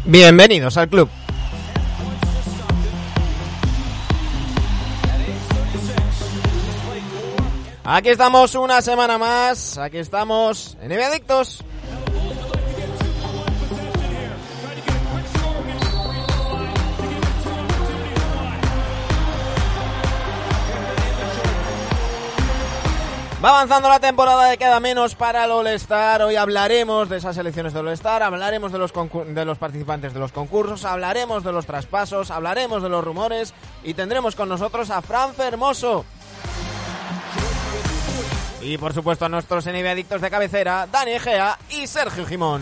Bienvenidos al club. Aquí estamos una semana más, aquí estamos en NBA Adictos. Va avanzando la temporada y queda menos para el All-Star. Hoy hablaremos de esas elecciones del All-Star, hablaremos de los participantes de los concursos, hablaremos de los traspasos, hablaremos de los rumores y tendremos con nosotros a Fran Fermoso. Y por supuesto a nuestros NBA adictos de cabecera, Dani Egea y Sergio Gimón.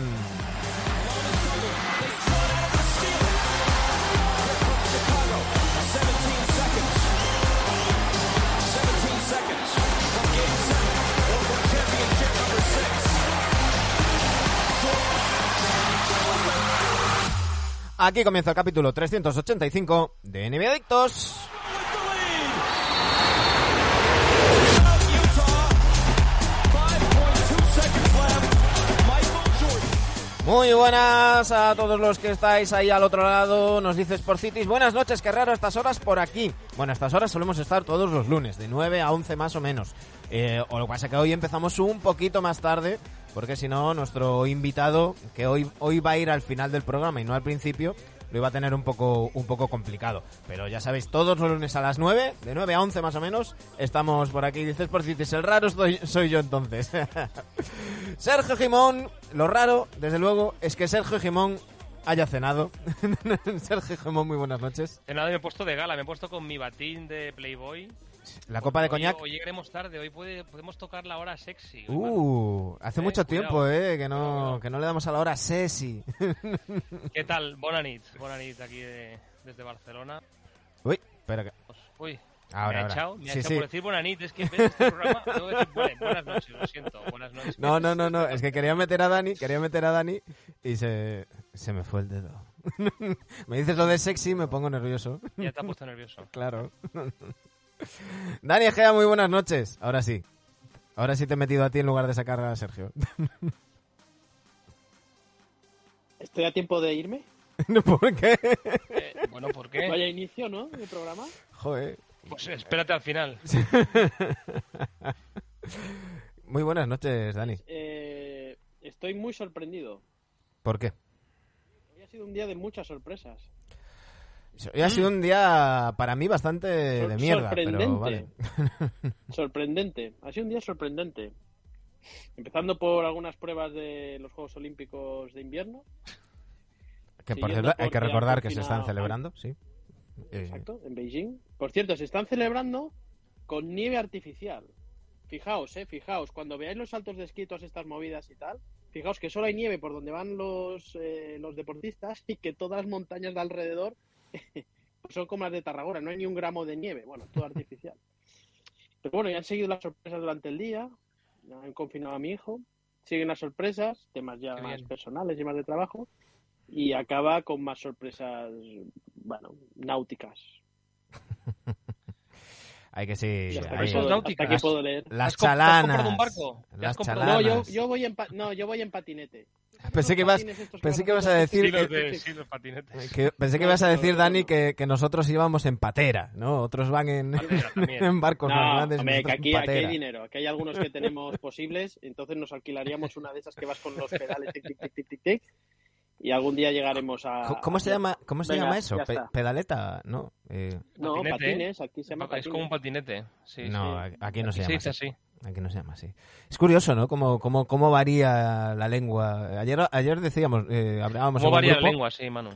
Aquí comienza el capítulo 385 de NBA Adictos. Muy buenas a todos los que estáis ahí al otro lado, nos dice Sportcities. Buenas noches, qué raro estas horas por aquí. Bueno, estas horas solemos estar todos los lunes, de 9 a 11 más o menos. O lo que pasa que hoy empezamos un poquito más tarde, porque si no, nuestro invitado, que hoy va a ir al final del programa y no al principio, lo iba a tener un poco complicado. Pero ya sabéis, todos los lunes a las 9, de 9 a 11 más o menos, estamos por aquí. Dices por cities, el raro soy yo entonces. Sergio Gimón, lo raro, desde luego, es que Sergio Gimón haya cenado. Sergio Gimón, muy buenas noches. Cenado y me he puesto de gala, me he puesto con mi batín de Playboy. La copa de coñac. Hoy llegaremos tarde, hoy podemos tocar la hora sexy. Hace mucho tiempo, que no le damos a la hora sexy. ¿Qué tal? Bona nit aquí desde Barcelona. Uy, espera que... Uy, ahora. Me ha echado por decir bona nit, es que en vez de este programa tengo que decir buenas noches, lo siento, buenas noches. No, es que quería meter a Dani y se me fue el dedo. Me dices lo de sexy y me pongo nervioso. Ya te ha puesto nervioso. Claro. Dani Egea, muy buenas noches. Ahora sí te he metido a ti en lugar de sacar a Sergio. ¿Estoy a tiempo de irme? ¿Por qué? Bueno, ¿por qué? Vaya inicio, ¿no? ¿El programa? Joder. Pues espérate al final. Muy buenas noches, Dani. Estoy muy sorprendido. ¿Por qué? Hoy ha sido un día de muchas sorpresas. Hoy ha sido un día para mí bastante de mierda, pero vale. Sorprendente. Ha sido un día sorprendente. Empezando por algunas pruebas de los Juegos Olímpicos de invierno. Que por cierto, hay que recordar que se están celebrando, sí. Exacto, en Beijing. Por cierto, se están celebrando con nieve artificial. Fijaos, cuando veáis los saltos de esquí, todas estas movidas y tal, fijaos que solo hay nieve por donde van los deportistas y que todas las montañas de alrededor son como las de Tarragona, no hay ni un gramo de nieve, bueno, todo artificial. Pero bueno, ya han seguido las sorpresas durante el día, ya han confinado a mi hijo, siguen las sorpresas, temas ya más personales y más de trabajo, y acaba con más sorpresas, bueno, náuticas. Hay que sí. Hasta que puedo leer. Las chalanas. ¿Has comprado un barco? Las chalanas. No, yo voy en patinete. Pensé que ibas a decir pensé que ibas a decir, Dani, que nosotros íbamos en patera, ¿no? Otros van en barcos más grandes. Hombre, que aquí hay dinero. Aquí hay algunos que tenemos posibles, entonces nos alquilaríamos una de esas que vas con los pedales tic, y algún día llegaremos a... ¿Cómo se llama eso? ¿Pedaleta? No, no, patines, aquí se llama patines. Es como un patinete. Sí, no, sí. Aquí no se llama así. Aquí no se llama así. Es curioso, ¿no? Cómo varía la lengua. Ayer decíamos, hablábamos en un grupo... ¿Cómo varía la lengua? Sí, Manu.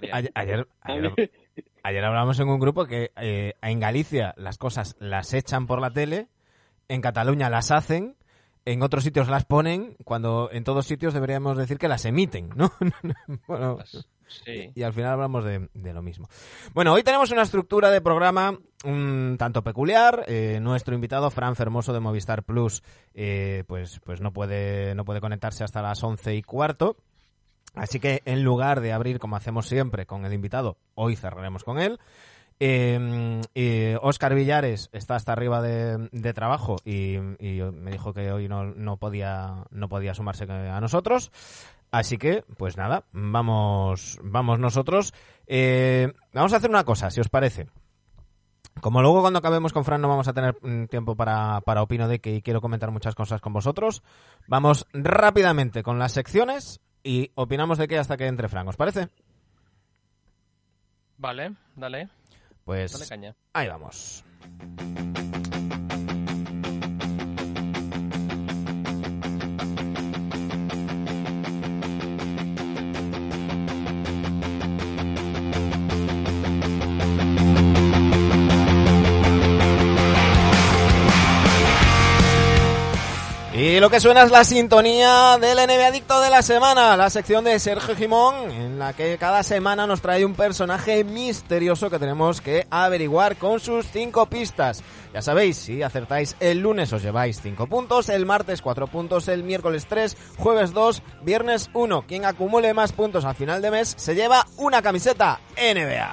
Ayer hablábamos en un grupo que en Galicia las cosas las echan por la tele, en Cataluña las hacen, en otros sitios las ponen, cuando en todos sitios deberíamos decir que las emiten, ¿no? Bueno, sí. Y al final hablamos de lo mismo. Bueno, hoy tenemos una estructura de programa un tanto peculiar. Nuestro invitado, Fran Fermoso de Movistar Plus, pues no puede conectarse hasta las 11:15. Así que en lugar de abrir, como hacemos siempre, con el invitado, hoy cerraremos con él. Óscar Villares está hasta arriba de trabajo y me dijo que hoy no podía sumarse a nosotros. Así que, pues nada, vamos nosotros. Vamos a hacer una cosa, si os parece. Como luego cuando acabemos con Fran no vamos a tener tiempo para Opino de que quiero comentar muchas cosas con vosotros, vamos rápidamente con las secciones y opinamos de qué hasta que entre Fran, ¿os parece? Vale, dale. Pues Dale caña. ahí vamos. Y lo que suena es la sintonía del NBA Adicto de la semana, la sección de Sergio Gimón, en la que cada semana nos trae un personaje misterioso que tenemos que averiguar con sus 5 pistas. Ya sabéis, si acertáis el lunes os lleváis 5 puntos, el martes 4 puntos, el miércoles 3, jueves 2, viernes 1. Quien acumule más puntos al final de mes se lleva una camiseta NBA.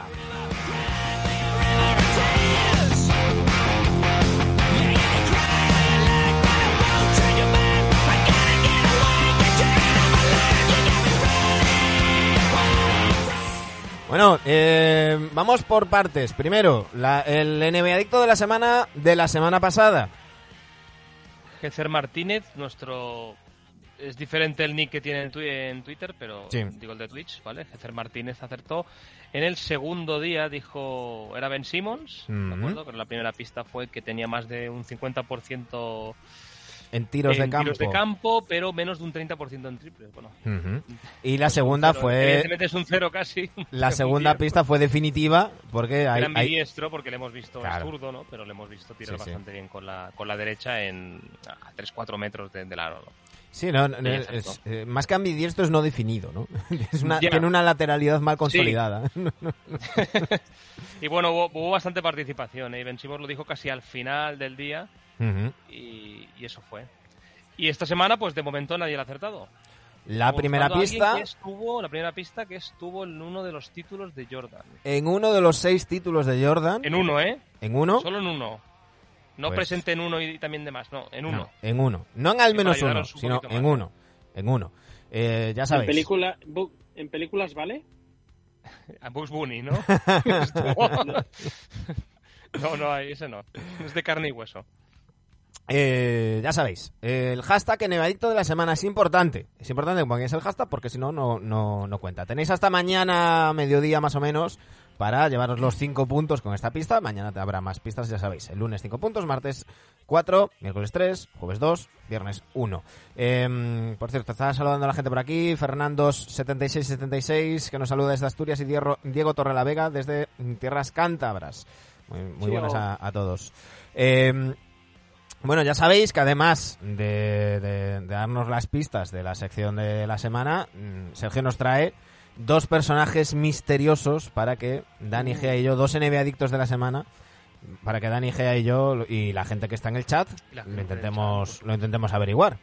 Bueno, vamos por partes. Primero, el NBA Adicto de la semana pasada. Gezer Martínez, es diferente el nick que tiene en Twitter, pero sí. Digo el de Twitch, ¿vale? Gezer Martínez acertó. En el segundo día dijo, era Ben Simmons, ¿de acuerdo? Pero la primera pista fue que tenía más de un 50% en tiros de campo. Tiros de campo, pero menos de un 30% en triples. Bueno. Y la segunda fue... Evidentemente es un cero casi. La segunda pista fue definitiva porque era ambidiestro porque le hemos visto, claro. Es zurdo, ¿no? Pero le hemos visto tirar bastante bien con la derecha a 3-4 metros del aro, ¿no? Sí, no, es, más que ambidiestro es no definido, ¿no? Tiene una lateralidad mal consolidada. Sí. Y bueno, hubo bastante participación, ¿eh? Ben Simmons lo dijo casi al final del día y eso fue. Y esta semana, pues de momento nadie lo ha acertado. La primera pista que estuvo en uno de los títulos de Jordan. En uno de los 6 títulos de Jordan. En uno, ¿eh? ¿En uno? Solo en uno. No pues, presente en uno y también demás, no, en uno. No, en uno. No en al menos uno, sino en uno. En uno. Ya sabéis. ¿En películas vale? A Bugs Bunny, ¿no? No, ese no. Es de carne y hueso. Ya sabéis, el hashtag NBA Adicto de la semana es importante. Es importante que pongáis el hashtag porque si no, no cuenta. Tenéis hasta mañana, mediodía más o menos, para llevaros los 5 puntos con esta pista. Mañana habrá más pistas, ya sabéis. El lunes 5 puntos, martes 4, miércoles 3, jueves 2, viernes 1. Por cierto, está saludando a la gente por aquí. Fernandos7676, que nos saluda desde Asturias, y Diego Torrelavega desde Tierras Cántabras. Muy buenas a todos. Bueno, ya sabéis que además de darnos las pistas de la sección de la semana, Sergio nos trae 2 personajes misteriosos para que Dani Gea y yo, 2 NBA Adictos de la semana, para que Dani Gea y yo y la gente que está en el chat lo intentemos averiguar.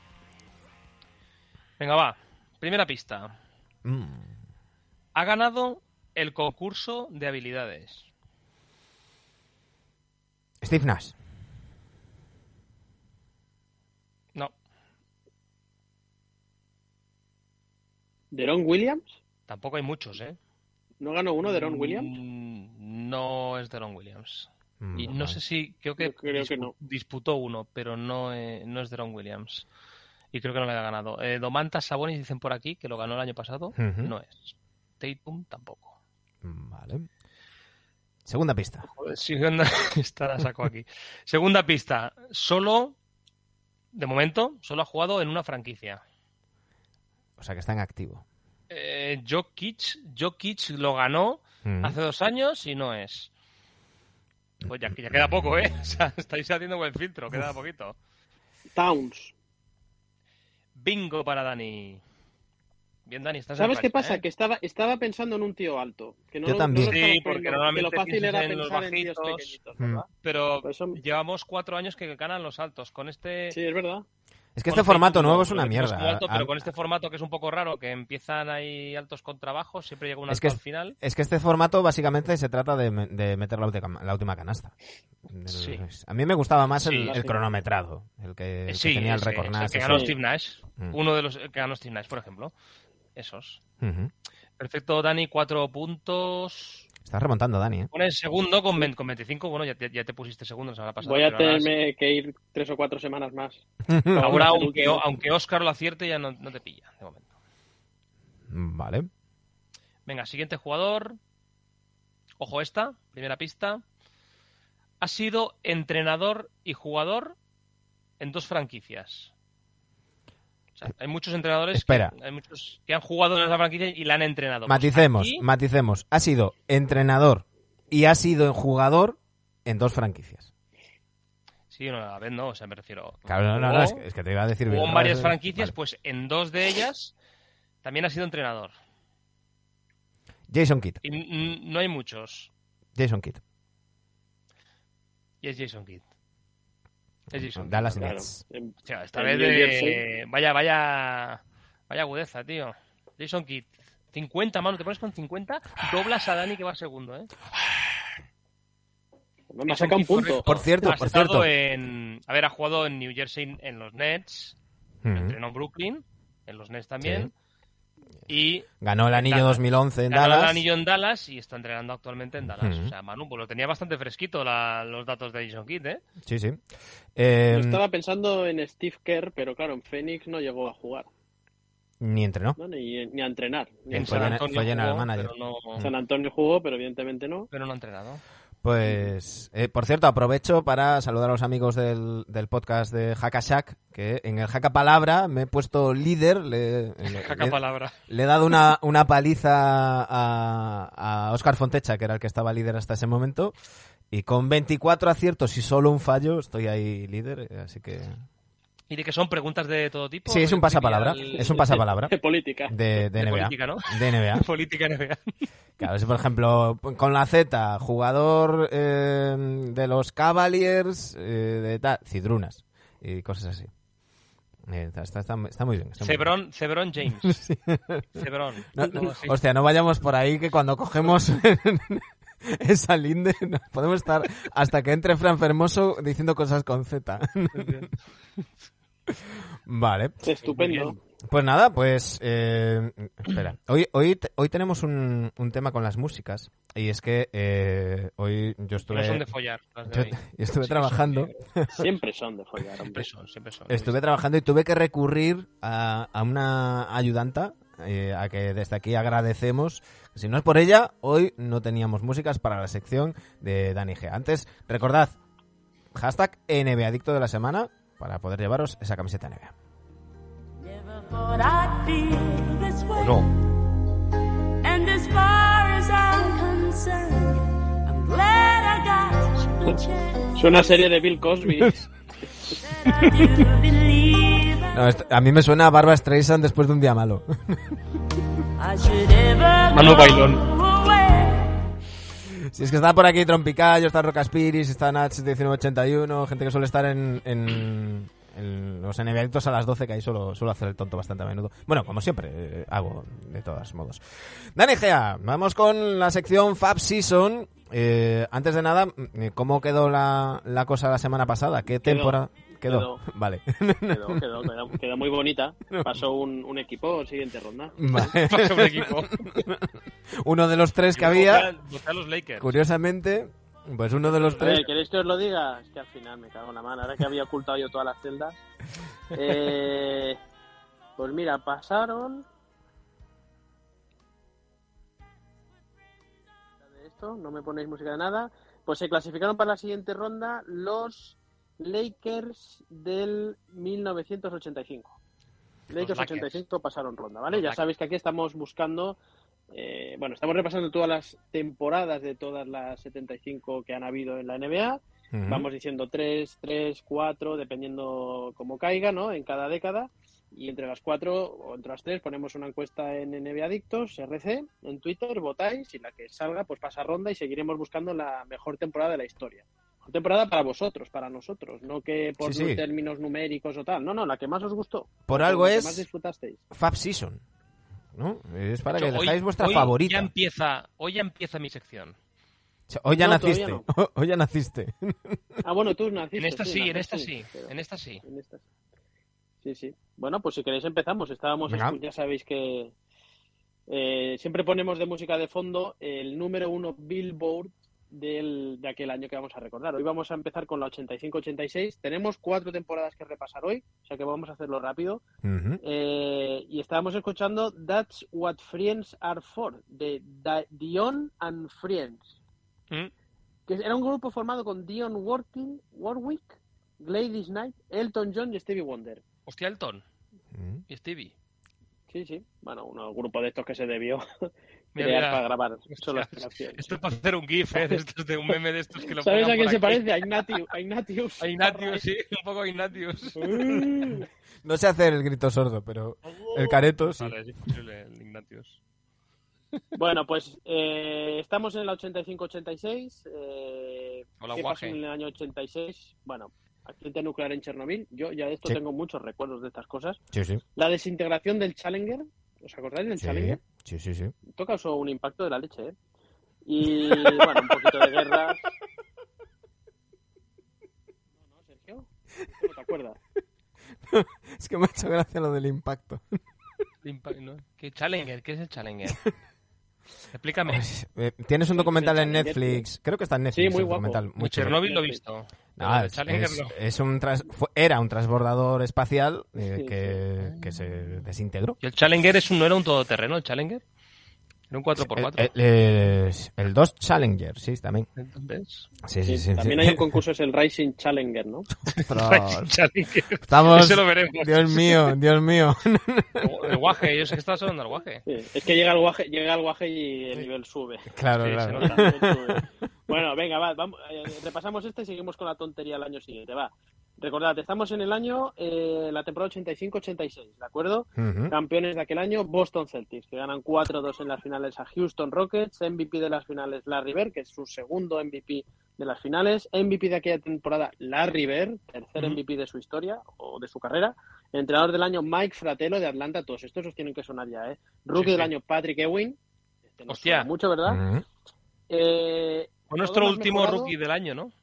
Venga, va. Primera pista. Ha ganado el concurso de habilidades. Steve Nash. No. ¿Deron Williams? Tampoco hay muchos, ¿eh? ¿No ganó uno Deron Williams? No es Deron Williams. Y no sé si... Creo que no. Disputó uno, pero no es Deron Williams. Y creo que no le ha ganado. Domantas Sabonis dicen por aquí, que lo ganó el año pasado. No es. Tatum tampoco. Vale. Segunda pista. Joder, esta la saco aquí. Segunda pista. De momento, solo ha jugado en una franquicia. O sea que está en activo. Jokic lo ganó hace 2 años y no es. Pues ya queda poco, ¿eh? O sea, estáis haciendo buen filtro, queda poquito. Towns. Bingo para Dani. Bien, Dani, estás ¿Sabes en qué racha, pasa? Que estaba pensando en un tío alto. Que no Yo también. Sí, porque normalmente lo fácil era en los pensar en tíos bajitos, pequeñitos, ¿verdad? pero llevamos 4 años que ganan los altos. Con este... Sí, es verdad. Es que este formato nuevo es una mierda. Pero con este formato que es un poco raro, que empiezan ahí altos contra bajos, siempre llega un alto al final. Es que este formato básicamente se trata de meter la última canasta. Sí. A mí me gustaba más el cronometrado, el que tenía el récord Nash. El que ganó Steve Nash. Uno de los que ganó Steve Nash, por ejemplo. Esos. Perfecto, Dani, 4 puntos. Estás remontando, Dani, ¿eh? Pones segundo con 25. Bueno, ya te pusiste segundo la semana pasada. Voy a tenerme que ir 3 o 4 semanas más. Ahora, aunque Óscar lo acierte, ya no te pilla, de momento. Vale. Venga, siguiente jugador. Ojo esta, primera pista. Ha sido entrenador y jugador en 2 franquicias. O sea, hay muchos entrenadores que han jugado en esa franquicia y la han entrenado. Maticemos. Ha sido entrenador y ha sido jugador en 2 franquicias. Sí, no, a ver, no, o sea, me refiero. Claro, no, es que te iba a decir bien. Hubo varias franquicias, vale. Pues en 2 de ellas también ha sido entrenador. Jason Kidd. Y no hay muchos. Jason Kidd. Y es Jason Kidd. Dallas Nets. O sea, esta vez vaya agudeza, tío. Jason Kidd. 50, mano, te pones con 50, doblas a Dani que va segundo, ¿eh? Me ha sacado un punto. Por cierto. Ha jugado en New Jersey en los Nets, entrenó en Brooklyn, en los Nets también. Sí. Y ganó el anillo 2011 en Dallas. Ganó el anillo en Dallas y está entrenando actualmente en Dallas. O sea, Manu, pues lo tenía bastante fresquito los datos de Jason Kidd, ¿eh? Sí. Yo estaba pensando en Steve Kerr, pero claro, en Phoenix no llegó a jugar. Ni entrenó. No, ni a entrenar. Fue general manager. San Antonio jugó, pero evidentemente no. Pero no ha entrenado. Pues, por cierto, aprovecho para saludar a los amigos del podcast de Hackashack, que en el Hacka Palabra me he puesto líder. Le he dado una paliza a Óscar Fontecha, que era el que estaba líder hasta ese momento, y con 24 aciertos y solo un fallo estoy ahí líder, así que... ¿Y de qué son preguntas de todo tipo? Sí, es un pasapalabra. Es un pasapalabra. De política. De NBA. Política, ¿no? De NBA. Política NBA. Claro, si por ejemplo, con la Z, jugador de los Cavaliers, de tal, Cidrunas y cosas así. Está muy bien. Cebron James. Sí. Cebron. Hostia, no vayamos por ahí que cuando cogemos esa linde nos podemos estar hasta que entre Fran Fermoso diciendo cosas con Z. Vale. Estupendo. Pues nada, espera. Hoy tenemos un tema con las músicas y es que hoy yo estuve... No son de follar. Yo estuve trabajando. Siempre son de follar. Siempre son. Estuve trabajando y tuve que recurrir a una ayudanta a que desde aquí agradecemos. Si no es por ella, hoy no teníamos músicas para la sección de Dani G. Antes, recordad, hashtag NBAdicto de la semana para poder llevaros esa camiseta NBA. ¿O no? Es una serie de Bill Cosby. No, a mí me suena a Barbra Streisand después de un día malo. Manu Bailón. Si es que está por aquí Trompicayo, está Rocaspiris, está Nats 1981, gente que suele estar en los NBAdictos a las 12, que ahí suelo hacer el tonto bastante a menudo. Bueno, como siempre, hago de todos modos. Dani Gea, vamos con la sección Fab Season. Antes de nada, ¿cómo quedó la cosa la semana pasada? ¿Qué temporada? Quedó. Vale. Quedó muy bonita. Pasó un equipo en siguiente ronda. Vale. Pasó un equipo. Uno de los 3 que había. Voté a los Lakers. Curiosamente, pues uno de los 3. ¿Queréis que os lo diga? Es que al final me cago en la mano. Ahora que había ocultado yo todas las celdas. Pues mira, pasaron. De esto, no me ponéis música de nada. Pues se clasificaron para la siguiente ronda los Lakers del 1985. Lakers 85 pasaron ronda, ¿vale? Ya sabéis que aquí estamos buscando, estamos repasando todas las temporadas de todas las 75 que han habido en la NBA. Uh-huh. Vamos diciendo 3, 4, dependiendo cómo caiga, ¿no? En cada década. Y entre las 4 o entre las 3 ponemos una encuesta en NBA Adictos, RC, en Twitter, votáis y la que salga pues pasa ronda y seguiremos buscando la mejor temporada de la historia. temporada para vosotros, para nosotros, no que por Sí, sí. términos numéricos o tal. No, la que más os gustó. Por La algo que es más disfrutasteis. Fab Season, ¿no? Es para De que hecho, dejáis vuestra hoy favorita. hoy ya empieza mi sección. Hoy ya No, naciste. todavía Hoy ya naciste. Ah, bueno, tú naciste. En esta sí, en esta naciste, sí, pero- en esta sí. en esta sí. Sí. Bueno, pues si queréis empezamos. Venga. Ya sabéis que siempre ponemos de música de fondo el número 1 Billboard de aquel año que vamos a recordar. Hoy vamos a empezar con la 85-86. Tenemos 4 temporadas que repasar hoy, o sea que vamos a hacerlo rápido. Ujú. Y estábamos escuchando That's What Friends Are For, de Dion and Friends, ¿Mm? que era un grupo formado con Dion Warwick, Gladys Knight, Elton John y Stevie Wonder. Hostia, Elton Mm. y Stevie. Sí. Bueno, un grupo de estos que se debió Mira, crear mira. para grabar Hostia, solo las canciones. esto es para hacer un GIF, de estos, de un meme de estos que lo ¿Sabes pongan a quién por se aquí. parece? A Ignatius. A Ignatius, sí, un poco a Ignatius. No sé hacer el grito sordo, pero el careto sí. Vale, es imposible el Ignatius. Bueno, pues estamos en el 85-86. Hola, ¿Qué pasó guaje. en el año 86? Bueno, accidente nuclear en Chernobyl. Yo ya de esto Sí. tengo muchos recuerdos de estas cosas. Sí. La desintegración del Challenger. ¿Os acordáis del Challenger? Sí. Esto causó un impacto de la leche, ¿eh? Y bueno, un poquito de guerra. No, Sergio. ¿Cómo te acuerdas? Es que me ha hecho gracia lo del impacto. ¿No? ¿Qué Challenger? ¿Qué es el Challenger? Explícame. Tienes un documental en Challenger, Netflix. Creo que está en Netflix. Sí, muy el guapo. documental. Muy chulo. Chernobyl lo he visto. No, Pero el Challenger no. era un transbordador espacial Sí, que se desintegró. ¿Y el Challenger no era un todoterreno, el Challenger? Era un 4x4. El 2 Challenger, sí, también. ¿Ves? Sí. También hay un concurso, es el Rising Challenger, ¿no? Ostras, Challenger. estamos... Ese lo veremos. Dios mío. El guaje, yo sé que estabas hablando del guaje. Sí, es que llega el guaje y el nivel sube. Claro, Sí, claro. se nota. Bueno, venga, vamos, repasamos este y seguimos con la tontería el año siguiente, va. Recordad, estamos en el año, la temporada 85-86, ¿de acuerdo? Ujú. Campeones de aquel año, Boston Celtics, que ganan 4-2 en las finales a Houston Rockets, MVP de las finales Larry Bird, que es su segundo MVP de las finales, MVP de aquella temporada Larry Bird, tercer MVP de su historia o de su carrera, entrenador del año Mike Fratello de Atlanta, todos estos os tienen que sonar ya, ¿eh? Rookie Sí. del año Patrick Ewing, este nos Hostia. suena mucho, ¿verdad? Ujú. Fue nuestro Jugador más último mejorado. rookie del año, ¿no?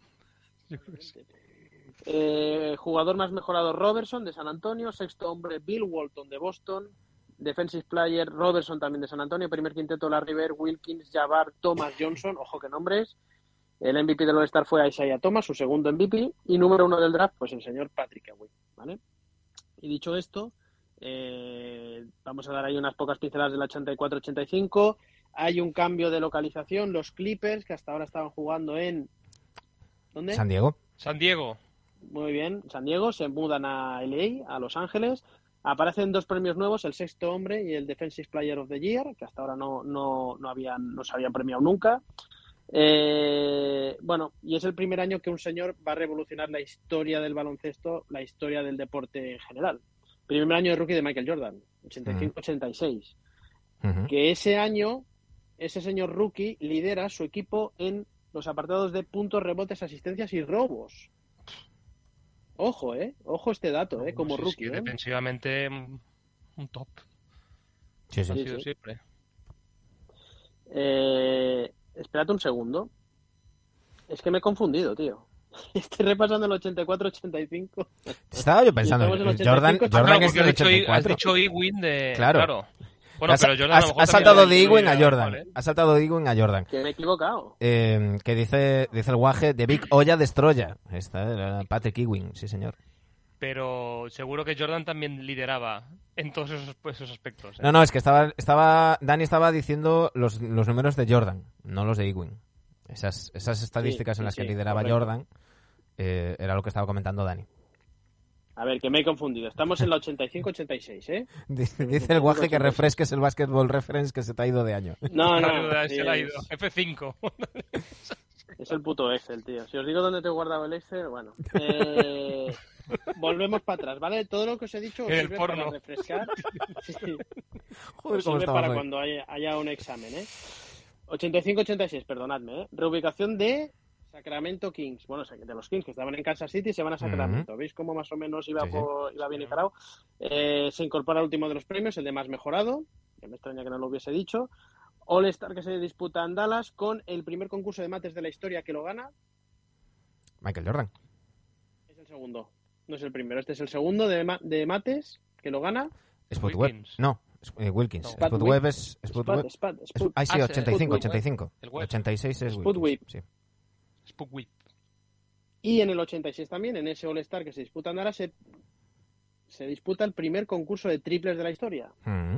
Jugador más mejorado Robertson de San Antonio, sexto hombre Bill Walton de Boston, defensive player Robertson también de San Antonio, primer quinteto Larry Bird, Wilkins, Jabbar, Thomas Johnson, ojo que nombres, el MVP del All-Star fue Isaiah Thomas, su segundo MVP, y número 1 del draft, pues el señor Patrick Ewing, ¿vale? Y dicho esto, vamos a dar ahí unas pocas pinceladas del 84-85, hay un cambio de localización, los Clippers, que hasta ahora estaban jugando en... ¿Dónde? San Diego. San Diego. Muy bien, San Diego, se mudan a LA, a Los Ángeles. Aparecen dos premios nuevos, el sexto hombre y el Defensive Player of the Year, que hasta ahora no se habían premiado nunca. Bueno, y es el primer año que un señor va a revolucionar la historia del baloncesto, la historia del deporte en general. Primer año de rookie de Michael Jordan, 85-86. Ujú. Que ese año, ese señor rookie lidera su equipo en los apartados de puntos, rebotes, asistencias y robos. Ojo, ojo este dato, como Sí, rookie. sí, defensivamente un top. Sí. Ha sido sí. siempre. Espérate un segundo. Es que me he confundido, tío. Estoy repasando el 84-85. Estaba yo pensando, Y estamos en el Jordan 85. es porque del has 84. dicho Ewing de... Claro. Bueno, pero Jordan a lo mejor has saltado de también Ewing a incluía- Jordan. vale. Has saltado de Ewing a Jordan. Que me he equivocado. Que dice el guaje de Big Olla Destroya. Esta era Patrick Ewing, sí señor. Pero seguro que Jordan también lideraba en todos esos aspectos. ¿eh? No, es que Dani estaba diciendo los números de Jordan, no los de Ewing. Esas estadísticas en las que lideraba correcto. Jordan era lo que estaba comentando Dani. A ver, que me he confundido. Estamos en la 85-86, ¿eh? Dice el guaje que refresques el Basketball Reference que se te ha ido de año. No, Se le ha ido. F5. Es el puto Excel, tío. Si os digo dónde te he guardado el Excel, bueno. Volvemos para atrás, ¿vale? Todo lo que os he dicho os En el sirve porno. para refrescar. Sí. Joder, Os cómo sirve estamos para hoy. cuando haya un examen, ¿eh? 85-86, perdonadme, ¿eh? Reubicación de Sacramento Kings. Bueno, de los Kings que estaban en Kansas City se van a Sacramento. ¿Veis cómo más o menos iba bien encarado? Se incorpora el último de los premios, el de más mejorado, que me extraña que no lo hubiese dicho. All-Star que se disputa en Dallas con el primer concurso de mates de la historia que lo gana. Michael Jordan. Es el segundo, no es el primero. Este es el segundo de mates que lo gana. Spud Webb. No, Wilkins. No. Spud Webb es... Ah, sí, 85. El Webb. 86 es Spud Wilkins. Webb. Sí. Spook Whip. Y en el 86 también, en ese All-Star que se disputa en Dallas, se disputa el primer concurso de triples de la historia.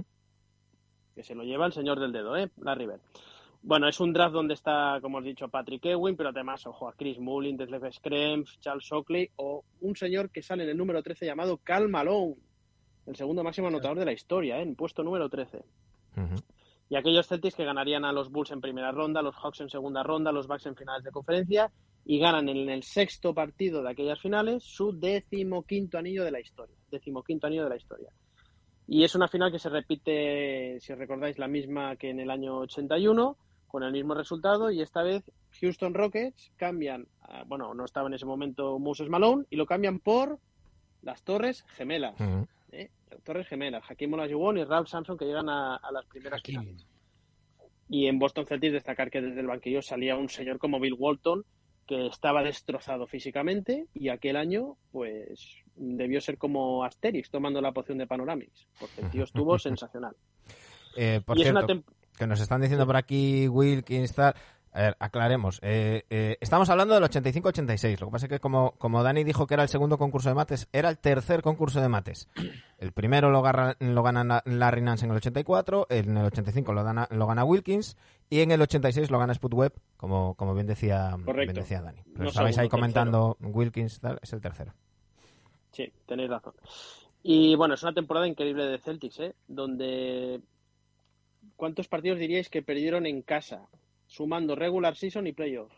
Que se lo lleva el señor del dedo, Larry Bird. Bueno, es un draft donde está, como os he dicho, Patrick Ewing, pero además, ojo, a Chris Mullin, Detlef Schrempf, Charles Oakley o un señor que sale en el número 13 llamado Karl Malone, el segundo máximo anotador de la historia, en puesto número 13. Y aquellos Celtics que ganarían a los Bulls en primera ronda, los Hawks en segunda ronda, los Bucks en finales de conferencia y ganan en el sexto partido de aquellas finales su 15º anillo de la historia. 15º anillo de la historia. Y es una final que se repite, si recordáis, la misma que en el año 81, con el mismo resultado, y esta vez Houston Rockets cambian, no estaba en ese momento Moses Malone, y lo cambian por las Torres Gemelas. Torres Gemelas, Hakeem Olajuwon y Ralph Sampson, que llegan a las primeras finales. Y en Boston Celtics destacar que desde el banquillo salía un señor como Bill Walton, que estaba destrozado físicamente, y aquel año pues debió ser como Asterix tomando la poción de Panoramix, porque el tío estuvo sensacional. Por cierto, que nos están diciendo por aquí Wilkins, tal... A ver, aclaremos. Estamos hablando del 85-86. Lo que pasa es que como Dani dijo que era el segundo concurso de mates, era el tercer concurso de mates. El primero lo gana Larry Nance en el 84, en el 85 lo gana Wilkins y en el 86 lo gana Spud Webb, como bien decía Dani. Pero estabais ahí comentando tercero. Wilkins, tal, es el tercero. Sí, tenéis razón. Y bueno, es una temporada increíble de Celtics, donde... ¿Cuántos partidos diríais que perdieron en casa? Sumando regular season y playoff.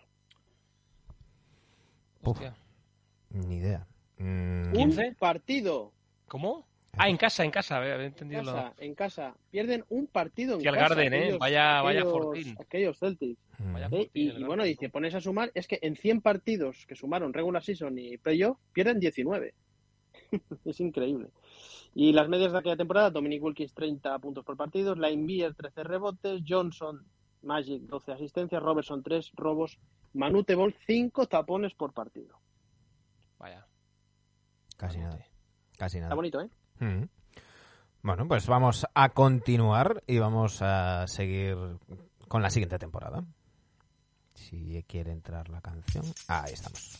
Ni idea. Un partido. ¿Cómo? En casa, había entendido. En casa. Pierden un partido en casa. Y al Garden, vaya fortín. Aquellos Celtics. Y bueno, y te pones a sumar, es que en 100 partidos que sumaron regular season y playoff, pierden 19. Es increíble. Y las medias de aquella temporada, Dominic Wilkins 30 puntos por partido, Lane Beer 13 rebotes, Johnson Magic 12 asistencias, Robertson 3 robos, Manute Bol 5 tapones por partido. Vaya. Casi nada. Está bonito, ¿eh? Bueno, pues vamos a continuar y vamos a seguir con la siguiente temporada. Si quiere entrar la canción. Ahí estamos.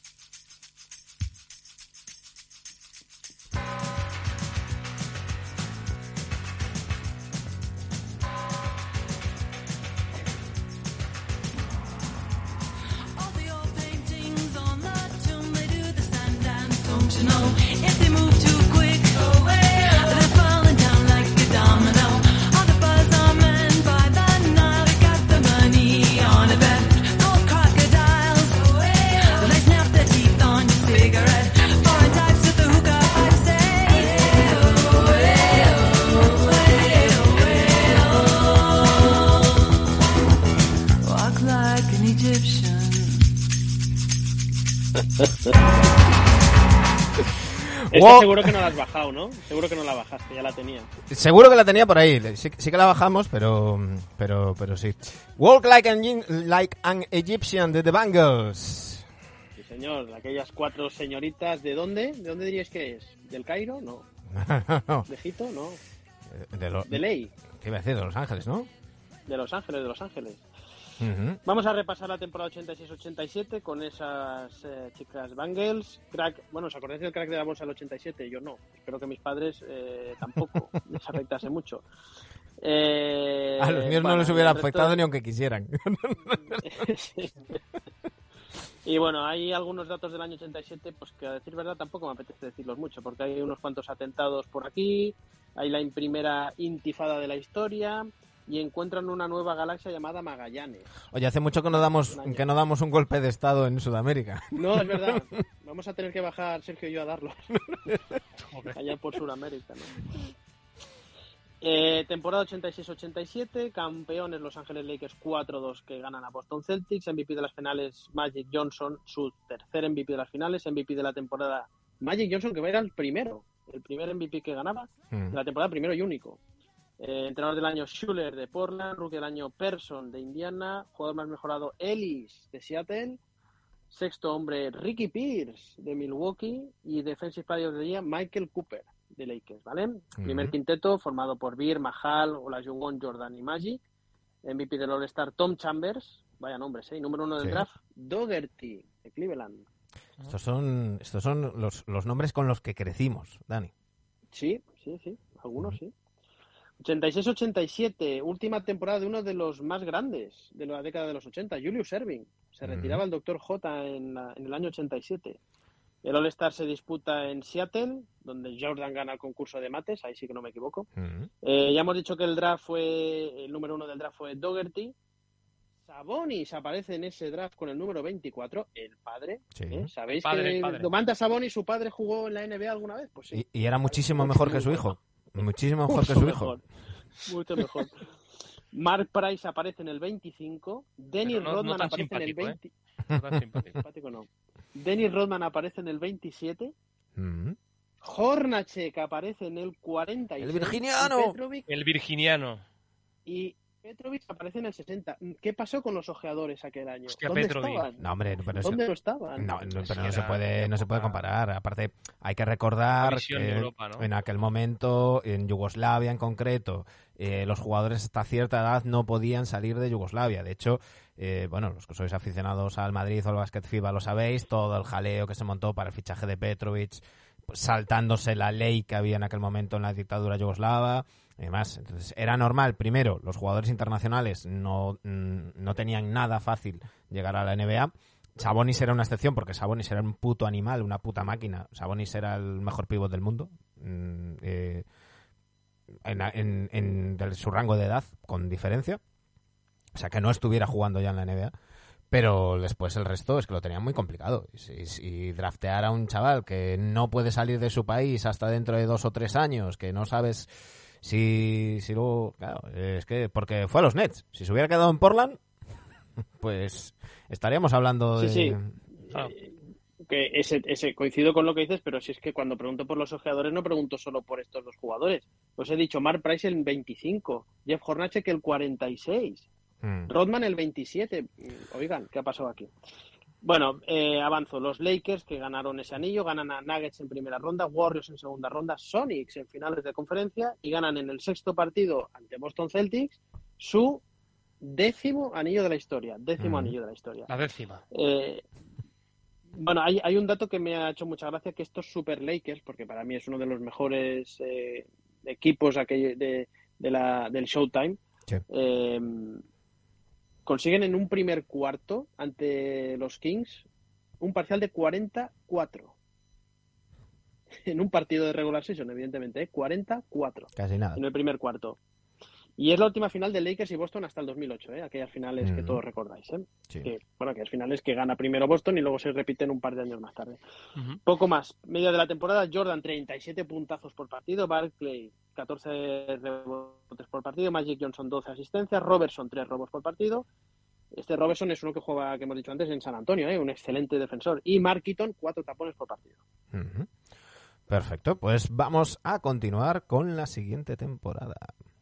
Esta seguro que no la has bajado, ¿no? Seguro que no la bajaste, ya la tenía. Seguro que la tenía por ahí. Sí que la bajamos, pero sí. Walk like an Egyptian de The Bangles. Sí, señor. Aquellas 4 señoritas, ¿de dónde? ¿De dónde diríais que es? ¿Del Cairo? No. No. ¿De Egipto? No. De Ley. ¿Qué iba a decir? De Los Ángeles, ¿no? De Los Ángeles. Vamos a repasar la temporada 86-87 con esas chicas Bangles. Crack, bueno, ¿os acordáis del crack de la bolsa del 87? Yo no. Espero que mis padres tampoco les afectase mucho. A los míos no les hubiera afectado ni aunque quisieran. Sí. Y bueno, hay algunos datos del año 87, pues que a decir verdad tampoco me apetece decirlos mucho, porque hay unos cuantos atentados por aquí, hay la primera intifada de la historia... Y encuentran una nueva galaxia llamada Magallanes. Oye, hace mucho que no damos un golpe de estado en Sudamérica. No, es verdad. Vamos a tener que bajar Sergio y yo a darlos. Allá por Sudamérica, ¿no? Temporada 86-87, campeones Los Ángeles Lakers 4-2 que ganan a Boston Celtics, MVP de las finales Magic Johnson, su tercer MVP de las finales, MVP de la temporada Magic Johnson, que era el primer MVP que ganaba de la temporada, primero y único. Entrenador del año Schuller de Portland, rookie del año Person de Indiana, jugador más mejorado Ellis de Seattle, sexto hombre Ricky Pierce de Milwaukee y Defensive Player of the Year Michael Cooper de Lakers, ¿vale? Primer quinteto formado por Beer, Mahal, Olajuwon, Jordan y Magic. MVP del All-Star Tom Chambers, vaya nombres, ¿eh? Y número 1 del draft Dougherty de Cleveland. Estos son los nombres con los que crecimos, Dani. Sí, algunos sí. 86-87, última temporada de uno de los más grandes de la década de los 80, Julius Erving. Se retiraba el Dr. J en el año 87. El All-Star se disputa en Seattle, donde Jordan gana el concurso de mates, ahí sí que no me equivoco. Ya hemos dicho que el número 1 del draft fue Dougherty. Sabonis aparece en ese draft con el número 24, el padre. Sí. ¿Sabéis que Domantas Sabonis, su padre, jugó en la NBA alguna vez? Pues sí. Y era muchísimo mejor que su hijo. Muchísimo mejor que su hijo. Mucho mejor. Mark Price aparece en el 25. Dennis Rodman aparece en el 20. No tan simpático, no. Dennis Rodman aparece en el 27. Hornacek aparece en el 46. ¡El virginiano! El virginiano. Y Petrovic aparece en el 60. ¿Qué pasó con los ojeadores aquel año? Hostia, ¿Dónde Petrovic. estaban? No, hombre, pero ¿Dónde no estaban? No, pero no se puede comparar. Aparte, hay que recordar que Europa, ¿no? en aquel momento, en Yugoslavia en concreto, los jugadores hasta cierta edad no podían salir de Yugoslavia. De hecho, los que sois aficionados al Madrid o al Básquet FIBA lo sabéis, todo el jaleo que se montó para el fichaje de Petrovic, pues, saltándose la ley que había en aquel momento en la dictadura yugoslava y demás. Entonces era normal, primero, los jugadores internacionales no tenían nada fácil llegar a la NBA. Sabonis era una excepción porque Sabonis era un puto animal, una puta máquina. Sabonis era el mejor pívot del mundo en su rango de edad, con diferencia. O sea, que no estuviera jugando ya en la NBA. Pero después el resto es que lo tenían muy complicado. Y draftear a un chaval que no puede salir de su país hasta dentro de 2 o 3 años, que no sabes si luego... Claro, es que porque fue a los Nets. Si se hubiera quedado en Portland, pues estaríamos hablando de... Sí. Que ese coincido con lo que dices, pero si es que cuando pregunto por los ojeadores no pregunto solo por estos dos jugadores. Os he dicho Mark Price el 25, Jeff Hornacek el 46... Rodman el 27. Oigan, ¿qué ha pasado aquí? Bueno, avanzo. Los Lakers, que ganaron ese anillo, ganan a Nuggets en primera ronda, Warriors en segunda ronda, Sonics en finales de conferencia y ganan en el sexto partido ante Boston Celtics su 10º anillo de la historia. 10º anillo de la historia. La 10ª. Bueno, hay un dato que me ha hecho mucha gracia, que estos Super Lakers, porque para mí es uno de los mejores equipos del Showtime, sí. Consiguen en un primer cuarto ante los Kings un parcial de 44. En un partido de regular season, evidentemente, 44. Casi nada. En el primer cuarto. Y es la última final de Lakers y Boston hasta el 2008, aquellas finales que todos recordáis. Sí. Aquellas finales que gana primero Boston y luego se repiten un par de años más tarde. Poco más. Media de la temporada, Jordan 37 puntazos por partido, Barkley 14 rebotes por partido, Magic Johnson 12 asistencias, Robertson 3 robos por partido. Este Robertson es uno que juega, que hemos dicho antes, en San Antonio, un excelente defensor. Y Mark Eaton 4 tapones por partido. Perfecto, pues vamos a continuar con la siguiente temporada.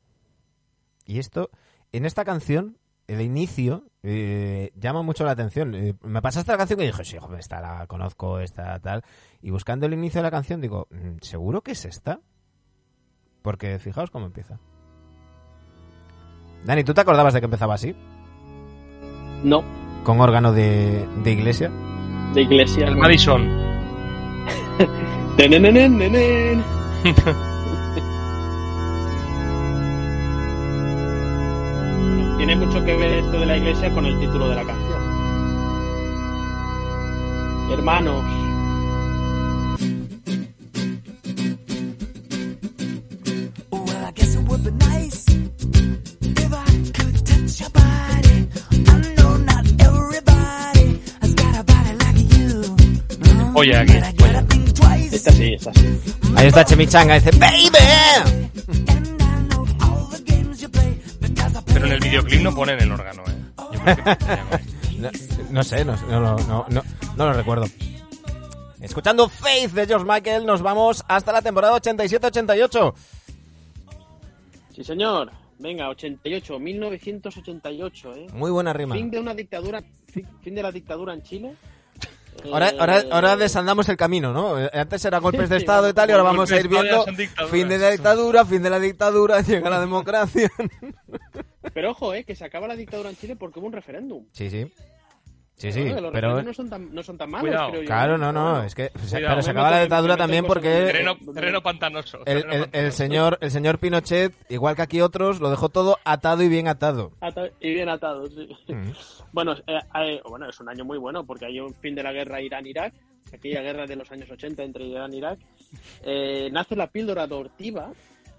Y esto, en esta canción, el inicio llama mucho la atención. Me pasaste la canción y dije, sí, joder, esta la conozco, esta tal. Y buscando el inicio de la canción digo, ¿seguro que es esta? Porque fijaos cómo empieza. Dani, ¿tú te acordabas de que empezaba así? No. ¿Con órgano de iglesia? De iglesia. El Madison. Tiene mucho que ver esto de la iglesia con el título de la canción. Hermanos. Oye, aquí. Esta sí. Ahí está Chemichanga, dice ¡Baby! Pero en el videoclip no ponen el órgano, ¿eh? Yo creo que ponía con esto. No sé, no lo recuerdo. Escuchando Faith de George Michael, nos vamos hasta la temporada 87-88. Sí, señor. Venga, 1988, ¿eh? Muy buena rima. Fin de una dictadura, fin de la dictadura en Chile. Ahora desandamos el camino, ¿no? Antes era golpes de Estado y tal, y ahora vamos a ir viendo fin de la dictadura, llega la democracia. Pero ojo, que se acaba la dictadura en Chile porque hubo un referéndum. Sí, Bueno, los pero referéndums no son tan malos, Cuidado. creo yo. claro, no, Bueno, es que Cuidado, pero se acaba la dictadura también porque Terreno pantanoso. el señor Pinochet, igual que aquí otros, lo dejó todo atado y bien atado. Y bien atado, sí. Mm. Bueno, es un año muy bueno porque hay un fin de la guerra Irán-Irak, aquella guerra de los años 80 entre Irán e Irak. Nace la píldora abortiva,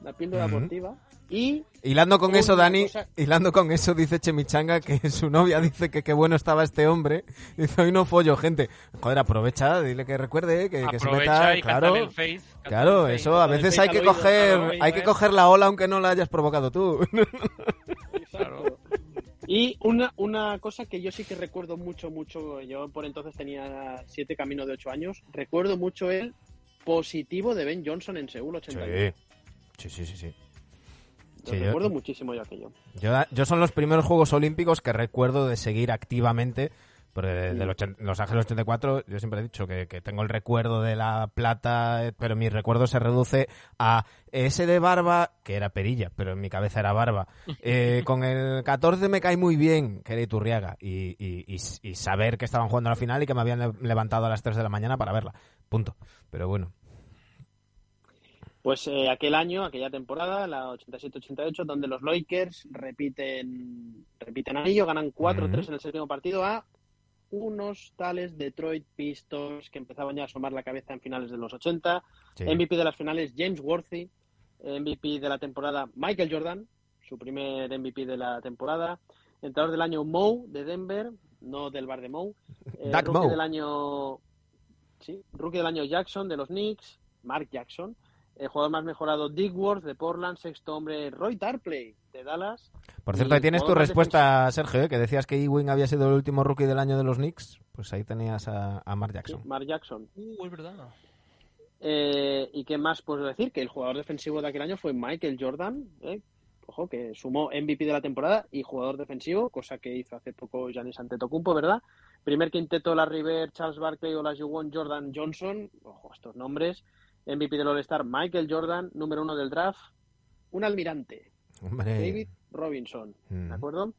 y... Hilando con eso, Dani, cosa... dice Chemichanga que su novia dice que qué bueno estaba este hombre. Dice, hoy no follo, gente. Joder, aprovecha, dile que recuerde, que se meta... Y claro, el Faith, claro, el eso a Faith. veces El hay Faith que al oído, coger, hay que coger la ola aunque no la hayas provocado tú. Exacto. Y una cosa que yo sí que recuerdo mucho, yo por entonces tenía 7 camino de 8 años, recuerdo mucho el positivo de Ben Johnson en Seúl 81. Sí. Recuerdo muchísimo yo aquello. Yo son los primeros Juegos Olímpicos que recuerdo de seguir activamente, porque de Los Ángeles 84 yo siempre he dicho que tengo el recuerdo de la plata, pero mi recuerdo se reduce a ese de barba, que era perilla, pero en mi cabeza era barba. Con el 14 me cae muy bien, que era Iturriaga, y saber que estaban jugando a la final y que me habían levantado a las 3 de la mañana para verla. Punto. Pero bueno. Pues aquella temporada, la 87-88, donde los Lakers repiten anillo, ganan 4-3 en el séptimo partido a unos tales Detroit Pistons que empezaban ya a asomar la cabeza en finales de los 80. Sí. MVP de las finales, James Worthy. MVP de la temporada, Michael Jordan, su primer MVP de la temporada. Entrenador del año, Moe, de Denver, no del bar de Moe. Rookie del año... Sí, rookie del año, Jackson, de los Knicks, Mark Jackson. El jugador más mejorado, Dick Worth, de Portland. Sexto hombre, Roy Tarpley, de Dallas. Por cierto, ahí tienes tu respuesta, Sergio, que decías que Ewing había sido el último rookie del año de los Knicks. Pues ahí tenías a Mark Jackson. Sí, Mark Jackson. Es verdad. ¿Y qué más puedo decir? Que el jugador defensivo de aquel año fue Michael Jordan, ojo, que sumó MVP de la temporada y jugador defensivo, cosa que hizo hace poco Giannis Antetokounmpo, ¿verdad? Primer quinteto, Larry Bird, Charles Barkley, Olajuwon, Jordan Johnson. Ojo, estos nombres. MVP del All-Star, Michael Jordan, número 1 del draft, un almirante, David Robinson, ¿de acuerdo?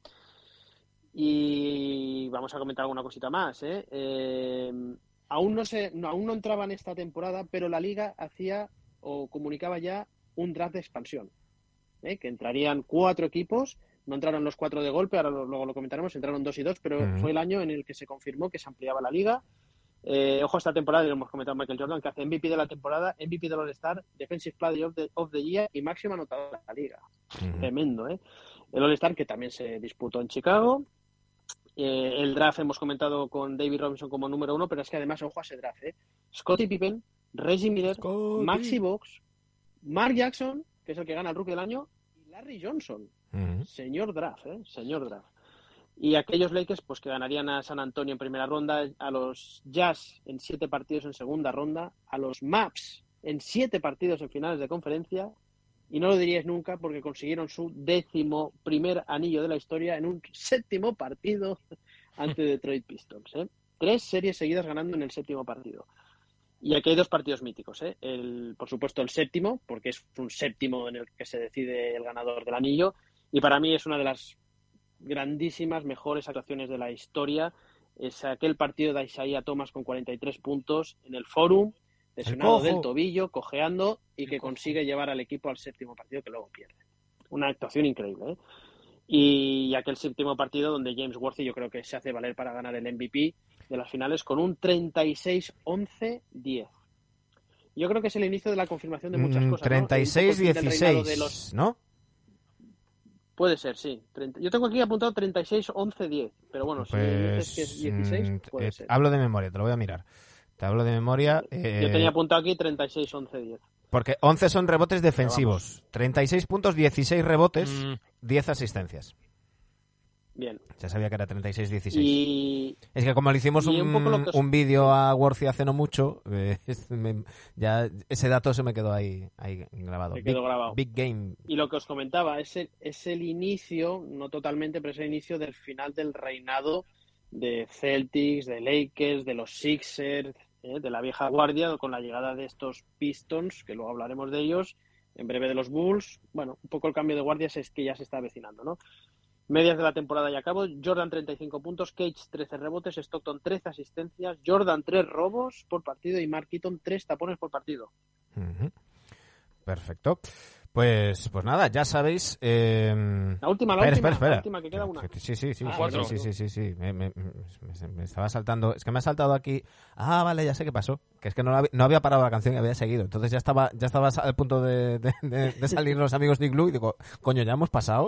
Y vamos a comentar alguna cosita más, aún no entraba en esta temporada, pero la liga hacía o comunicaba ya un draft de expansión, que entrarían 4 equipos, no entraron los 4 de golpe, ahora luego lo comentaremos, entraron 2 y 2, pero fue el año en el que se confirmó que se ampliaba la liga. Ojo a esta temporada, ya lo hemos comentado Michael Jordan, que hace MVP de la temporada, MVP del All-Star, Defensive Player of the Year y máximo anotador de la liga. Tremendo, El All-Star que también se disputó en Chicago. El draft hemos comentado con David Robinson como número 1, pero es que además, ojo a ese draft, Scottie Pippen, Reggie Miller, Maxi Box, Mark Jackson, que es el que gana el Rookie del año, y Larry Johnson. Señor draft, señor draft. Y aquellos Lakers pues que ganarían a San Antonio en primera ronda, a los Jazz en 7 partidos en segunda ronda, a los Mavs en 7 partidos en finales de conferencia, y no lo diríais nunca porque consiguieron su 11º anillo de la historia en un 7º partido ante Detroit Pistons. 3 series seguidas ganando en el 7º partido. Y aquí hay 2 partidos míticos. Por supuesto el 7º, porque es un 7º en el que se decide el ganador del anillo, y para mí es una de las grandísimas, mejores actuaciones de la historia. Es aquel partido de Isaiah Thomas con 43 puntos en el Forum, lesionado del tobillo, cojeando, y que consigue llevar al equipo al 7º partido que luego pierde. Una actuación increíble, Y aquel 7º partido donde James Worthy yo creo que se hace valer para ganar el MVP de las finales con un 36-11-10. Yo creo que es el inicio de la confirmación de muchas cosas. 36-16, ¿no? Puede ser, sí. Yo tengo aquí apuntado 36-11-10, pero bueno, pues, si dices que es 16, puede ser. Hablo de memoria, te lo voy a mirar. Te hablo de memoria. Yo tenía apuntado aquí 36-11-10. Porque 11 son rebotes defensivos. 36 puntos, 16 rebotes, 10 asistencias. Bien. Ya sabía que era 36-16. Y Es que como le hicimos y un poco lo que os- un vídeo a Worthy hace no mucho, ya ese dato se me quedó ahí grabado. Se quedó grabado. Big Game. Y lo que os comentaba es el inicio, no totalmente, pero es el inicio del final del reinado de Celtics, de Lakers, de los Sixers, de la vieja guardia, con la llegada de estos Pistons, que luego hablaremos de ellos, en breve de los Bulls. Bueno, un poco el cambio de guardias es que ya se está avecinando, ¿no? Medias de la temporada y a cabo, Jordan 35 puntos, Cage 13 rebotes, Stockton 13 asistencias, Jordan 3 robos por partido y Mark Eaton 3 tapones por partido. Ujú. Perfecto. Pues nada, ya sabéis. La última, Espera. la última, que queda una. Sí. cuatro. Sí. Me estaba saltando. Es que me ha saltado aquí. Ah, vale, ya sé qué pasó. Que es que no había parado la canción y había seguido. Entonces ya estaba al punto de salir los amigos de Igloo y digo, coño, ¿ya hemos pasado?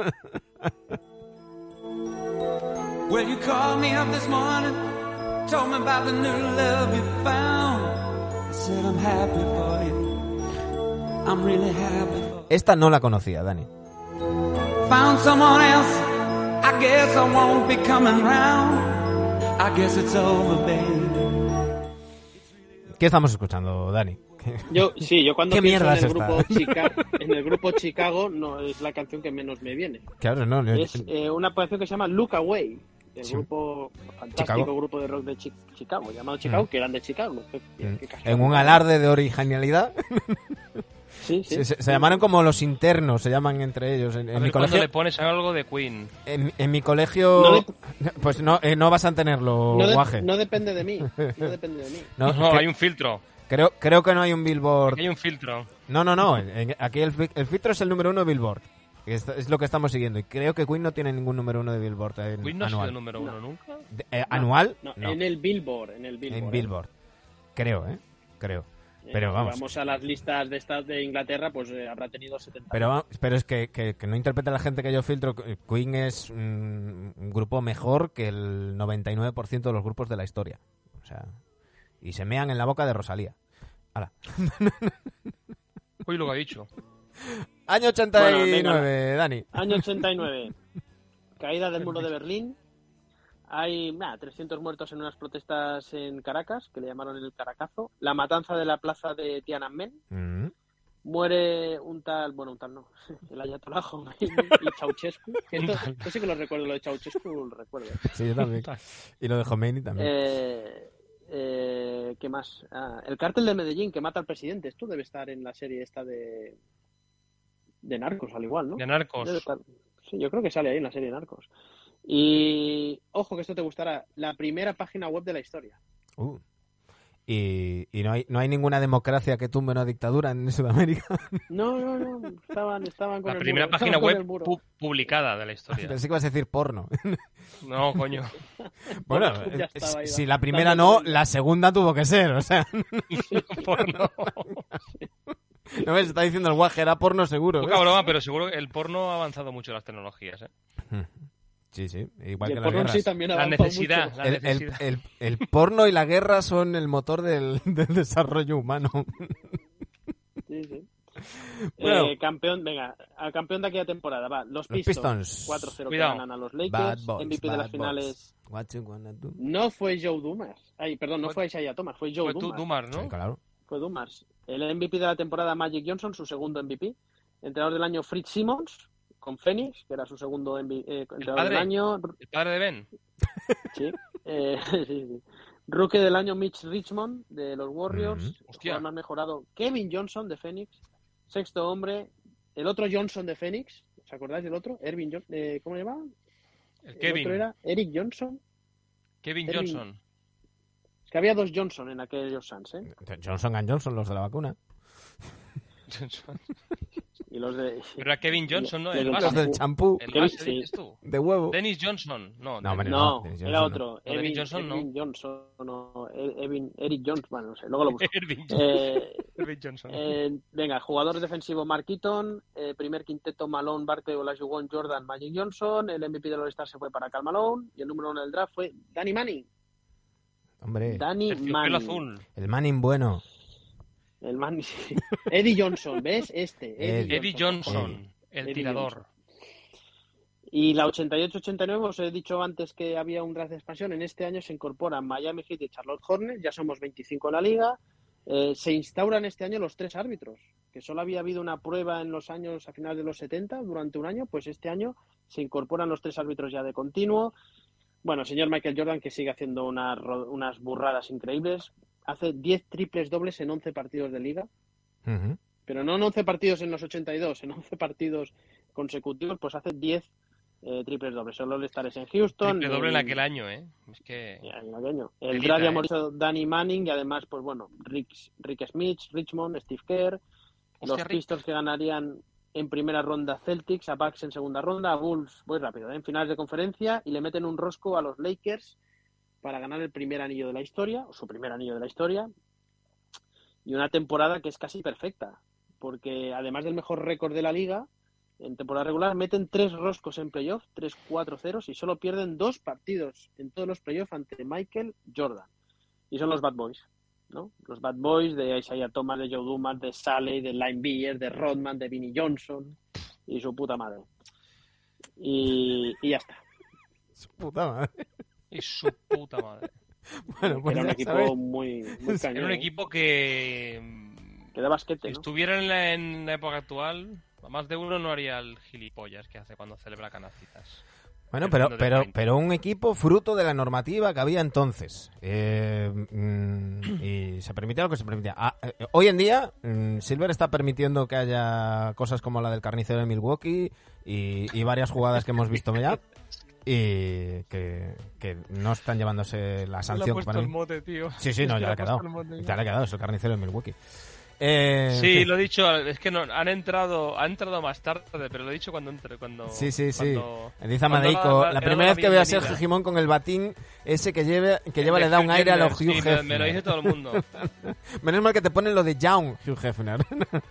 Well, you called me up this morning, told me about the new love you found. I said I'm happy for you. I'm really happy for you. Esta no la conocía, Dani. Found someone else. I guess I won't be coming round. I guess it's over, baby. ¿Qué estamos escuchando, Dani? Yo cuando ¿Qué pienso mierda en es el grupo Chicago, no es la canción que menos me viene. Claro, no. Es una canción que se llama Look Away, del Sí. grupo fantástico Chicago. grupo de rock de Chicago, llamado Chicago, que eran de Chicago. Qué En un alarde de originalidad. Sí. Se llamaron como los internos, se llaman entre ellos. En A mi ver cuando colegio, le pones algo de Queen. en mi colegio, pues no vas a tenerlo, guaje. No depende de mí. No depende de mí. No, No, que- hay un filtro. creo que no hay un Billboard. Hay un filtro. No. Aquí el filtro es el número 1 de Billboard. Es lo que estamos siguiendo. Y creo que Queen no tiene ningún número 1 de Billboard Queen no ha sido anual. el número uno nunca. ¿Anual? No, No. en el Billboard. En Billboard. Creo. Pero Si vamos. vamos a las listas de estas de Inglaterra, pues habrá tenido 70. Pero es que no interprete la gente que yo filtro. Queen es un grupo mejor que el 99% de los grupos de la historia. O sea, y se mean en la boca de Rosalía. Hala. Uy, lo que ha dicho. Año 89, Bueno, venga. Dani. Año 89. Caída del muro de Berlín. Hay 300 muertos en unas protestas en Caracas, que le llamaron el Caracazo. La matanza de la plaza de Tiananmen. Mm. Muere un tal no, el Ayatollah Khomeini y Ceausescu. Esto sí que lo recuerdo, lo de Ceausescu lo recuerdo. Sí, yo también. Y lo de Khomeini también. ¿Qué más? El cártel de Medellín que mata al presidente. Esto debe estar en la serie esta de Narcos, al igual, ¿no? De Narcos. Debe estar. Sí, yo creo que sale ahí en la serie de Narcos. Y ojo que esto te gustará, la primera página web de la historia. Y no hay ninguna democracia que tumbe una dictadura en Sudamérica. No, estaban con La el primera muro, página estaban con web el muro. publicada de la historia. Pensé que ibas a decir porno. No, coño. Bueno, Ya estaba ahí, si la primera dando no, cuenta. la segunda tuvo que ser, o sea. Porno. No ves, está diciendo el guaje, era porno seguro. Poca broma, pero seguro que el porno ha avanzado mucho en las tecnologías, ¿eh? Sí, igual Y que el las porno guerras. sí también ha La avanzado necesidad. mucho. La necesidad. El porno y la guerra son el motor del desarrollo humano. Sí. Bueno. Campeón, venga, al campeón de aquella temporada, va. Los Pistons. 4-0 que Cuidado. ganan a los Bad Lakers. boys, MVP de bad las finales. boys. What you gonna do? No fue Joe Dumas. No fue Isaiah Thomas, fue Joe Fue tú, Dumas. Dumas, ¿no? Sí, claro. Fue Dumas. El MVP de la temporada, Magic Johnson, su segundo MVP. Entrenador del año, Fritz Simmons, con Phoenix, que era su segundo entrenador padre? del año. El padre de Ben. Sí. Sí. Rookie del año, Mitch Richmond, de los Warriors. El Hostia. jugador más mejorado, Kevin Johnson, de Phoenix. Sexto hombre, el otro Johnson de Phoenix. ¿Os acordáis del otro? Ervin Johnson. ¿Cómo se llamaba? El El Kevin. otro era Eric Johnson. Kevin Ervin. Johnson. Es que había dos Johnson en aquellos Suns, ¿eh? Johnson & Johnson, los de la vacuna. Y los de... Pero era Kevin Johnson, ¿no? Y El los Los base. del champú El Kevin, base, sí. dices tú. de huevo. Dennis Johnson. No, No, hombre, No, Dennis era Johnson otro. No, Dennis Johnson, no. Ervin Johnson, Eric Johnson, bueno, no sé, luego lo busco. Irving Johnson. Irving Johnson. Venga, jugador defensivo Mark Eaton, primer quinteto Malone, Barkley, Olajuwon, Jordan, Magic Johnson, el MVP de los Stars se fue para Karl Malone y el número 1 del draft fue Danny Manning. Hombre, Danny Terciopelo Manning. azul. el Manning bueno. El Manning, sí. Eddie Johnson, ¿ves? Eddie Eddie Johnson. El Eddie tirador. Johnson. Y la 88-89, os he dicho antes que había un draft de expansión. En este año se incorporan Miami Heat y Charlotte Hornets, ya somos 25 en la liga. Se instauran este año los 3 árbitros, que solo había habido una prueba en los años, a finales de los 70, durante un año, pues este año se incorporan los 3 árbitros ya de continuo. Bueno, señor Michael Jordan, que sigue haciendo unas burradas increíbles, hace 10 triples dobles en 11 partidos de liga, pero no en 11 partidos en los 82, en 11 partidos consecutivos, pues hace 10 triples dobles. Solo el All-Star en Houston. Triple doble en aquel año, ¿eh? Es que... En aquel año. El draft ya hemos hecho Danny Manning y además, pues bueno, Rick Smith, Richmond, Steve Kerr, los Pistons que ganarían en primera ronda Celtics, a Bucks en segunda ronda, a Bulls, voy rápido, en finales de conferencia, y le meten un rosco a los Lakers para ganar el primer anillo de la historia, o su primer anillo de la historia, y una temporada que es casi perfecta, porque además del mejor récord de la liga, en temporada regular meten 3 roscos en playoff, 3-4-0, y solo pierden 2 partidos en todos los playoffs ante Michael Jordan. Y son los Bad Boys, ¿no? Los Bad Boys de Isaiah Thomas, de Joe Dumas, de Salley, de Lime Beer, de Rodman, de Vinnie Johnson y su puta madre. Y ya está. Su puta madre. Y su puta madre. Bueno, pues era un equipo muy cañón. Era un equipo que da basquete, si ¿no? estuviera en la época actual, más de uno no haría el gilipollas que hace cuando celebra canastitas. Bueno, pero un equipo fruto de la normativa que había entonces. Y se permitía lo que se permitía. Hoy en día, Silver está permitiendo que haya cosas como la del carnicero de Milwaukee y varias jugadas que hemos visto ya. Y que no están llevándose la sanción. Le ha puesto el mote, tío. Sí, no, ya le ha quedado. Ya le ha quedado, es el carnicero de Milwaukee. Sí, lo he dicho, es que no, han entrado más tarde, pero lo he dicho cuando Sí. Dice Amadeico, la primera vez que veo a Sergio Gimón con el batín ese que lleva le da un aire a los Hugh Hefner. Me lo dice todo el mundo. Menos mal que te ponen lo de Young Hugh Hefner.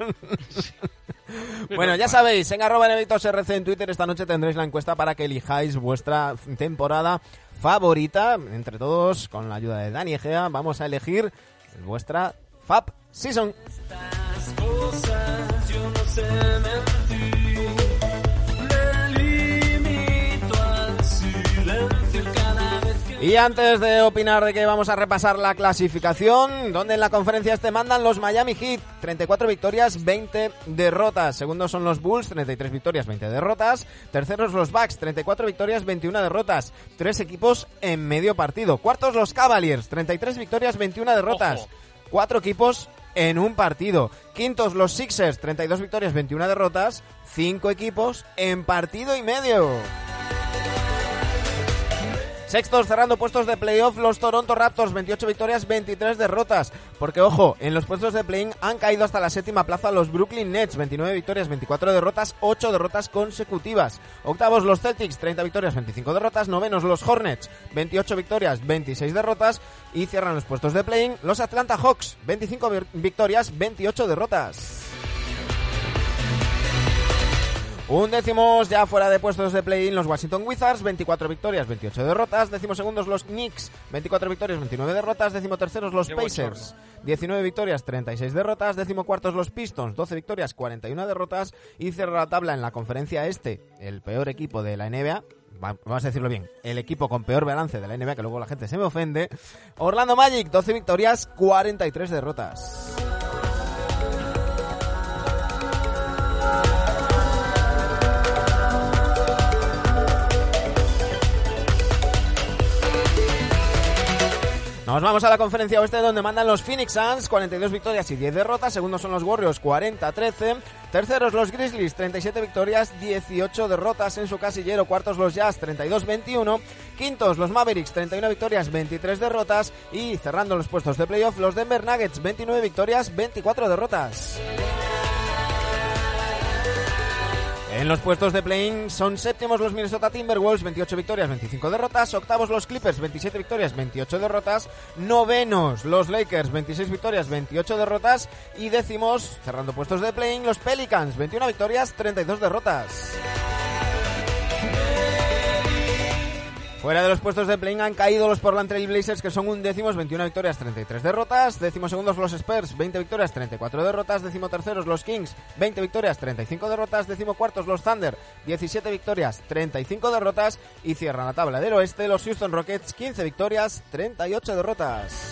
Bueno, ya sabéis, en @NevitosRC en Twitter esta noche tendréis la encuesta para que elijáis vuestra temporada favorita. Entre todos, con la ayuda de Dani Egea, vamos a elegir vuestra Fab Season. Estas cosas yo no sé mentir, me limito al silencio cada vez que... Y antes de opinar de que vamos a repasar la clasificación, donde en la conferencia mandan los Miami Heat, 34 victorias, 20 derrotas. Segundos son los Bulls, 33 victorias, 20 derrotas. Terceros los Bucks, 34 victorias, 21 derrotas. 3 equipos en medio partido. Cuartos los Cavaliers, 33 victorias, 21 derrotas. Ojo. 4 equipos en un partido. Quintos los Sixers, 32 victorias, 21 derrotas. 5 equipos en partido y medio. Sextos, cerrando puestos de playoff, los Toronto Raptors, 28 victorias, 23 derrotas. Porque, ojo, en los puestos de play-in han caído hasta la 7ª plaza los Brooklyn Nets, 29 victorias, 24 derrotas, 8 derrotas consecutivas. Octavos, los Celtics, 30 victorias, 25 derrotas. Novenos, los Hornets, 28 victorias, 26 derrotas. Y cierran los puestos de play-in los Atlanta Hawks, 25 victorias, 28 derrotas. Undécimos, ya fuera de puestos de play-in, los Washington Wizards, 24 victorias, 28 derrotas. Decimosegundos, los Knicks, 24 victorias, 29 derrotas. Decimoterceros, los Pacers, 19 victorias, 36 derrotas. Decimocuartos, los Pistons, 12 victorias, 41 derrotas. Y cierra la tabla en la conferencia este, el peor equipo de la NBA. Vamos a decirlo bien, el equipo con peor balance de la NBA, que luego la gente se me ofende. Orlando Magic, 12 victorias, 43 derrotas. Nos vamos a la conferencia oeste, donde mandan los Phoenix Suns, 42 victorias y 10 derrotas. Segundos son los Warriors, 40-13. Terceros los Grizzlies, 37 victorias, 18 derrotas en su casillero. Cuartos los Jazz, 32-21. Quintos los Mavericks, 31 victorias, 23 derrotas. Y cerrando los puestos de playoff, los Denver Nuggets, 29 victorias, 24 derrotas. En los puestos de play-in son séptimos los Minnesota Timberwolves, 28 victorias, 25 derrotas. Octavos los Clippers, 27 victorias, 28 derrotas. Novenos los Lakers, 26 victorias, 28 derrotas. Y décimos, cerrando puestos de play-in, los Pelicans, 21 victorias, 32 derrotas. Fuera de los puestos de play-in han caído los Portland Trail Blazers, que son undécimos, 21 victorias, 33 derrotas. Decimosegundos los Spurs, 20 victorias, 34 derrotas. Decimoterceros los Kings, 20 victorias, 35 derrotas. Decimocuartos los Thunder, 17 victorias, 35 derrotas. Y cierran la tabla del oeste los Houston Rockets, 15 victorias, 38 derrotas.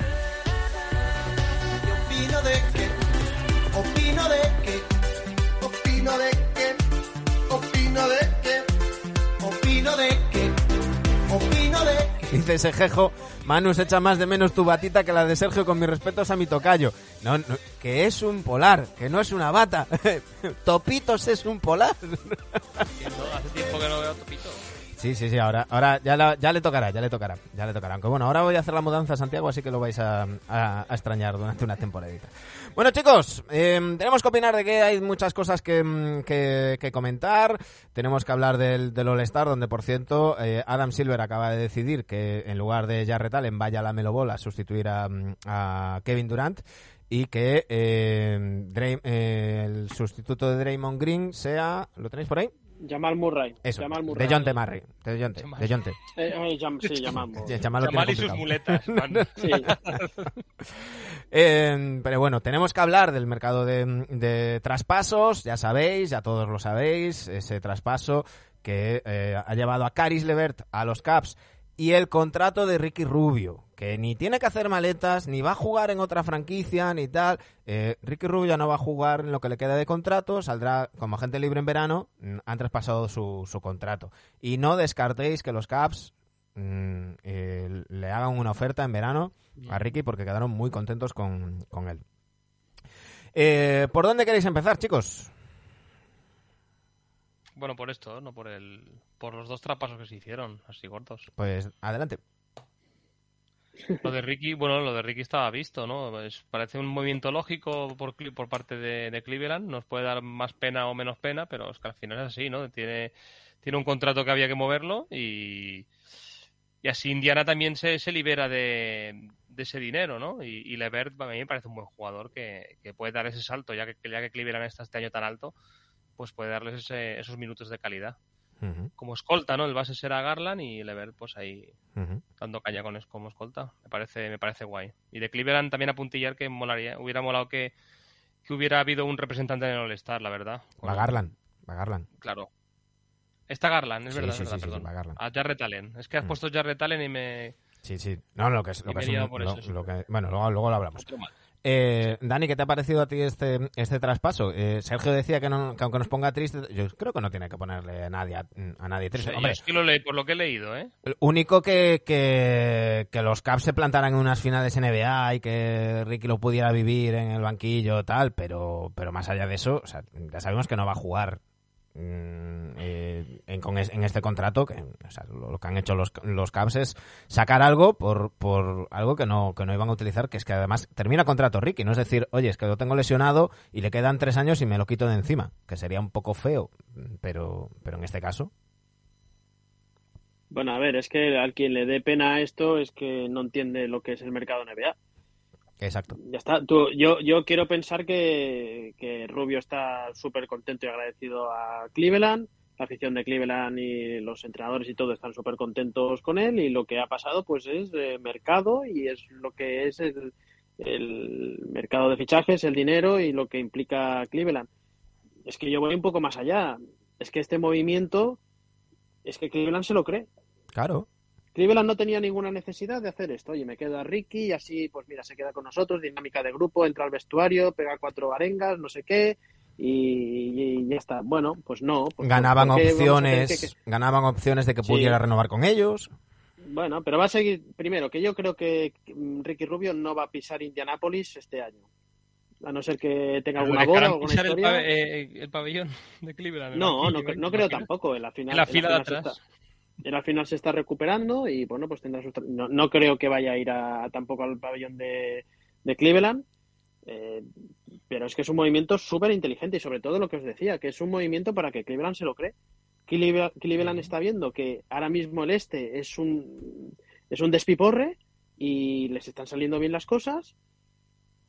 Opino de que, opino de que, opino de que, opino de que, opino de que, opino de que. Dice ese jejo, Manu, se echa más de menos tu batita que la de Sergio, con mis respetos a mi tocayo. No, que es un polar, que no es una bata. Topitos es un polar. Hace tiempo que no veo Topito. Sí, ahora ya le tocará. Aunque bueno, ahora voy a hacer la mudanza a Santiago, así que lo vais a extrañar durante una temporadita. Bueno, chicos, tenemos que opinar de que hay muchas cosas que comentar. Tenemos que hablar del All-Star, donde, por cierto, Adam Silver acaba de decidir que en lugar de Jarrett Allen vaya la Melo Ball a sustituir a Kevin Durant, y que el sustituto de Draymond Green sea... ¿Lo tenéis por ahí? Jamal Murray. Eso, Jamal Murray. DeJounte Murray. DeJounte. Sí, Jamal Murray. Jamal y sus muletas. Sí. Pero bueno, tenemos que hablar del mercado de traspasos. Ya sabéis, ya todos lo sabéis, ese traspaso que ha llevado a Caris LeVert a los Caps, y el contrato de Ricky Rubio, que ni tiene que hacer maletas, ni va a jugar en otra franquicia, ni tal. Ricky Rubio ya no va a jugar en lo que le queda de contrato, saldrá como agente libre en verano. Han traspasado su contrato. Y no descartéis que los Caps le hagan una oferta en verano a Ricky, porque quedaron muy contentos con él. ¿Por dónde queréis empezar, chicos? Bueno, por esto, no por los dos traspasos que se hicieron, así cortos. Pues adelante. Lo de Ricky estaba visto, ¿no? Parece un movimiento lógico por parte de Cleveland. Nos puede dar más pena o menos pena, pero es que al final es así, ¿no? Tiene un contrato que había que moverlo, y así Indiana también se libera de ese dinero, ¿no? Y LeVert a mí me parece un buen jugador que puede dar ese salto, ya que Cleveland está este año tan alto, pues puede darles esos minutos de calidad. Uh-huh. Como escolta, ¿no? El base será Garland y LeVert pues ahí Uh-huh. dando caña como escolta. Me parece guay. Y de Cleveland también apuntillar que hubiera molado que hubiera habido un representante en el All-Star, la verdad. Va Garland. Claro. Está Garland, es Sí, verdad, sí, perdón. va Garland. A Jarrett Allen. Es que has puesto Jarrett Allen y me... Sí. No, lo que es bueno, luego lo hablamos. Otro mal. Dani, ¿qué te ha parecido a ti este traspaso? Sergio decía que aunque nos ponga triste, yo creo que no tiene que ponerle a nadie triste. Sí, Hombre, es que lo leí por lo que he leído, ¿eh? Único que los Caps se plantaran en unas finales NBA y que Ricky lo pudiera vivir en el banquillo, tal, pero más allá de eso, o sea, ya sabemos que no va a jugar en este contrato, que, o sea, lo que han hecho los Cavs es sacar algo por algo que no iban a utilizar, que es que además termina contrato Ricky, no es decir, oye, es que lo tengo lesionado y le quedan 3 años y me lo quito de encima, que sería un poco feo, pero en este caso... Bueno, a ver, es que al quien le dé pena esto es que no entiende lo que es el mercado NBA. Exacto. Ya está. Yo quiero pensar que Rubio está súper contento y agradecido a Cleveland. La afición de Cleveland y los entrenadores y todo están súper contentos con él, y lo que ha pasado pues es mercado, y es lo que es el mercado de fichajes, el dinero y lo que implica Cleveland. Es que yo voy un poco más allá. Es que este movimiento, es que Cleveland se lo cree. Claro. Cleveland no tenía ninguna necesidad de hacer esto. Oye, me queda Ricky y así, pues mira, se queda con nosotros, dinámica de grupo, entra al vestuario, pega 4 arengas, no sé qué, y ya está. Bueno, pues no. Pues ganaban opciones de que pudiera renovar con ellos. Bueno, pero va a seguir, primero, que yo creo que Ricky Rubio no va a pisar Indianápolis este año. A no ser que tenga alguna boda o alguna historia. El pabellón de Cleveland. No creo tampoco. En la fila de atrás. Él al final se está recuperando y bueno, pues tendrá sus... No creo que vaya a ir tampoco al pabellón de Cleveland, pero es que es un movimiento súper inteligente, y sobre todo lo que os decía, que es un movimiento para que Cleveland se lo cree. Cleveland está viendo que ahora mismo el este es un despiporre y les están saliendo bien las cosas.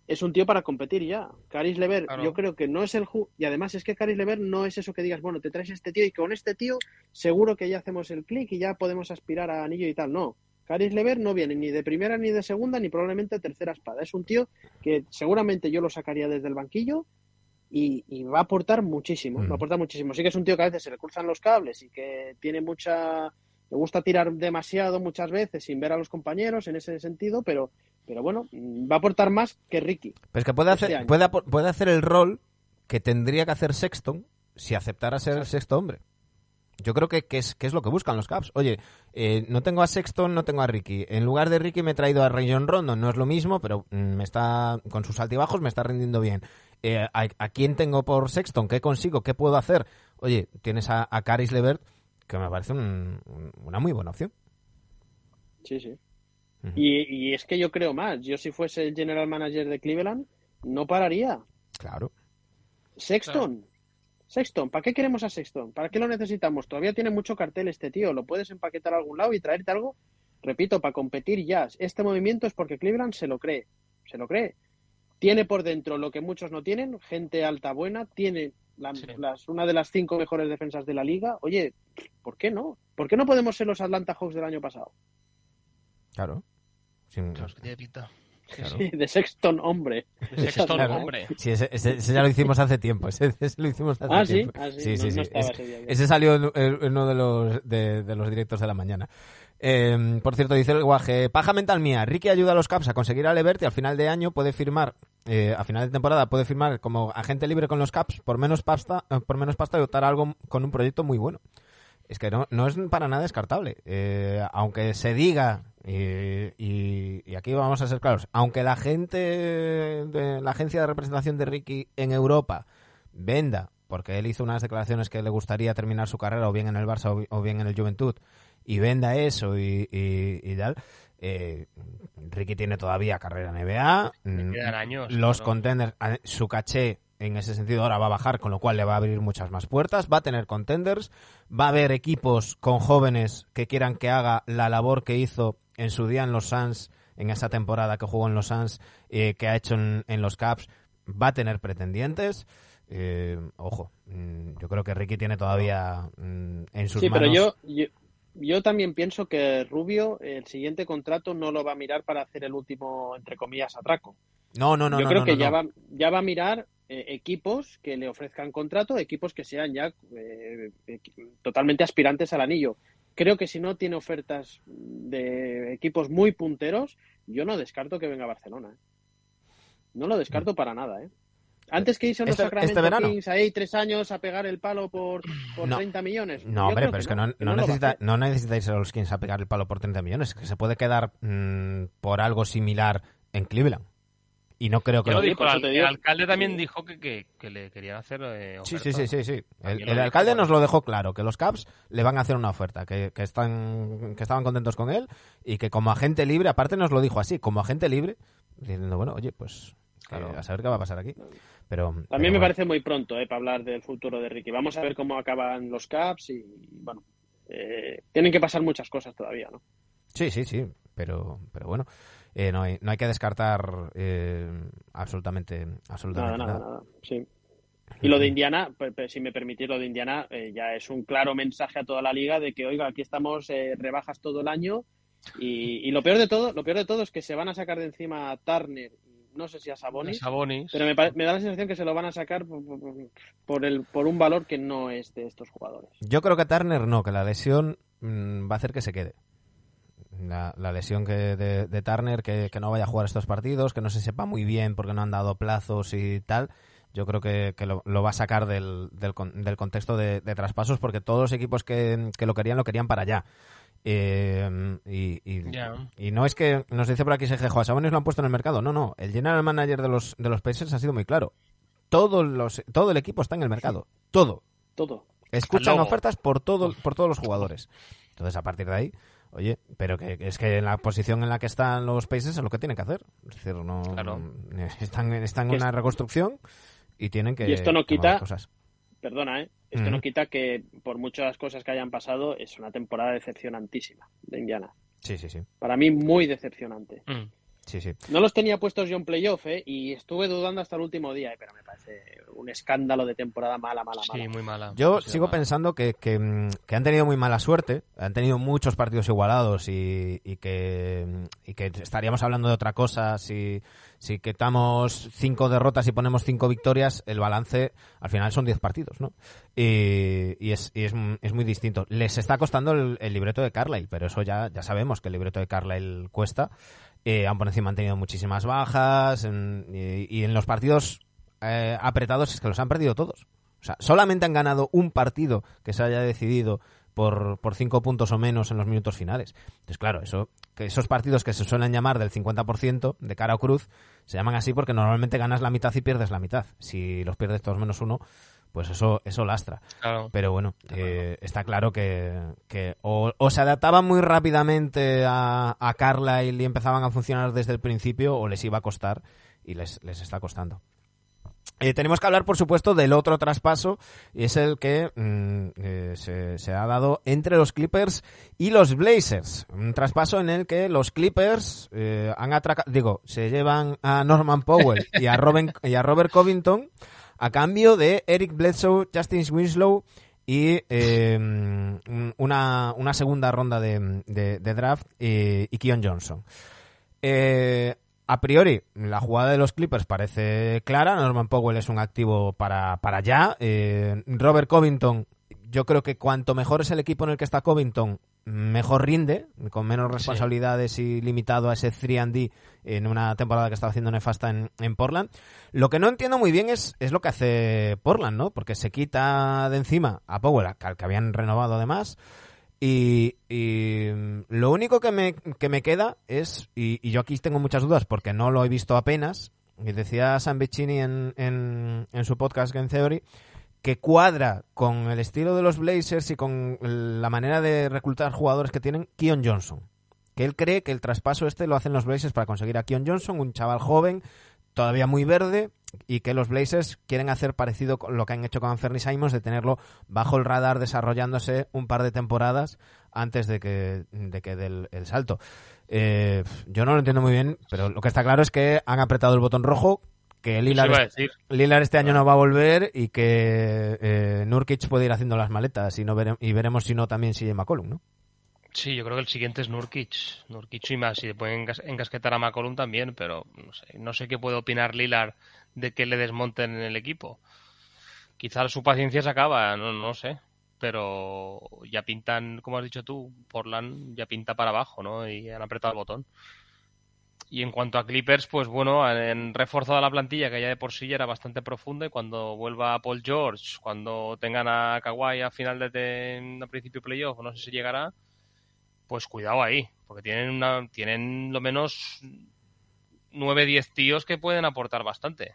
es un tío para competir ya. Caris LeVert, Claro. yo creo que no es y además es que Caris LeVert no es eso que digas, bueno, te traes este tío y con este tío seguro que ya hacemos el clic y ya podemos aspirar a anillo y tal. No, Caris LeVert no viene ni de primera ni de segunda ni probablemente tercera espada. Es un tío que seguramente yo lo sacaría desde el banquillo y va a aportar muchísimo, va a aportar muchísimo. Sí que es un tío que a veces se le cruzan los cables y que tiene le gusta tirar demasiado muchas veces sin ver a los compañeros en ese sentido, pero bueno, va a aportar más que Ricky. Pero es que puede este hacer, año. puede hacer el rol que tendría que hacer Sexton si aceptara ser el sexto hombre. Yo creo que es lo que buscan los Caps. Oye, no tengo a Sexton, no tengo a Ricky. En lugar de Ricky me he traído a Rajon Rondo. No es lo mismo, pero me está con sus altibajos me está rindiendo bien. ¿A quién tengo por Sexton? ¿Qué consigo? ¿Qué puedo hacer? Oye, tienes a Caris LeVert, que me parece una muy buena opción. Sí, sí. Ujú. Y es que yo creo más. Yo si fuese el general manager de Cleveland, no pararía. Claro. Sexton. Sexton, ¿para qué queremos a Sexton? ¿Para qué lo necesitamos? Todavía tiene mucho cartel este tío. Lo puedes empaquetar a algún lado y traerte algo, repito, para competir ya. Este movimiento es porque Cleveland se lo cree. Se lo cree. Tiene por dentro lo que muchos no tienen, gente alta buena, tiene una de las 5 mejores defensas de la liga. Oye, ¿por qué no? ¿Por qué no podemos ser los Atlanta Hawks del año pasado? Claro. Sin- Claro, es que tiene pinta. Sí, Claro. sí. Sí, de Sexton, hombre. De Sexton, Claro. hombre. Sí, ese ya lo hicimos hace tiempo. Ese lo hicimos hace Ah, ¿sí? tiempo. Ah, sí. Sí, No- sí, no sí. estaba ese día yo. Ese salió en uno de los directos de la mañana. Por cierto, dice el guaje, paja mental mía, Ricky ayuda a los Caps a conseguir a LeVert y al final de año puede firmar, a final de temporada puede firmar como agente libre con los Caps por menos pasta y optar a algo con un proyecto muy bueno. Es que no es para nada descartable. Aunque se diga, y aquí vamos a ser claros, aunque la gente de la agencia de representación de Ricky en Europa venda, porque él hizo unas declaraciones que le gustaría terminar su carrera o bien en el Barça o bien en el Juventud, y venda eso y tal, Ricky tiene todavía carrera en NBA. Le quedan años. Los claro. contenders, su caché en ese sentido ahora va a bajar, con lo cual le va a abrir muchas más puertas, va a tener contenders, va a haber equipos con jóvenes que quieran que haga la labor que hizo en su día en los Suns, en esa temporada que jugó en los Suns, que ha hecho en los Caps, va a tener pretendientes. Ojo, yo creo que Ricky tiene todavía en sus Sí, manos... pero yo también pienso que Rubio, el siguiente contrato, no lo va a mirar para hacer el último, entre comillas, atraco. No, Yo creo que ya va a mirar equipos que le ofrezcan contrato, equipos que sean ya totalmente aspirantes al anillo. Creo que si no tiene ofertas de equipos muy punteros, yo no descarto que venga a Barcelona. No lo descarto para nada, ¿eh? Antes que irse a los Sacramento verano. Kings ahí 3 años a pegar el palo por No. 30 millones. No, Yo hombre, creo pero es que no no lo va a hacer. necesita irse a los Kings a pegar el palo por 30 millones, que se puede quedar por algo similar en Cleveland. Y no creo que Ya lo Sí, dijo, por eso te el digo. alcalde también dijo que le querían hacer Sí. oferta. También lo El dijo, alcalde bueno. nos lo dejó claro, que los Caps le van a hacer una oferta, que estaban contentos con él y que como agente libre, aparte nos lo dijo así, como agente libre, diciendo, bueno, oye, pues Claro. a saber qué va a pasar aquí. Pero También me bueno. parece muy pronto para hablar del futuro de Ricky. Vamos a ver cómo acaban los Caps y, bueno, tienen que pasar muchas cosas todavía, ¿no? Sí, pero bueno, no hay que descartar absolutamente Nada. Sí. Y lo de Indiana, pues, si me permitís, lo de Indiana ya es un claro mensaje a toda la liga de que, oiga, aquí estamos, rebajas todo el año y lo peor de todo es que se van a sacar de encima a Turner, no sé si a Sabonis, pero me da la sensación que se lo van a sacar por un valor que no es de estos jugadores. Yo creo que Turner no, que la lesión va a hacer que se quede. La lesión de Turner, que no vaya a jugar estos partidos, que no se sepa muy bien porque no han dado plazos y tal. Yo creo que lo va a sacar del contexto de traspasos, porque todos los equipos que lo querían para allá. Y no es que nos dice por aquí Sejejo, a Sabonis lo han puesto en el mercado. No, el general manager de los Pacers ha sido muy claro. Todo el equipo está en el mercado. Todo. Escuchan ofertas por todos los jugadores. Entonces, a partir de ahí, oye, pero que es que en la posición en la que están los Pacers es lo que tienen que hacer. Es decir, no están en una reconstrucción y tienen que... Y esto no tomar quita... cosas. Perdona, Esto no quita que, por muchas cosas que hayan pasado, es una temporada decepcionantísima de Indiana. Sí. Para mí, muy decepcionante. Sí, sí. No los tenía puestos yo en playoff, y estuve dudando hasta el último día, pero me parece un escándalo de temporada mala. Sí, muy mala. Yo Sí, sigo mala. pensando que han tenido muy mala suerte, han tenido muchos partidos igualados y que estaríamos hablando de otra cosa. Si quitamos 5 derrotas y ponemos 5 victorias, el balance al final son 10 partidos, ¿no? Y es muy distinto. Les está costando el libreto de Carlisle, pero eso ya sabemos que el libreto de Carlisle cuesta. Aún por encima han tenido muchísimas bajas y en los partidos apretados es que los han perdido todos. O sea, solamente han ganado un partido que se haya decidido por 5 puntos o menos en los minutos finales. Entonces, claro, esos partidos que se suelen llamar del 50% de cara o cruz se llaman así porque normalmente ganas la mitad y pierdes la mitad. Si los pierdes todos menos uno, pues eso lastra. Claro. Pero bueno, está claro que o se adaptaban muy rápidamente a Carlisle y empezaban a funcionar desde el principio, o les iba a costar y les está costando. Tenemos que hablar, por supuesto, del otro traspaso, y es el que se ha dado entre los Clippers y los Blazers. Un traspaso en el que los Clippers se llevan a Norman Powell y a Robert Covington a cambio de Eric Bledsoe, Justin Winslow y una segunda ronda de draft y Keon Johnson. A priori, la jugada de los Clippers parece clara. Norman Powell es un activo para allá. Robert Covington, yo creo que cuanto mejor es el equipo en el que está Covington, mejor rinde, con menos responsabilidades y limitado a ese 3&D en una temporada que está haciendo nefasta en Portland. Lo que no entiendo muy bien es lo que hace Portland, ¿no? Porque se quita de encima a Powell, al que habían renovado además. Y lo único que me queda es, y yo aquí tengo muchas dudas porque no lo he visto apenas, y decía Sam Vecini en su podcast Game Theory, que cuadra con el estilo de los Blazers y con la manera de reclutar jugadores que tienen Keon Johnson. Que él cree que el traspaso lo hacen los Blazers para conseguir a Keon Johnson, un chaval joven, todavía muy verde, y que los Blazers quieren hacer parecido con lo que han hecho con Anthony Simons, de tenerlo bajo el radar desarrollándose un par de temporadas antes de que dé el salto. Yo no lo entiendo muy bien, pero lo que está claro es que han apretado el botón rojo, que Lillard este año no va a volver y que Nurkic puede ir haciendo las maletas y veremos si no también sigue McCollum, ¿no? Sí, yo creo que el siguiente es Nurkic y más, si le pueden encasquetar a McCollum también, pero no sé qué puede opinar Lillard de que le desmonten en el equipo. Quizá su paciencia se acaba, no sé, pero ya pintan, como has dicho tú, Portland ya pinta para abajo, ¿no? Y han apretado el botón. Y en cuanto a Clippers, pues bueno, han reforzado la plantilla, que ya de por sí ya era bastante profunda, y cuando vuelva Paul George, cuando tengan a Kawhi a final a principio de playoff, no sé si llegará, pues cuidado ahí, porque tienen lo menos 9-10 tíos que pueden aportar bastante.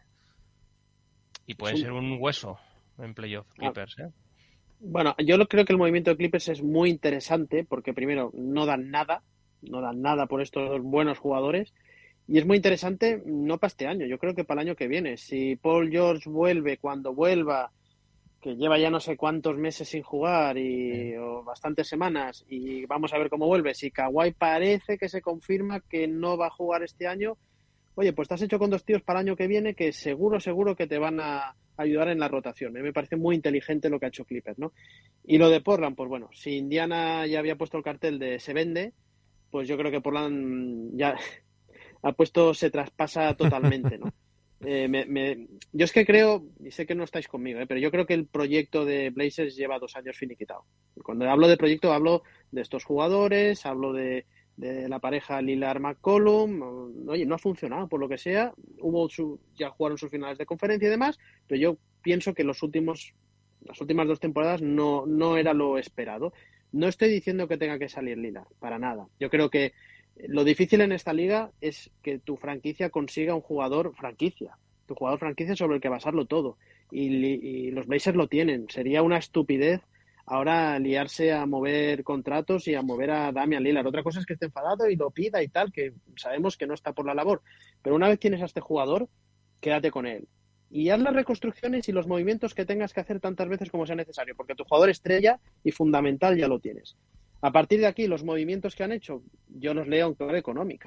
Y pueden ser un hueso en playoff Clippers, ¿eh? Bueno, yo creo que el movimiento de Clippers es muy interesante porque primero no dan nada por estos dos buenos jugadores, y es muy interesante no para este año, yo creo que para el año que viene. Si Paul George vuelve cuando vuelva, que lleva ya no sé cuántos meses sin jugar o bastantes semanas, y vamos a ver cómo vuelve. Si Kawhi parece que se confirma que no va a jugar este año, oye, pues te has hecho con dos tíos para el año que viene que seguro que te van a ayudar en la rotación. Me parece muy inteligente lo que ha hecho Clippers, ¿no? Y lo de Portland, pues bueno, si Indiana ya había puesto el cartel de se vende, pues yo creo que Portland ya ha puesto se traspasa totalmente, ¿no? Yo es que creo, y sé que no estáis conmigo, pero yo creo que el proyecto de Blazers lleva 2 años finiquitado. Cuando hablo de proyecto hablo de estos jugadores, hablo de la pareja Lillard-McCollum. Oye, no ha funcionado por lo que sea, ya jugaron sus finales de conferencia y demás, pero yo pienso que las últimas 2 temporadas no era lo esperado. No estoy diciendo que tenga que salir Lillard, para nada. Yo creo que lo difícil en esta liga es que tu franquicia consiga un jugador franquicia sobre el que basarlo todo. Y los Blazers lo tienen. Sería una estupidez ahora liarse a mover contratos y a mover a Damian Lillard. Otra cosa es que esté enfadado y lo pida y tal, que sabemos que no está por la labor. Pero una vez tienes a este jugador, quédate con él. Y haz las reconstrucciones y los movimientos que tengas que hacer tantas veces como sea necesario, porque tu jugador estrella y fundamental ya lo tienes. A partir de aquí, los movimientos que han hecho, yo los leo en clave económica.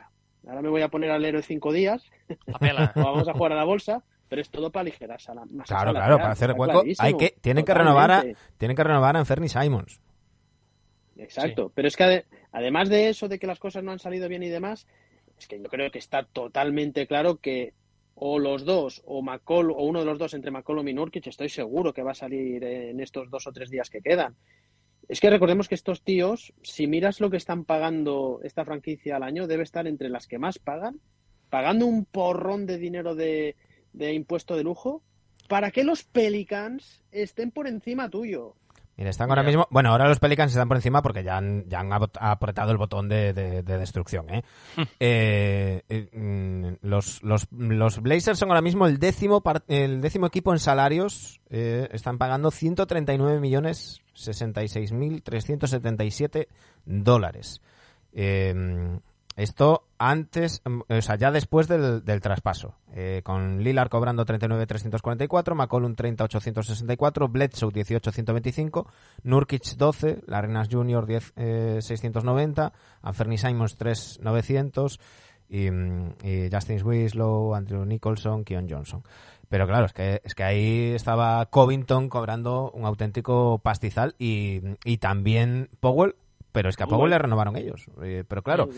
ahora me voy a poner al héroe 5 días, Papela. o vamos a jugar a la bolsa, pero es todo para aligerar Claro, para hacer hueco. Tienen que renovar a Anfernee Simons. Exacto, pero es que además de eso, de que las cosas no han salido bien y demás, es que yo creo que está totalmente claro que o los dos, o uno de los dos entre McCollum y Nurkic, estoy seguro que va a salir en estos 2 o 3 días que quedan. Es que recordemos que estos tíos, si miras lo que están pagando esta franquicia al año, debe estar entre las que más pagan, pagando un porrón de dinero de impuesto de lujo, para que los Pelicans estén por encima tuyo. Mira, están ahora mismo... Bueno, ahora los Pelicans están por encima porque ya han apretado el botón de destrucción, Los Blazers son ahora mismo el décimo equipo en salarios. Están pagando $139.666.377. Esto antes, o sea, ya después del traspaso, con Lillard cobrando 39.344, McCollum 30.864, Bledsoe 18.125, Nurkic 12, Larry Jr. 10.690, Anfernee Simons 3.900 y Justin Winslow, Andrew Nicholson, Keon Johnson. Pero claro, es que ahí estaba Covington cobrando un auténtico pastizal y también Powell. Pero es que a Powell le renovaron ellos. Pero claro,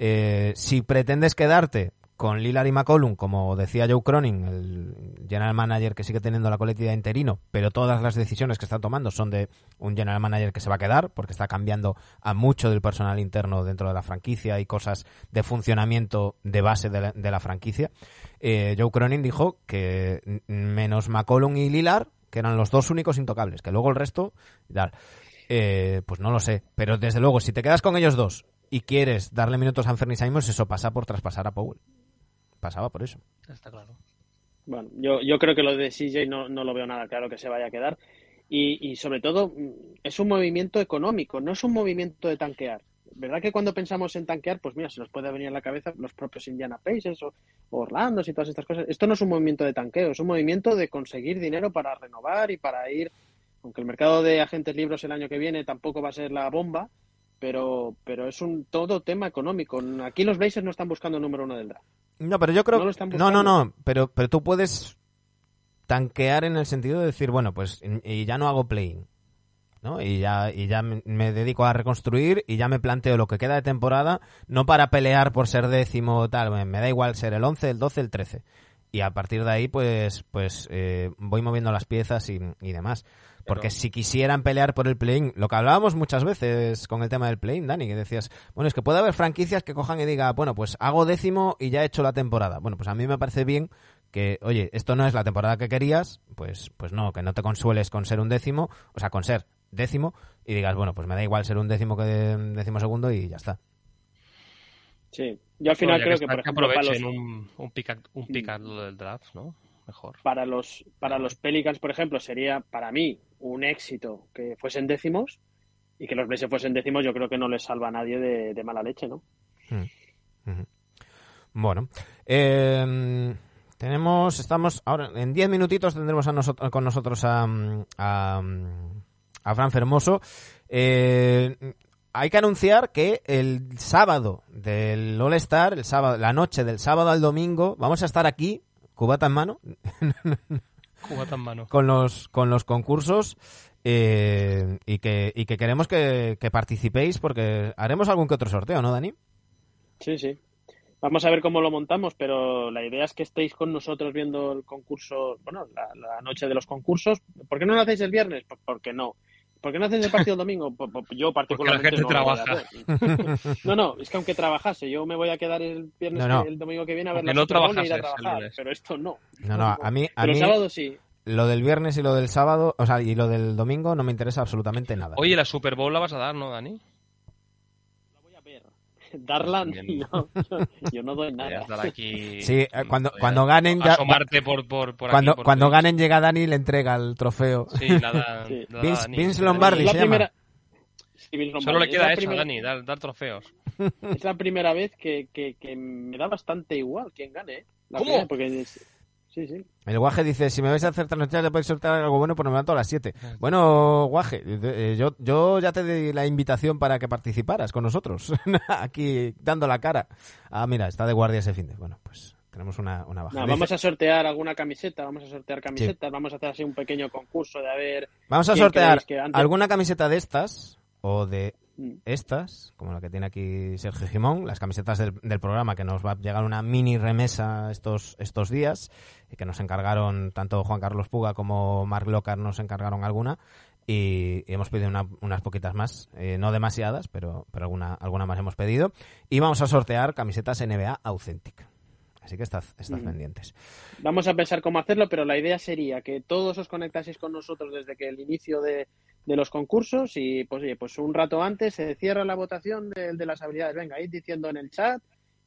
si pretendes quedarte con Lillard y McCollum, como decía Joe Cronin, el general manager que sigue teniendo la coletilla interino, pero todas las decisiones que está tomando son de un general manager que se va a quedar, porque está cambiando a mucho del personal interno dentro de la franquicia y cosas de funcionamiento de base de la franquicia. Joe Cronin dijo que menos McCollum y Lillard, que eran los dos únicos intocables, que luego el resto y tal. Pues no lo sé, pero desde luego si te quedas con ellos dos y quieres darle minutos a Anfernee Simons, eso pasa por traspasar a Powell. Pasaba por eso. Está claro. Bueno, yo creo que lo de CJ no lo veo nada claro que se vaya a quedar y sobre todo es un movimiento económico, no es un movimiento de tanquear. ¿Verdad que cuando pensamos en tanquear, pues mira, se nos puede venir a la cabeza los propios Indiana Pacers o Orlando y todas estas cosas? Esto no es un movimiento de tanqueo, es un movimiento de conseguir dinero para renovar y para ir... Aunque el mercado de agentes libres el año que viene tampoco va a ser la bomba, pero es un todo tema económico. Aquí los Blazers no están buscando el número 1 del draft. No, pero yo creo... No lo están buscando. No, pero tú puedes tanquear en el sentido de decir, bueno, pues y ya no hago play-in, ¿no? Y ya me dedico a reconstruir y ya me planteo lo que queda de temporada, no para pelear por ser décimo o tal, me da igual ser el 11, el 12, el 13. Y a partir de ahí, pues voy moviendo las piezas y demás. Porque si quisieran pelear por el play-in, lo que hablábamos muchas veces con el tema del play-in, Dani, que decías, bueno, es que puede haber franquicias que cojan y digan, bueno, pues hago décimo y ya he hecho la temporada. Bueno, pues a mí me parece bien que, oye, esto no es la temporada que querías, pues no, que no te consueles con ser un décimo, o sea, con ser décimo, y digas, bueno, pues me da igual ser un décimo que décimo segundo y ya está. Sí, yo al final creo que, por ejemplo, aprovechen un pick del draft, ¿no? Mejor. Para los Pelicans, por ejemplo, sería para mí un éxito que fuesen décimos y que los Blazers fuesen décimos. Yo creo que no les salva a nadie de mala leche, ¿no? Bueno, estamos ahora en 10 minutitos tendremos con nosotros a Fran Fermoso. Hay que anunciar que el sábado del All-Star, la noche del sábado al domingo, vamos a estar aquí, cubata en mano, con los concursos y que queremos que participéis porque haremos algún que otro sorteo, ¿no, Dani? Sí. Vamos a ver cómo lo montamos, pero la idea es que estéis con nosotros viendo el concurso, bueno, la noche de los concursos. ¿Por qué no lo hacéis el viernes? Pues porque no. ¿Por qué no hacéis el partido el domingo? Yo particularmente porque la gente trabaja. No, es que aunque trabajase, yo me voy a quedar el viernes, el domingo que viene a ver la Super Bowl y ir a trabajar, pero esto no. No, a mí el sábado sí. Lo del viernes y lo del sábado, o sea, y lo del domingo no me interesa absolutamente nada. Oye, la Super Bowl la vas a dar, ¿no, Dani? La voy a ver. Darla, no, yo no doy nada. Aquí, sí, cuando ganen ya, asomarte por cuando ganen llega Dani y le entrega el trofeo. Sí, nada. Vince Lombardi se llama. Solo le queda eso a Dani, dar trofeos. Es la primera vez que me da bastante igual quién gane. ¿Cómo? Porque Sí, sí. El Guaje dice, si me vais a hacer trasnochar, ya podéis sortear algo bueno, pues me levanto a las 7. Bueno, Guaje, yo ya te di la invitación para que participaras con nosotros, aquí dando la cara. Ah, mira, está de guardia ese finde. Bueno, pues tenemos una baja. No, vamos a sortear alguna camiseta, vamos a sortear camisetas, vamos a hacer así un pequeño concurso de a ver... Vamos a quién sortear creéis que antes- alguna camiseta de estas, o de estas, como la que tiene aquí Sergio Gimón, las camisetas del programa, que nos va a llegar una mini remesa estos días, y que nos encargaron, tanto Juan Carlos Puga como Marc Lockhart nos encargaron alguna, y hemos pedido unas poquitas más, no demasiadas, pero alguna más hemos pedido, y vamos a sortear camisetas NBA Authentic. Así que estad pendientes. Vamos a pensar cómo hacerlo, pero la idea sería que todos os conectaseis con nosotros desde que el inicio de los concursos y pues oye, pues un rato antes se cierra la votación de las habilidades. Venga, id diciendo en el chat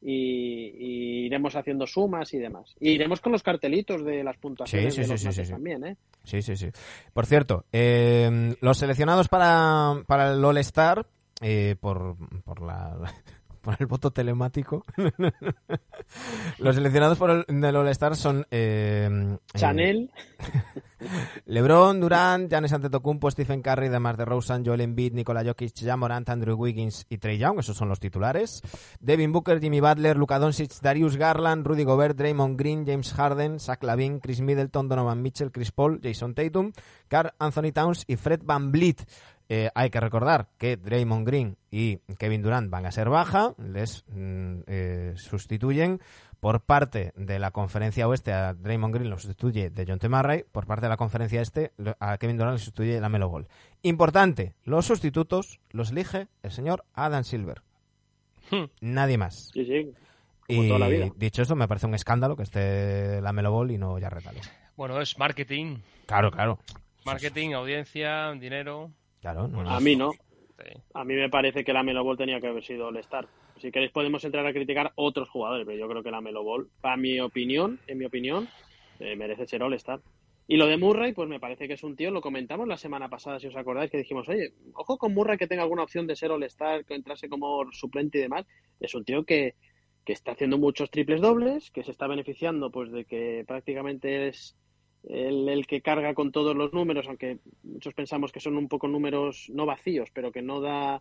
y iremos haciendo sumas y demás. Y iremos con los cartelitos de las puntuaciones de los matches también, ¿eh? Sí. Por cierto, los seleccionados para el All-Star, por el voto telemático, los seleccionados del All-Star son Chanel, LeBron, Durant, Giannis Antetokounmpo, Stephen Curry, DeMar DeRozan, Joel Embiid, Nikola Jokic, Ja Morant, Andrew Wiggins y Trae Young. Esos son los titulares. Devin Booker, Jimmy Butler, Luka Doncic, Darius Garland, Rudy Gobert, Draymond Green, James Harden, Zach LaVine, Chris Middleton, Donovan Mitchell, Chris Paul, Jason Tatum, Karl Anthony Towns y Fred VanVleet. Hay que recordar que Draymond Green y Kevin Durant van a ser baja, les sustituyen. Por parte de la conferencia oeste, a Draymond Green lo sustituye DeJounte Murray. Por parte de la conferencia este, a Kevin Durant lo sustituye LaMelo Ball. Importante, los sustitutos los elige el señor Adam Silver. Nadie más. sí, como Y toda la vida. dicho esto, me parece un escándalo que esté LaMelo Ball y no Jarrett Allen. Bueno, es marketing. Claro. Marketing, audiencia, dinero. Claro, no. A mí no. Sí. A mí me parece que la Melo Ball tenía que haber sido All-Star. Si queréis podemos entrar a criticar otros jugadores, pero yo creo que la Melo Ball, en mi opinión, merece ser All-Star. Y lo de Murray, pues me parece que es un tío, lo comentamos la semana pasada, si os acordáis, que dijimos, oye, ojo con Murray que tenga alguna opción de ser All-Star, que entrase como suplente y demás. Es un tío que está haciendo muchos triples dobles, que se está beneficiando pues de que prácticamente es el que carga con todos los números, aunque muchos pensamos que son un poco números no vacíos, pero que no da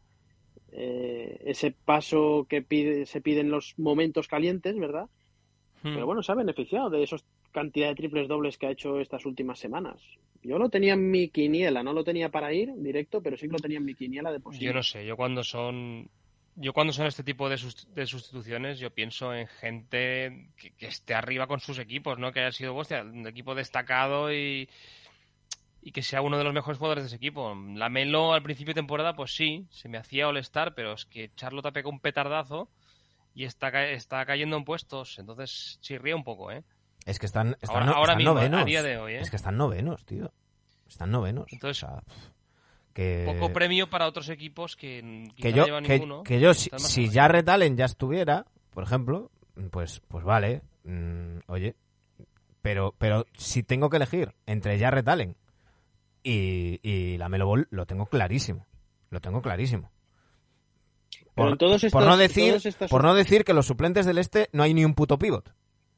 ese paso que se pide en los momentos calientes, ¿verdad? Pero bueno, se ha beneficiado de esa cantidad de triples dobles que ha hecho estas últimas semanas. Yo lo tenía en mi quiniela, no lo tenía para ir directo, pero sí que lo tenía en mi quiniela de posible. Yo no sé, yo cuando son este tipo de sustituciones, yo pienso en gente que esté arriba con sus equipos, ¿no? Que haya sido un equipo destacado y que sea uno de los mejores jugadores de ese equipo. LaMelo al principio de temporada, pues sí, se me hacía All-Star, pero es que Charlotte ha pegado un petardazo y está cayendo en puestos, entonces chirría un poco, ¿eh? Es que están ahora mismo, novenos. a día de hoy, ¿eh? Es que están novenos, tío. Están novenos. Entonces, o sea, que... poco premio para otros equipos que que no yo, llevan que, ninguno. que yo Están más si arriba. Jarrett Allen ya estuviera, por ejemplo, pues vale, oye, pero si tengo que elegir entre Jarrett Allen y LaMelo Ball, lo tengo clarísimo. Pero en todos por no decir que los suplentes del este no hay ni un puto pivot.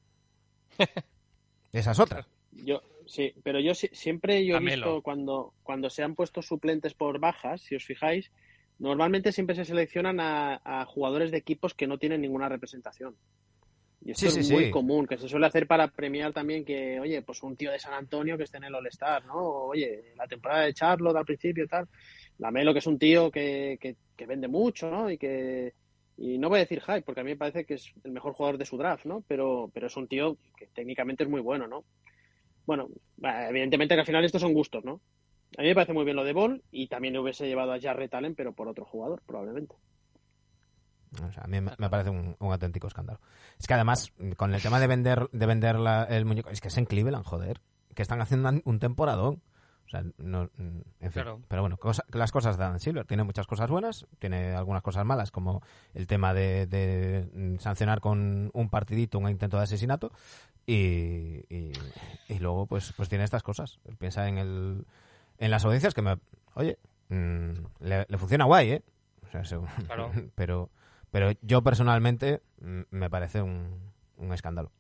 Esa es otra. Pero yo siempre he LaMelo. visto cuando se han puesto suplentes por bajas, si os fijáis, normalmente siempre se seleccionan a jugadores de equipos que no tienen ninguna representación. Y esto es muy común, que se suele hacer para premiar también que, oye, pues un tío de San Antonio que esté en el All-Star, ¿no? Oye, la temporada de Charlotte al principio tal. LaMelo, que es un tío que vende mucho, ¿no? Y no voy a decir hype, porque a mí me parece que es el mejor jugador de su draft, ¿no? Pero es un tío que técnicamente es muy bueno, ¿no? Bueno, evidentemente que al final estos son gustos, ¿no? A mí me parece muy bien lo de Ball y también le hubiese llevado a Jarrett Allen, pero por otro jugador, probablemente. O sea, a mí me parece un auténtico escándalo. Es que además, con el tema de vender el muñeco, es que es en Cleveland, joder, que están haciendo un temporadón. O sea, no, en fin. Claro. Pero bueno, las cosas de Adam Silver. Tiene muchas cosas buenas, tiene algunas cosas malas, como el tema de sancionar con un partidito un intento de asesinato. Y luego, pues tiene estas cosas. Piensa en las audiencias que oye, le funciona guay, ¿eh? O sea, Claro. pero yo personalmente me parece un escándalo.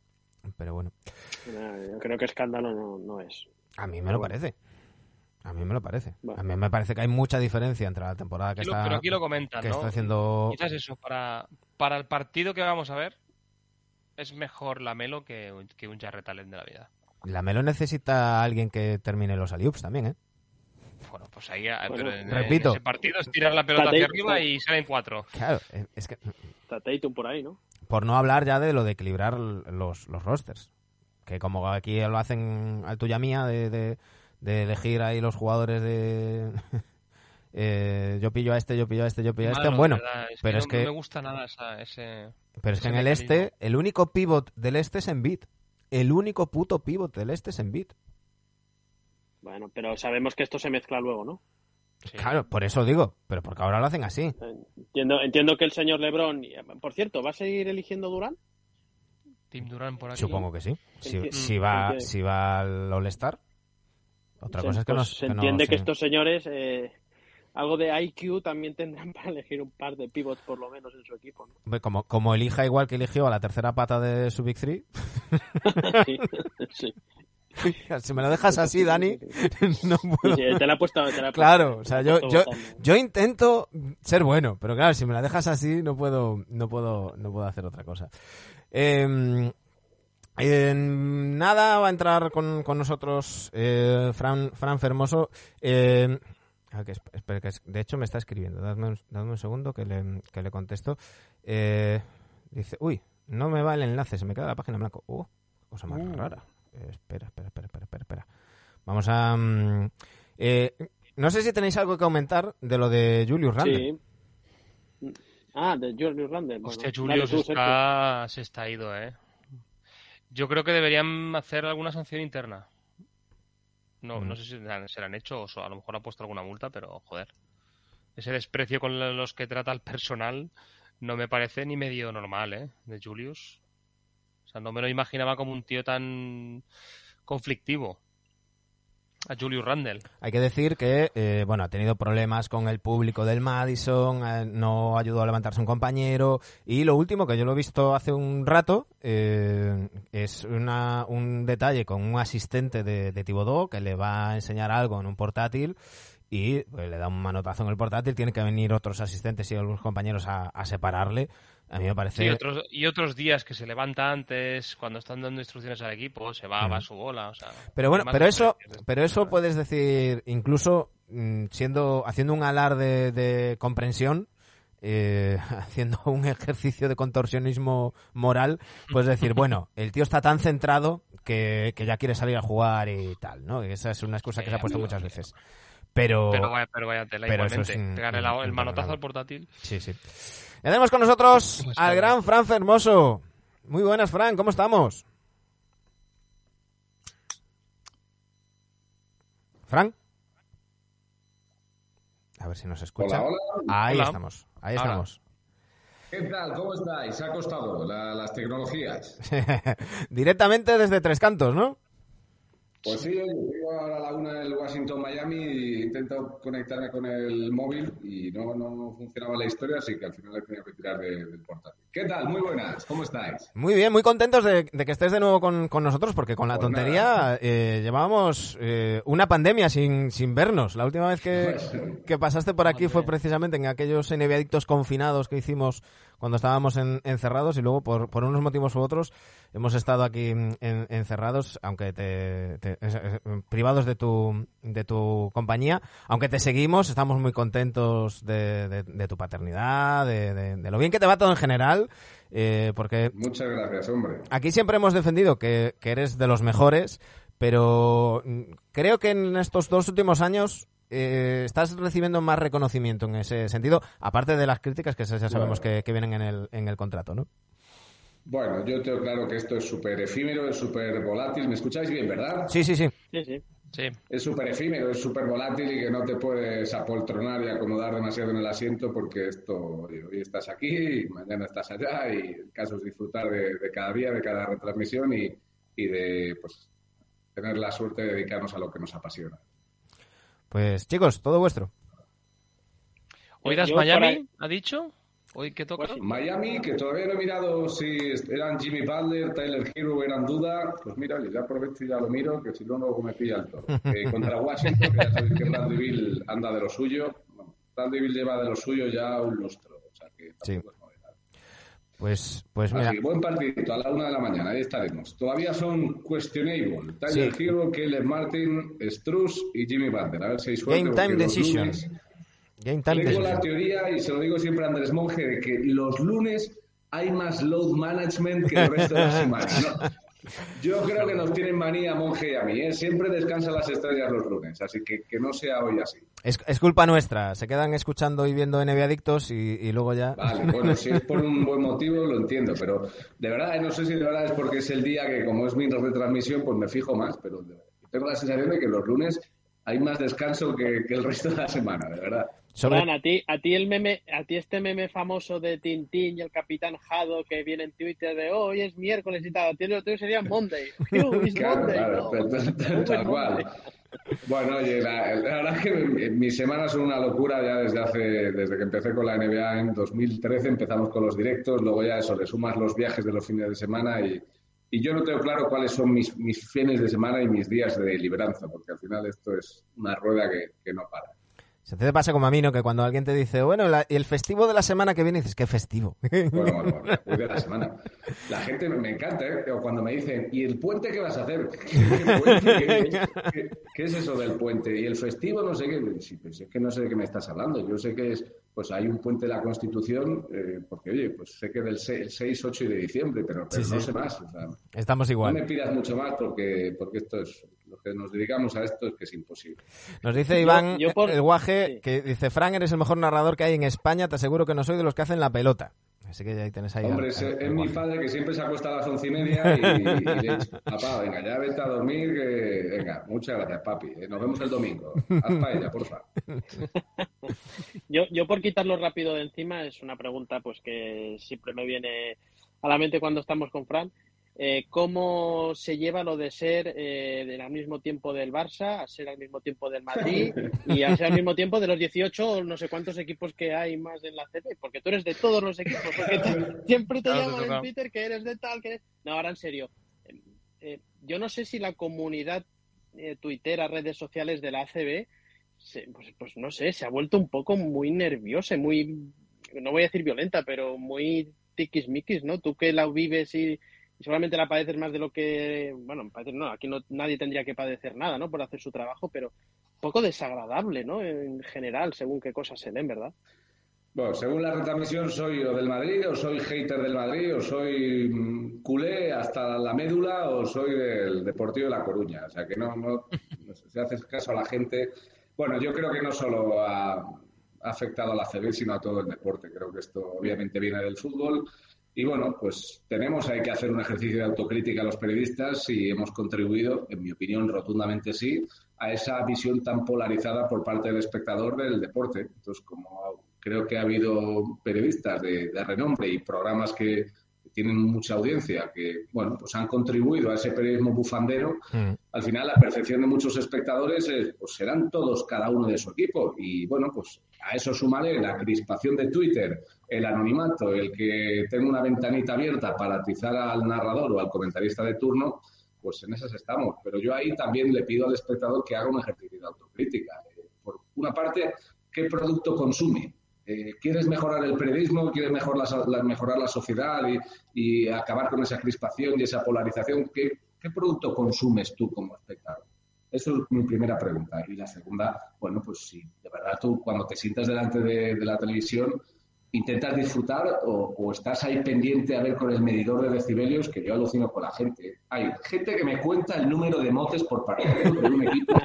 Pero bueno, Yo creo que escándalo no es. a mí me lo parece. A mí me lo parece. Bueno. A mí me parece que hay mucha diferencia entre la temporada que Pero aquí lo comentan, que ¿no? está haciendo... Quizás eso, para el partido que vamos a ver, es mejor Lamelo que un Jarrett Allen de la vida. Lamelo necesita a alguien que termine los alley-oops también, ¿eh? Bueno, pues ahí, Bueno, repito. en ese partido es tirar la pelota hacia Tate- arriba y salen 4. Claro, es que... Está Tatum por ahí, ¿no? Por no hablar ya de lo de equilibrar los rosters. Que como aquí lo hacen al tuya mía de elegir ahí los jugadores de... yo pillo a este, yo pillo a este, yo pillo a este. Bueno, pero es que... No me gusta nada ese... Pero es que ese en el mecanismo. este, el único pivot del este es Embiid. El único puto pivot del este es Embiid. Bueno, pero sabemos que esto se mezcla luego, ¿no? Sí. Claro, por eso digo. Pero porque ahora lo hacen así. Entiendo que el señor LeBron... Por cierto, ¿va a seguir eligiendo Durant? Tim Durant por aquí. Supongo que sí. Enti- Si va entiendo. al All-Star. Otra cosa es que Pues no... se entiende que estos señores... algo de IQ también tendrán para elegir un par de pivots por lo menos en su equipo, ¿no? Como elija igual que eligió a la tercera pata de su Big Three. Sí, sí. Si me lo dejas así, Dani, no puedo... Sí, te la he puesto. Claro, o sea, yo votando. intento ser bueno, pero claro, si me la dejas así no puedo hacer otra cosa. Nada, va a entrar con nosotros Fran Fermoso. Espera, de hecho me está escribiendo. Dadme un segundo que le contesto. Dice, uy, no me va el enlace, se me queda la página en blanco. Cosa más rara. Espera. Vamos a... no sé si tenéis algo que comentar de lo de Julius Randle. Sí. De Julius Randle. Bueno, Hostia, dale Julius tú, Sergio. se está ido, ¿eh? Yo creo que deberían hacer alguna sanción interna. No sé si se la han hecho o a lo mejor ha puesto alguna multa, pero joder. Ese desprecio con los que trata al personal no me parece ni medio normal, ¿eh? De Julius. O sea, no me lo imaginaba como un tío tan conflictivo. A Julius Randle. Hay que decir que ha tenido problemas con el público del Madison, no ayudó a levantarse un compañero, y lo último que yo lo he visto hace un rato es un detalle con un asistente de Thibodeau que le va a enseñar algo en un portátil y pues, le da un manotazo en el portátil, tienen que venir otros asistentes y algunos compañeros a separarle. A mí me parece... Sí, otros días que se levanta antes, cuando están dando instrucciones al equipo, se va a su bola, o sea... Pero bueno, pero eso puedes decir, incluso haciendo un alarde de comprensión, haciendo un ejercicio de contorsionismo moral, puedes decir, bueno, el tío está tan centrado que ya quiere salir a jugar y tal, ¿no? Esa es una excusa que se ha puesto muchas veces. Pero vaya tela, pero igualmente. eso es Pegarle el manotazo al portátil. Sí. Ya tenemos con nosotros Pues al claro. gran Fran Fermoso. Muy buenas, Fran, ¿cómo estamos? ¿Fran? A ver si nos escucha. Hola. Ahí Hola. estamos. Ahora. Estamos. ¿Qué tal? ¿Cómo estáis? ¿Se ha costado las tecnologías? Directamente desde Tres Cantos, ¿no? Pues sí, oye, tengo ahora la una en Washington, Miami, y intento conectarme con el móvil y no funcionaba la historia, así que al final he tenido que tirar del portátil. ¿Qué tal? Muy buenas, ¿cómo estáis? Muy bien, muy contentos de que estés de nuevo con nosotros, porque con la Pues tontería llevábamos una pandemia sin vernos. La última vez que pasaste por aquí fue precisamente en aquellos NBA Adictos confinados que hicimos cuando estábamos encerrados, y luego por unos motivos u otros hemos estado aquí encerrados, aunque privados de tu compañía, aunque te seguimos. Estamos muy contentos de tu paternidad, de lo bien que te va todo en general, porque Muchas gracias, hombre. aquí siempre hemos defendido que eres de los mejores, pero creo que en estos 2 últimos años estás recibiendo más reconocimiento en ese sentido, aparte de las críticas que ya sabemos que vienen en el contrato, ¿no? Bueno, yo tengo claro que esto es súper efímero, es súper volátil. ¿Me escucháis bien, verdad? Sí. Sí. Sí. Es súper efímero, es súper volátil y que no te puedes apoltronar y acomodar demasiado en el asiento porque esto, hoy estás aquí, mañana estás allá, y el caso es disfrutar de cada día, de cada retransmisión y de pues tener la suerte de dedicarnos a lo que nos apasiona. Pues chicos, todo vuestro. ¿Oidas Yo Miami? por ahí- ¿Ha dicho? ¿Hoy qué toca? Miami, que todavía no he mirado si eran Jimmy Butler, Tyler Hero, eran duda. Pues mira, ya aprovecho y ya lo miro, que si no, luego me pilla el toro. Contra Washington, que ya sabéis que Bradley Beal anda de lo suyo. Bueno, Bradley Beal lleva de lo suyo ya un lustro. O sea que tampoco es novedad. Pues mira. Así, buen partidito, a la 1 de la mañana, ahí estaremos. Todavía son questionable. Tyler Hero, Caleb Martin, Strus y Jimmy Butler. A ver si hay suerte. Game time decision. Tengo la teoría, y se lo digo siempre a Andrés Monge, de que los lunes hay más load management que el resto de la semana, ¿no? Yo creo que nos tienen manía Monge y a mí, ¿eh? Siempre descansan las estrellas los lunes, así que no sea hoy así. Es culpa nuestra, se quedan escuchando y viendo NBA Adictos y luego ya... Vale, bueno, si es por un buen motivo lo entiendo, pero de verdad, no sé si de verdad es porque es el día que como es mi retransmisión, pues me fijo más, pero tengo la sensación de que los lunes hay más descanso que el resto de la semana, de verdad. Fran, a ti este meme famoso de Tintín y el Capitán Jado que viene en Twitter de hoy es miércoles y tal, a ti lo tuyo sería Monday. Claro, tal cual. Bueno, oye, la verdad es que mis semanas son una locura ya desde que empecé con la NBA en 2013, empezamos con los directos, luego ya eso, le sumas los viajes de los fines de semana y yo no tengo claro cuáles son mis fines de semana y mis días de libranza, porque al final esto es una rueda que no para. Se te pasa como a mí, ¿no? Que cuando alguien te dice, bueno, y el festivo de la semana que viene, dices, ¿qué festivo? Bueno, muy de la semana. La gente me encanta, ¿eh? Cuando me dicen, ¿y el puente qué vas a hacer? ¿Qué es eso del puente? ¿Y el festivo? No sé qué. Sí, pues es que no sé de qué me estás hablando. Yo sé que pues hay un puente de la Constitución, porque, oye, pues sé que del 6, 8 y de diciembre, pero no sé más. O sea, estamos igual. No me pidas mucho más porque esto es... Lo que nos dedicamos a esto es que es imposible. Nos dice Iván, el guaje, que dice, Fran, eres el mejor narrador que hay en España, te aseguro que no soy de los que hacen la pelota. Así que ahí tenés ahí. Hombre, es mi padre que siempre se acuesta a las 11:30 y le dice, papá, venga, ya vete a dormir, que venga, muchas gracias, papi. Nos vemos el domingo. Haz paella, porfa. Yo por quitarlo rápido de encima, es una pregunta pues que siempre me viene a la mente cuando estamos con Fran. ¿Cómo se lleva lo de ser al mismo tiempo del Barça, a ser al mismo tiempo del Madrid y a ser al mismo tiempo de los 18 o no sé cuántos equipos que hay más en la CB? Porque tú eres de todos los equipos, porque siempre te llaman en Twitter que eres de tal, que eres... No, ahora en serio, yo no sé si la comunidad tuitera, redes sociales de la ACB, pues no sé, se ha vuelto un poco muy nerviosa, muy, no voy a decir violenta, pero muy tiquismiquis, ¿no? Tú que la vives y seguramente la padeces más de lo que... Bueno, no, aquí nadie tendría que padecer nada, ¿no? Por hacer su trabajo, pero un poco desagradable, ¿no? En general, según qué cosas se ven, ¿verdad? Bueno, según la retransmisión soy o del Madrid, o soy hater del Madrid, o soy culé hasta la médula, o soy del Deportivo de La Coruña. O sea, que no sé, si haces caso a la gente... Bueno, yo creo que no solo ha afectado a la CB, sino a todo el deporte. Creo que esto obviamente viene del fútbol. Y bueno, pues hay que hacer un ejercicio de autocrítica a los periodistas y hemos contribuido, en mi opinión, rotundamente sí, a esa visión tan polarizada por parte del espectador del deporte. Entonces, como creo que ha habido periodistas de renombre y programas que tienen mucha audiencia, que bueno, pues han contribuido a ese periodismo bufandero, al final la percepción de muchos espectadores es, pues serán todos cada uno de su equipo. Y bueno, pues a eso súmale la crispación de Twitter, el anonimato, el que tenga una ventanita abierta para atizar al narrador o al comentarista de turno, pues en esas estamos. Pero yo ahí también le pido al espectador que haga un ejercicio de autocrítica. Por una parte, ¿qué producto consume? ¿Quieres mejorar el periodismo? ¿Quieres mejorar la sociedad y acabar con esa crispación y esa polarización? ¿Qué producto consumes tú como espectador? Eso es mi primera pregunta. Y la segunda, bueno, pues si de verdad tú cuando te sientas delante de la televisión intentas disfrutar o estás ahí pendiente a ver con el medidor de decibelios, que yo alucino con la gente. Hay gente que me cuenta el número de motes por partido de un equipo.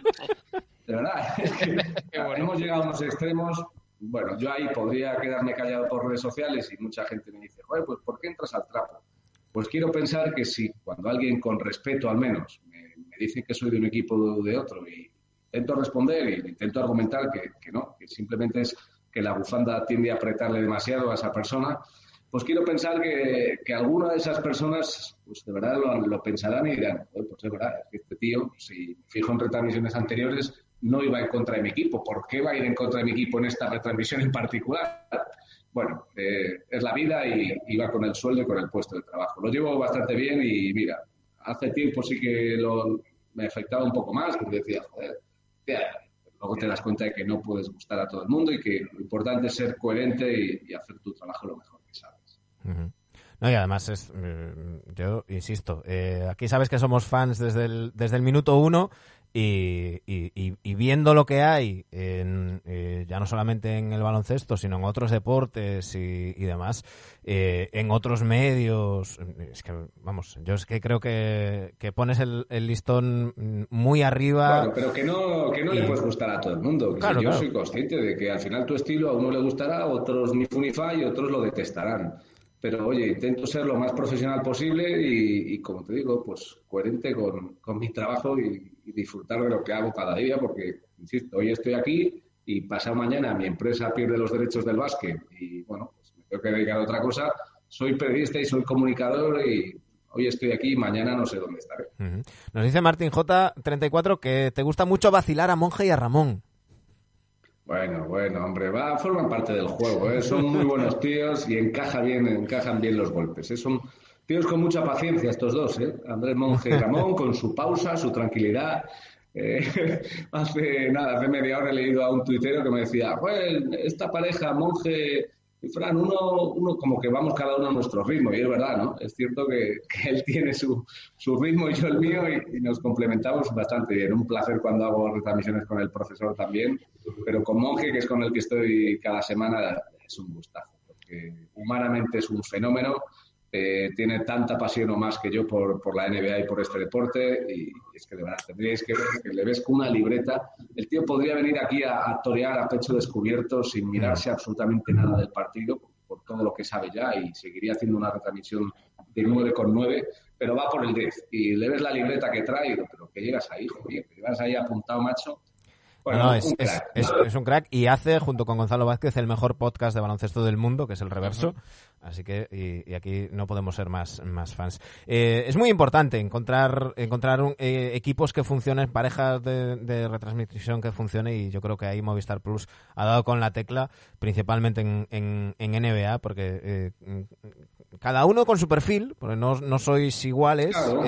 De verdad, es que hemos llegado a unos extremos. Bueno, yo ahí podría quedarme callado por redes sociales y mucha gente me dice, joder, pues ¿por qué entras al trapo? Pues quiero pensar que sí, cuando alguien con respeto al menos me dice que soy de un equipo o de otro y intento responder y intento argumentar que no, que simplemente es que la bufanda tiende a apretarle demasiado a esa persona, pues quiero pensar que alguna de esas personas pues de verdad lo pensarán y dirán, pues es verdad, es que este tío, si me fijo en retransmisiones anteriores, no iba en contra de mi equipo. ¿Por qué va a ir en contra de mi equipo en esta retransmisión en particular? bueno, es la vida y va con el sueldo y con el puesto de trabajo. Lo llevo bastante bien y mira, hace tiempo sí que me afectaba un poco más, porque decía, joder, tía, luego te das cuenta de que no puedes gustar a todo el mundo y que lo importante es ser coherente y hacer tu trabajo lo mejor que sabes. Uh-huh. No, y además yo insisto, aquí sabes que somos fans desde el minuto 1 y viendo lo que hay ya no solamente en el baloncesto, sino en otros deportes y demás, en otros medios, es que vamos, yo es que creo que pones el listón muy arriba. Bueno, pero que no le puedes gustar a todo el mundo. Que claro, yo claro. soy consciente de que al final tu estilo a uno le gustará, a otros ni fu ni fa y otros lo detestarán. Pero, oye, intento ser lo más profesional posible y como te digo, pues coherente con mi trabajo y disfrutar de lo que hago cada día, porque, insisto, hoy estoy aquí y pasado mañana mi empresa pierde los derechos del básquet y, bueno, pues me tengo que dedicar a otra cosa. Soy periodista y soy comunicador y hoy estoy aquí y mañana no sé dónde estaré. Uh-huh. Nos dice Martín J34 que te gusta mucho vacilar a Monje y a Ramón. Bueno, hombre, forman parte del juego, ¿eh? Son muy buenos tíos y encajan bien los golpes, ¿eh? Son tíos con mucha paciencia estos dos, ¿eh? Andrés Monje y Ramón, con su pausa, su tranquilidad. Hace media hora he leído a un tuitero que me decía, bueno, esta pareja, Monje y Fran, uno como que vamos cada uno a nuestro ritmo, y es verdad, ¿no? Es cierto que él tiene su ritmo y yo el mío y nos complementamos bastante bien. Un placer cuando hago retransmisiones con el profesor también, pero con Monje, que es con el que estoy cada semana, es un gustazo, porque humanamente es un fenómeno, tiene tanta pasión o más que yo por la NBA y por este deporte, y es que de verdad tendríais que ver que le ves con una libreta. El tío podría venir aquí a torear a pecho descubierto sin mirarse absolutamente nada del partido, por todo lo que sabe ya, y seguiría haciendo una retransmisión de 9,9, pero va por el 10 y le ves la libreta que trae, pero que llegas ahí, joder, que llegas ahí apuntado, macho. Bueno, es un crack y hace, junto con Gonzalo Vázquez, el mejor podcast de baloncesto del mundo, que es El Reverso. Uh-huh. Así que, y aquí no podemos ser más fans. Es muy importante encontrar equipos que funcionen, parejas de retransmisión que funcione, y yo creo que ahí Movistar Plus ha dado con la tecla, principalmente en NBA, porque cada uno con su perfil, porque no sois iguales, claro,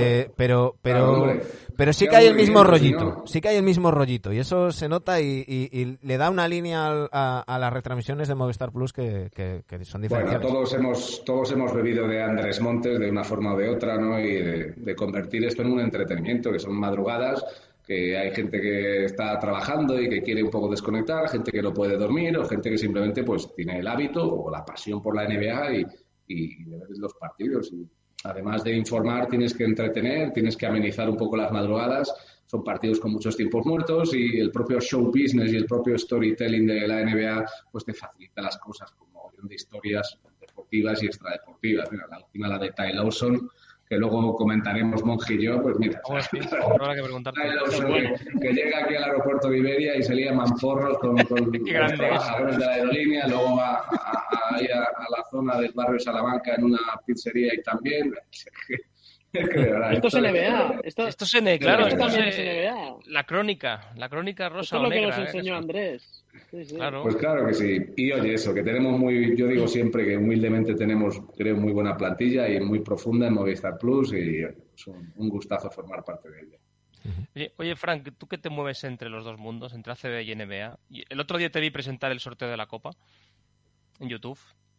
pero sí que hay el mismo rollito, sí que hay el mismo rollito, y eso se nota y le da una línea a las retransmisiones de Movistar Plus que son diferenciadas. Bueno, todos hemos bebido de Andrés Montes de una forma o de otra, ¿no? Y de convertir esto en un entretenimiento, que son madrugadas, que hay gente que está trabajando y que quiere un poco desconectar, gente que no puede dormir, o gente que simplemente pues tiene el hábito o la pasión por la NBA y de ver los partidos. Y además de informar, tienes que entretener, tienes que amenizar un poco las madrugadas. Son partidos con muchos tiempos muertos y el propio show business y el propio storytelling de la NBA pues te facilita las cosas, como de historias deportivas y extradeportivas. Mira, la última, la de Ty Lawson, que luego comentaremos Monje y yo, pues mira, habrá que preguntar. Ty Lawson que llega aquí al aeropuerto de Iberia y se lía manforros con los trabajadores de la aerolínea, luego va a la zona del barrio de Salamanca en una pizzería y también... Esto es NBA. Esto es NBA, claro. Esto también es NBA. La crónica rosa o negra. Esto es lo que nos enseñó Andrés. Sí. Claro. Pues claro que sí. Y oye, eso, que tenemos yo digo siempre que humildemente tenemos, creo, muy buena plantilla y muy profunda en Movistar Plus, y es un gustazo formar parte de ella. Oye, Frank, ¿tú qué te mueves entre los dos mundos, entre ACB y NBA? El otro día te vi presentar el sorteo de la Copa en YouTube.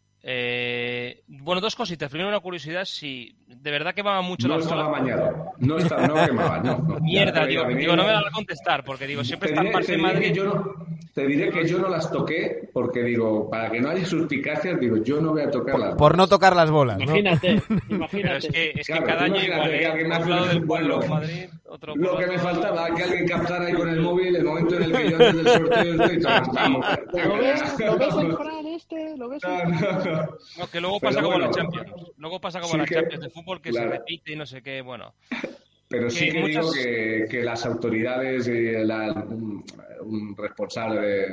Bueno, dos cositas. Primero, una curiosidad, si de verdad quemaba mucho la bola. No estaba bañado. No quemaba, no. Mierda, digo, no me vas a contestar, porque digo, siempre está en Barça y Madrid. Te diré que yo no las toqué, porque digo, para que no haya suspicacias, digo, yo no voy a tocar las bolas. Por no tocar las bolas, ¿no? Imagínate. Pero es que cada año igual, que un lado del pueblo, Madrid, otro lo que me faltaba, que alguien captara ahí con el móvil el momento en el que yo antes del sorteo estoy vamos. ¿Lo ves el Fran este? ¿Lo ves No, que luego pasa como la Champions. Luego pasa como la Champions de fútbol, que se repite y no sé qué, bueno. Pero sí que digo que las autoridades y un responsable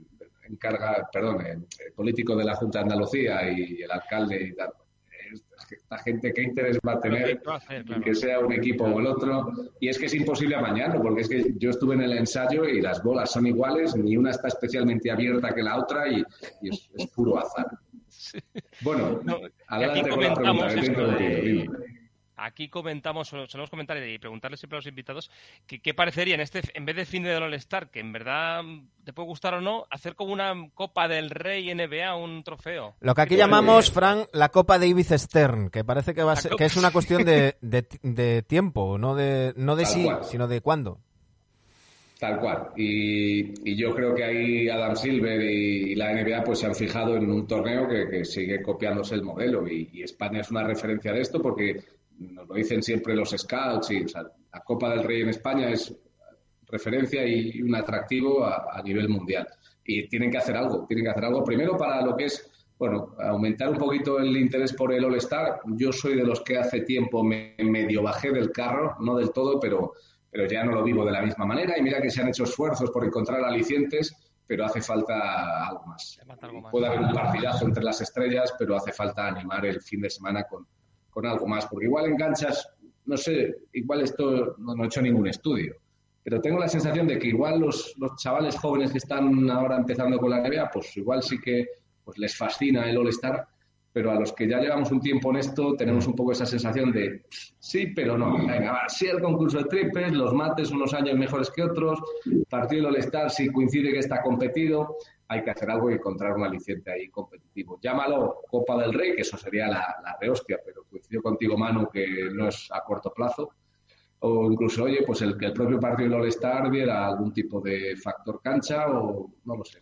el político de la Junta de Andalucía y el alcalde y tal, esta gente, ¿qué interés va a tener en que sea un equipo o el otro? Y es que es imposible amañarlo, porque es que yo estuve en el ensayo y las bolas son iguales, ni una está especialmente abierta que la otra y es puro azar. Bueno, No, adelante aquí con la pregunta, comentamos que te he esto interrumpido, de... dime. Aquí comentamos, solemos comentar y preguntarle siempre a los invitados qué parecería en vez de fin de All-Star, que en verdad te puede gustar o no, hacer como una Copa del Rey NBA, un trofeo. Lo que aquí ¿Qué te llamamos, parece? Fran, la Copa Davis Stern, que parece que que es una cuestión de tiempo, no de Tal sí, cual. sino de cuándo. Tal cual. Y yo creo que ahí Adam Silver y la NBA pues se han fijado en un torneo que sigue copiándose el modelo y España es una referencia de esto porque nos lo dicen siempre los scouts y o sea, la Copa del Rey en España es referencia y un atractivo a nivel mundial. Y tienen que hacer algo primero para lo que es, bueno, aumentar un poquito el interés por el All-Star. Yo soy de los que hace tiempo me medio bajé del carro, no del todo, pero ya no lo vivo de la misma manera y mira que se han hecho esfuerzos por encontrar alicientes, pero hace falta algo más. Puede haber un partidazo entre las estrellas, pero hace falta animar el fin de semana con algo más, porque igual enganchas, no sé, igual esto no he hecho ningún estudio, pero tengo la sensación de que igual los chavales jóvenes que están ahora empezando con la NBA, pues igual sí que pues les fascina el All-Star, pero a los que ya llevamos un tiempo en esto tenemos un poco esa sensación de sí, pero no. Venga, va, sí el concurso de triples, los mates unos años mejores que otros, partido del All-Star si coincide que está competido, hay que hacer algo y encontrar un aliciente ahí competitivo. Llámalo Copa del Rey, que eso sería la rehostia, pero coincido contigo, Manu, que no es a corto plazo. O incluso, oye, pues el que el propio partido del All-Star diera algún tipo de factor cancha o no lo sé.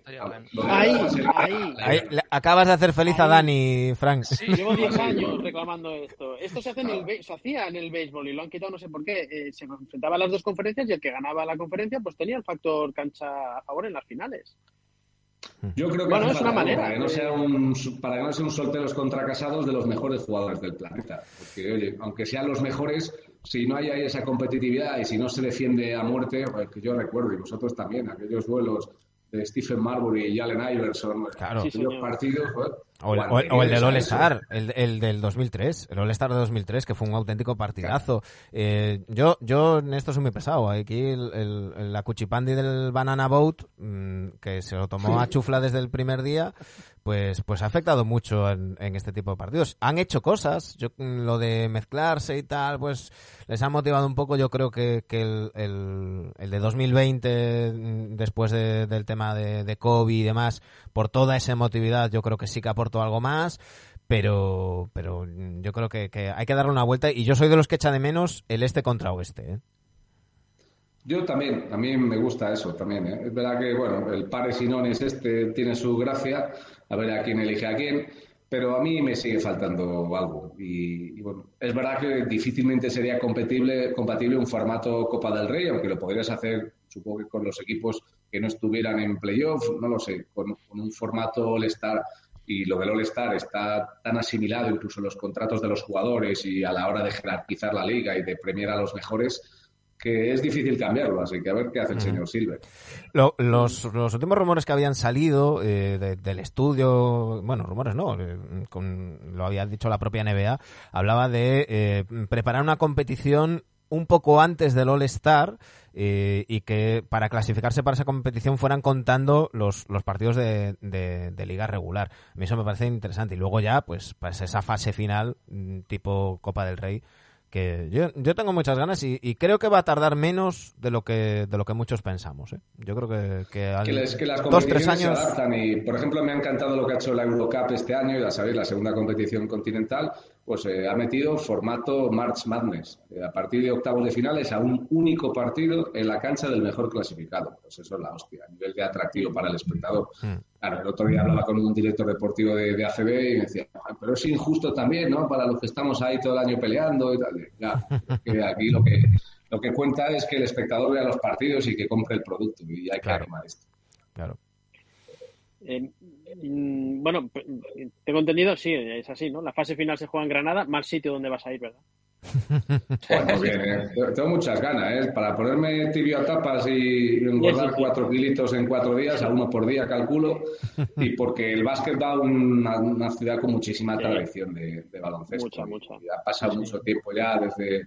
Ahí. Acabas de hacer feliz a Dani, Frank. Sí, Llevo 10 años reclamando esto. Esto se hacía en el béisbol y lo han quitado no sé por qué. Se enfrentaban las dos conferencias y el que ganaba la conferencia pues tenía el factor cancha a favor en las finales. Yo creo que bueno, es una manera. Para que no sea un solteros contra casados de los mejores jugadores del planeta. Porque, oye, aunque sean los mejores, si no hay ahí esa competitividad y si no se defiende a muerte, pues que yo recuerdo, y vosotros también, aquellos duelos de Stephen Marbury y Allen Iverson, claro. aquellos partidos, joder, o el del All-Star, el del 2003, el All-Star de 2003, que fue un auténtico partidazo. Claro. Yo en esto soy muy pesado. Aquí la cuchipandi del Banana Boat, que se lo tomó a chufla desde el primer día, pues ha afectado mucho en este tipo de partidos. Han hecho cosas, lo de mezclarse y tal, pues les ha motivado un poco. Yo creo que el de 2020, después del tema de COVID y demás, por toda esa emotividad, yo creo que sí que aportó algo más, pero yo creo que hay que darle una vuelta y yo soy de los que echa de menos el este contra oeste, ¿eh? Yo también, a mí me gusta eso también, ¿eh? Es verdad que, bueno, el pares y nones tiene su gracia, a ver a quién elige a quién, pero a mí me sigue faltando algo. Y bueno, es verdad que difícilmente sería compatible un formato Copa del Rey, aunque lo podrías hacer, supongo que con los equipos que no estuvieran en playoff, no lo sé, con un formato All-Star. Y lo del All-Star está tan asimilado, incluso en los contratos de los jugadores y a la hora de jerarquizar la liga y de premiar a los mejores, que es difícil cambiarlo, así que a ver qué hace el señor Silver. Los últimos rumores que habían salido del estudio, bueno, rumores no, lo había dicho la propia NBA, hablaba de preparar una competición un poco antes del All-Star y que para clasificarse para esa competición fueran contando los partidos de liga regular. A mí eso me parece interesante. Y luego ya, pues esa fase final tipo Copa del Rey, que yo tengo muchas ganas y creo que va a tardar menos de lo que muchos pensamos, ¿eh? Yo creo que las 2-3 años se adaptan y, por ejemplo, me ha encantado lo que ha hecho la Eurocup este año, ya sabéis, la segunda competición continental, pues ha metido formato March Madness, a partir de octavos de finales a un único partido en la cancha del mejor clasificado. Pues eso es la hostia, a nivel de atractivo para el espectador. Claro, el otro día hablaba con un director deportivo de ACB y me decía, pero es injusto también, ¿no? Para los que estamos ahí todo el año peleando y tal. Ya, que aquí lo que cuenta es que el espectador vea los partidos y que compre el producto y hay que animar esto. Claro. Bueno, tengo entendido, sí, es así, ¿no? La fase final se juega en Granada, mal sitio donde vas a ir, ¿verdad? Bueno, bien, tengo muchas ganas, ¿eh? Para ponerme tibio a tapas y engordar 4 kilitos en 4 días, a 1 por día calculo, y porque el básquet va a una ciudad con muchísima tradición de baloncesto. Mucha. Y ha pasado mucho tiempo ya desde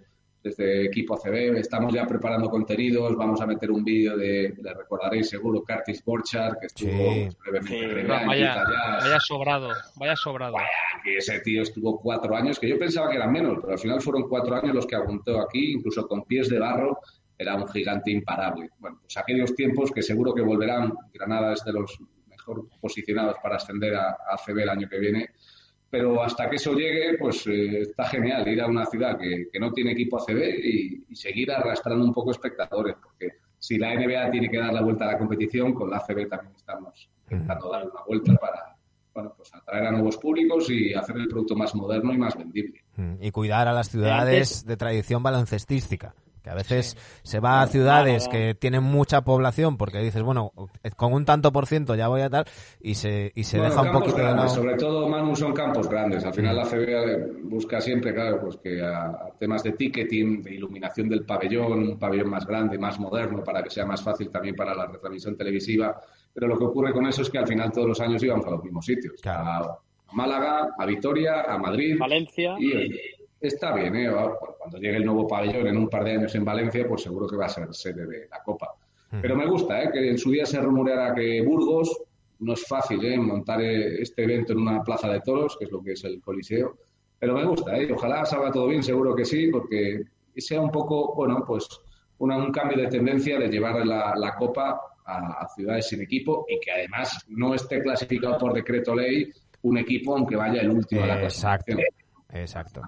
desde equipo ACB, estamos ya preparando contenidos, vamos a meter un vídeo le recordaréis seguro, Curtis Borchardt, que estuvo brevemente vaya sobrado. Que ese tío estuvo 4 años, que yo pensaba que eran menos, pero al final fueron 4 años los que aguantó aquí, incluso con pies de barro, era un gigante imparable. Bueno, pues aquellos tiempos que seguro que volverán. Granada es de los mejor posicionados para ascender a ACB el año que viene. Pero hasta que eso llegue, pues está genial ir a una ciudad que no tiene equipo ACB y seguir arrastrando un poco espectadores, porque si la NBA tiene que dar la vuelta a la competición, con la ACB también estamos intentando dar una vuelta para, bueno, pues atraer a nuevos públicos y hacer el producto más moderno y más vendible. Y cuidar a las ciudades de tradición baloncestística. Que a veces se va a ciudades que tienen mucha población porque dices, bueno, con un tanto por ciento ya voy a tal y se deja un poquito grandes, de lado. Sobre todo, Manu, son campos grandes. Al final la CB busca siempre, claro, pues que a temas de ticketing, de iluminación del pabellón, un pabellón más grande, más moderno, para que sea más fácil también para la retransmisión televisiva. Pero lo que ocurre con eso es que al final todos los años íbamos a los mismos sitios. Claro. A Málaga, a Vitoria, a Madrid. Valencia. Está bien, cuando llegue el nuevo pabellón en un par de años en Valencia, pues seguro que va a ser sede de la Copa. Pero me gusta, que en su día se rumoreara que Burgos, no es fácil, montar este evento en una plaza de toros, que es lo que es el Coliseo, pero me gusta, ojalá salga todo bien, seguro que sí, porque sea un poco, bueno, pues un cambio de tendencia de llevar la Copa a ciudades sin equipo y que además no esté clasificado por decreto ley un equipo aunque vaya el último a la clasificación. Exacto.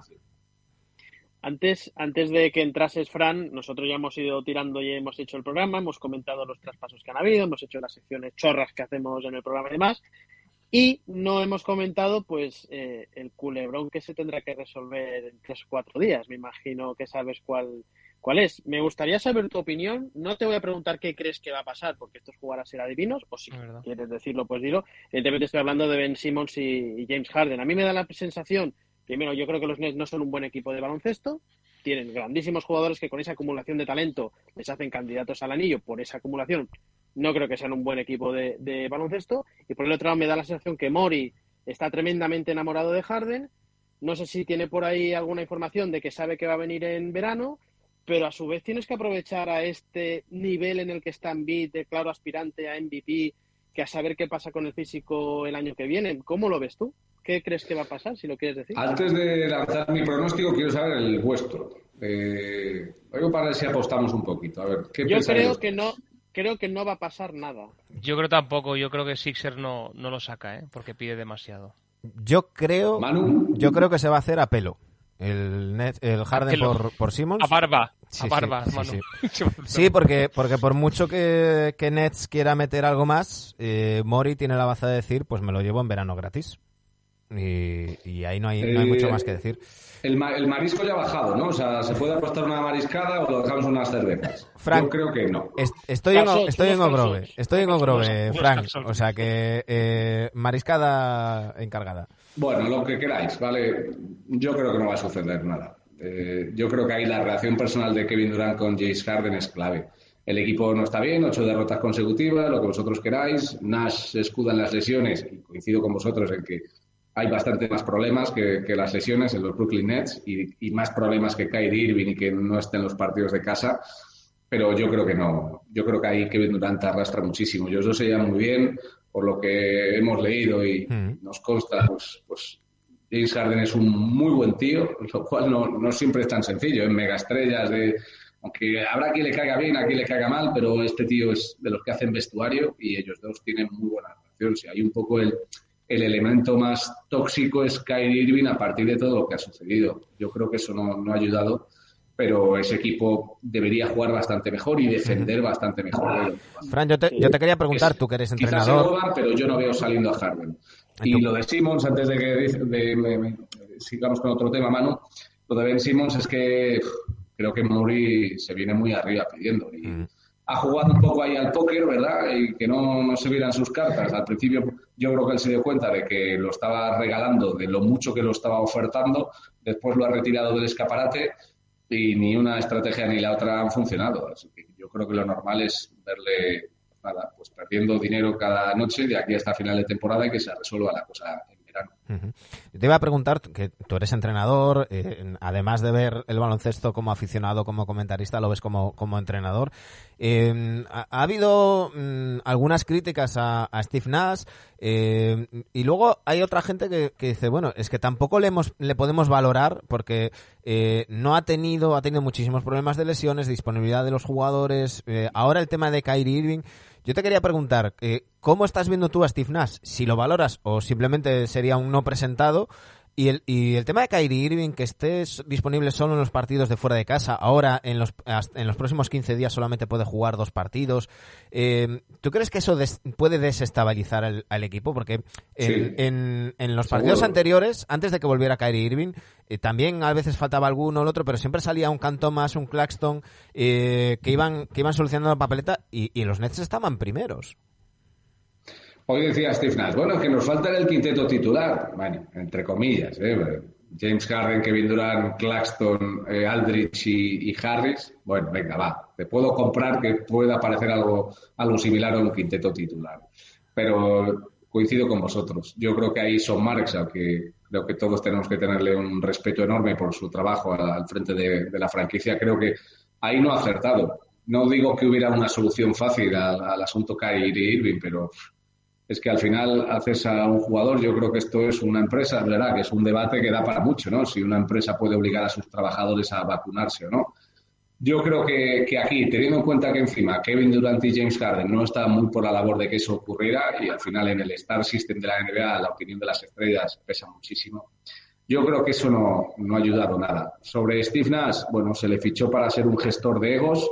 Antes de que entrases, Fran, nosotros ya hemos ido tirando y hemos hecho el programa, hemos comentado los traspasos que han habido, hemos hecho las secciones chorras que hacemos en el programa y demás, y no hemos comentado pues el culebrón que se tendrá que resolver en 3 o 4 días. Me imagino que sabes cuál es. Me gustaría saber tu opinión. No te voy a preguntar qué crees que va a pasar, porque estos jugar a ser adivinos, o si quieres decirlo, pues dilo. Evidentemente estoy hablando de Ben Simmons y James Harden. A mí me da la sensación. Primero, yo creo que los Nets no son un buen equipo de baloncesto. Tienen grandísimos jugadores que con esa acumulación de talento les hacen candidatos al anillo. Por esa acumulación no creo que sean un buen equipo de baloncesto. Y por el otro lado me da la sensación que Mori está tremendamente enamorado de Harden. No sé si tiene por ahí alguna información de que sabe que va a venir en verano, pero a su vez tienes que aprovechar a este nivel en el que está Embiid, de claro aspirante a MVP, que a saber qué pasa con el físico el año que viene. ¿Cómo lo ves tú? ¿Qué crees que va a pasar, si lo quieres decir? Antes de lanzar mi pronóstico, quiero saber el vuestro. Luego para ver si apostamos un poquito. A ver, ¿qué Yo creo que no va a pasar nada. Yo creo tampoco. Yo creo que Sixers no lo saca, porque pide demasiado. Yo creo que se va a hacer a pelo. El Harden por Simmons. A barba, Manu. Sí, porque por mucho que Nets quiera meter algo más, Mori tiene la baza de decir, pues me lo llevo en verano gratis. Y ahí no hay mucho más que decir. El marisco ya ha bajado, ¿no? O sea, ¿se puede apostar una mariscada o lo dejamos unas cervezas? Frank, yo creo que no. Estoy en Ogrove, Frank. O sea que mariscada encargada. Bueno, lo que queráis, ¿vale? Yo creo que no va a suceder nada. Yo creo que ahí la relación personal de Kevin Durant con James Harden es clave. El equipo no está bien, 8 derrotas consecutivas, lo que vosotros queráis. Nash se escuda en las lesiones y coincido con vosotros en que hay bastante más problemas que las lesiones en los Brooklyn Nets y más problemas que Kyrie Irving y que no esté en los partidos de casa. Pero yo creo que no. Yo creo que ahí Kevin Durant arrastra muchísimo. Ellos dos se llevan muy bien, por lo que hemos leído y nos consta, pues James Harden es un muy buen tío, lo cual no siempre es tan sencillo. En megaestrellas, aunque habrá quien le caiga bien, a quien le caiga mal, pero este tío es de los que hacen vestuario y ellos dos tienen muy buena relación. Si hay un poco el elemento más tóxico es Kyrie Irving a partir de todo lo que ha sucedido. Yo creo que eso no ha ayudado, pero ese equipo debería jugar bastante mejor y defender bastante mejor. Fran, yo te quería preguntar, tú que eres entrenador. Quizás se jodan, pero yo no veo saliendo a Harden. Y lo de Simmons, antes de que sigamos con otro tema, Manu, lo de Ben Simmons es que creo que Mori se viene muy arriba pidiendo. Y ha jugado un poco ahí al póker, ¿verdad? Y que no se vieran sus cartas. Al principio yo creo que él se dio cuenta de que lo estaba regalando, de lo mucho que lo estaba ofertando. Después lo ha retirado del escaparate y ni una estrategia ni la otra han funcionado. Así que yo creo que lo normal es verle pues perdiendo dinero cada noche de aquí hasta final de temporada y que se resuelva la cosa en verano. Uh-huh. Te iba a preguntar, que tú eres entrenador, además de ver el baloncesto como aficionado, como comentarista, lo ves como entrenador. Ha habido algunas críticas a Steve Nash, y luego hay otra gente que dice, bueno, es que tampoco le podemos valorar porque ha tenido muchísimos problemas de lesiones, de disponibilidad de los jugadores. Ahora el tema de Kyrie Irving. Yo te quería preguntar, ¿cómo estás viendo tú a Steve Nash? Si lo valoras o simplemente sería un no presentado. Y el tema de Kyrie Irving, que esté disponible solo en los partidos de fuera de casa, ahora en los próximos 15 días solamente puede jugar 2 partidos. ¿Tú crees que eso puede desestabilizar al equipo? Porque en los partidos anteriores, antes de que volviera Kyrie Irving, también a veces faltaba alguno o el otro, pero siempre salía un Cam Thomas, un Claxton, que iban solucionando la papeleta y los Nets estaban primeros. Hoy decía Steve Nash, bueno, que nos falta el quinteto titular, bueno, entre comillas, James Harden, Kevin Durant, Claxton, Aldridge y Harris. Bueno, venga, va, te puedo comprar que pueda parecer algo similar a un quinteto titular. Pero coincido con vosotros. Yo creo que ahí Sean Marks, aunque creo que todos tenemos que tenerle un respeto enorme por su trabajo al frente de la franquicia, creo que ahí no ha acertado. No digo que hubiera una solución fácil al asunto Kyrie Irving, pero es que al final haces a un jugador, yo creo que esto es una empresa, ¿verdad? Que es un debate que da para mucho, ¿no? Si una empresa puede obligar a sus trabajadores a vacunarse o no. Yo creo que aquí, teniendo en cuenta que encima Kevin Durant y James Harden no estaban muy por la labor de que eso ocurriera, y al final en el Star System de la NBA la opinión de las estrellas pesa muchísimo, yo creo que eso no ha ayudado nada. Sobre Steve Nash, bueno, se le fichó para ser un gestor de egos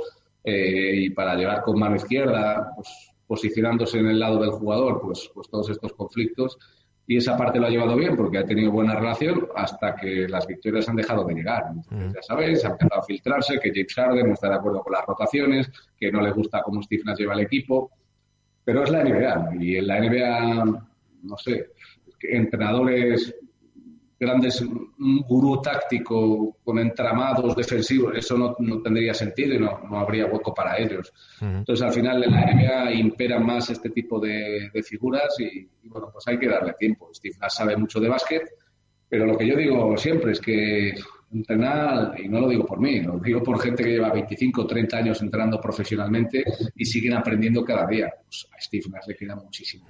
y para llevar con mano izquierda, pues posicionándose en el lado del jugador, pues todos estos conflictos, y esa parte lo ha llevado bien porque ha tenido buena relación hasta que las victorias han dejado de llegar. Entonces, ya sabéis, ha empezado a filtrarse que James Harden no está de acuerdo con las rotaciones, que no le gusta cómo Steve Nash lleva el equipo, pero es la NBA, y en la NBA, no sé, entrenadores grandes, un gurú táctico con entramados defensivos, eso no tendría sentido y no habría hueco para ellos. Entonces, al final, en la NBA imperan más este tipo de figuras y bueno, pues hay que darle tiempo. Steve Nash sabe mucho de básquet, pero lo que yo digo siempre es que entrenar, y no lo digo por mí, lo digo por gente que lleva 25 o 30 años entrenando profesionalmente y siguen aprendiendo cada día. Pues a Steve Nash le queda muchísimo.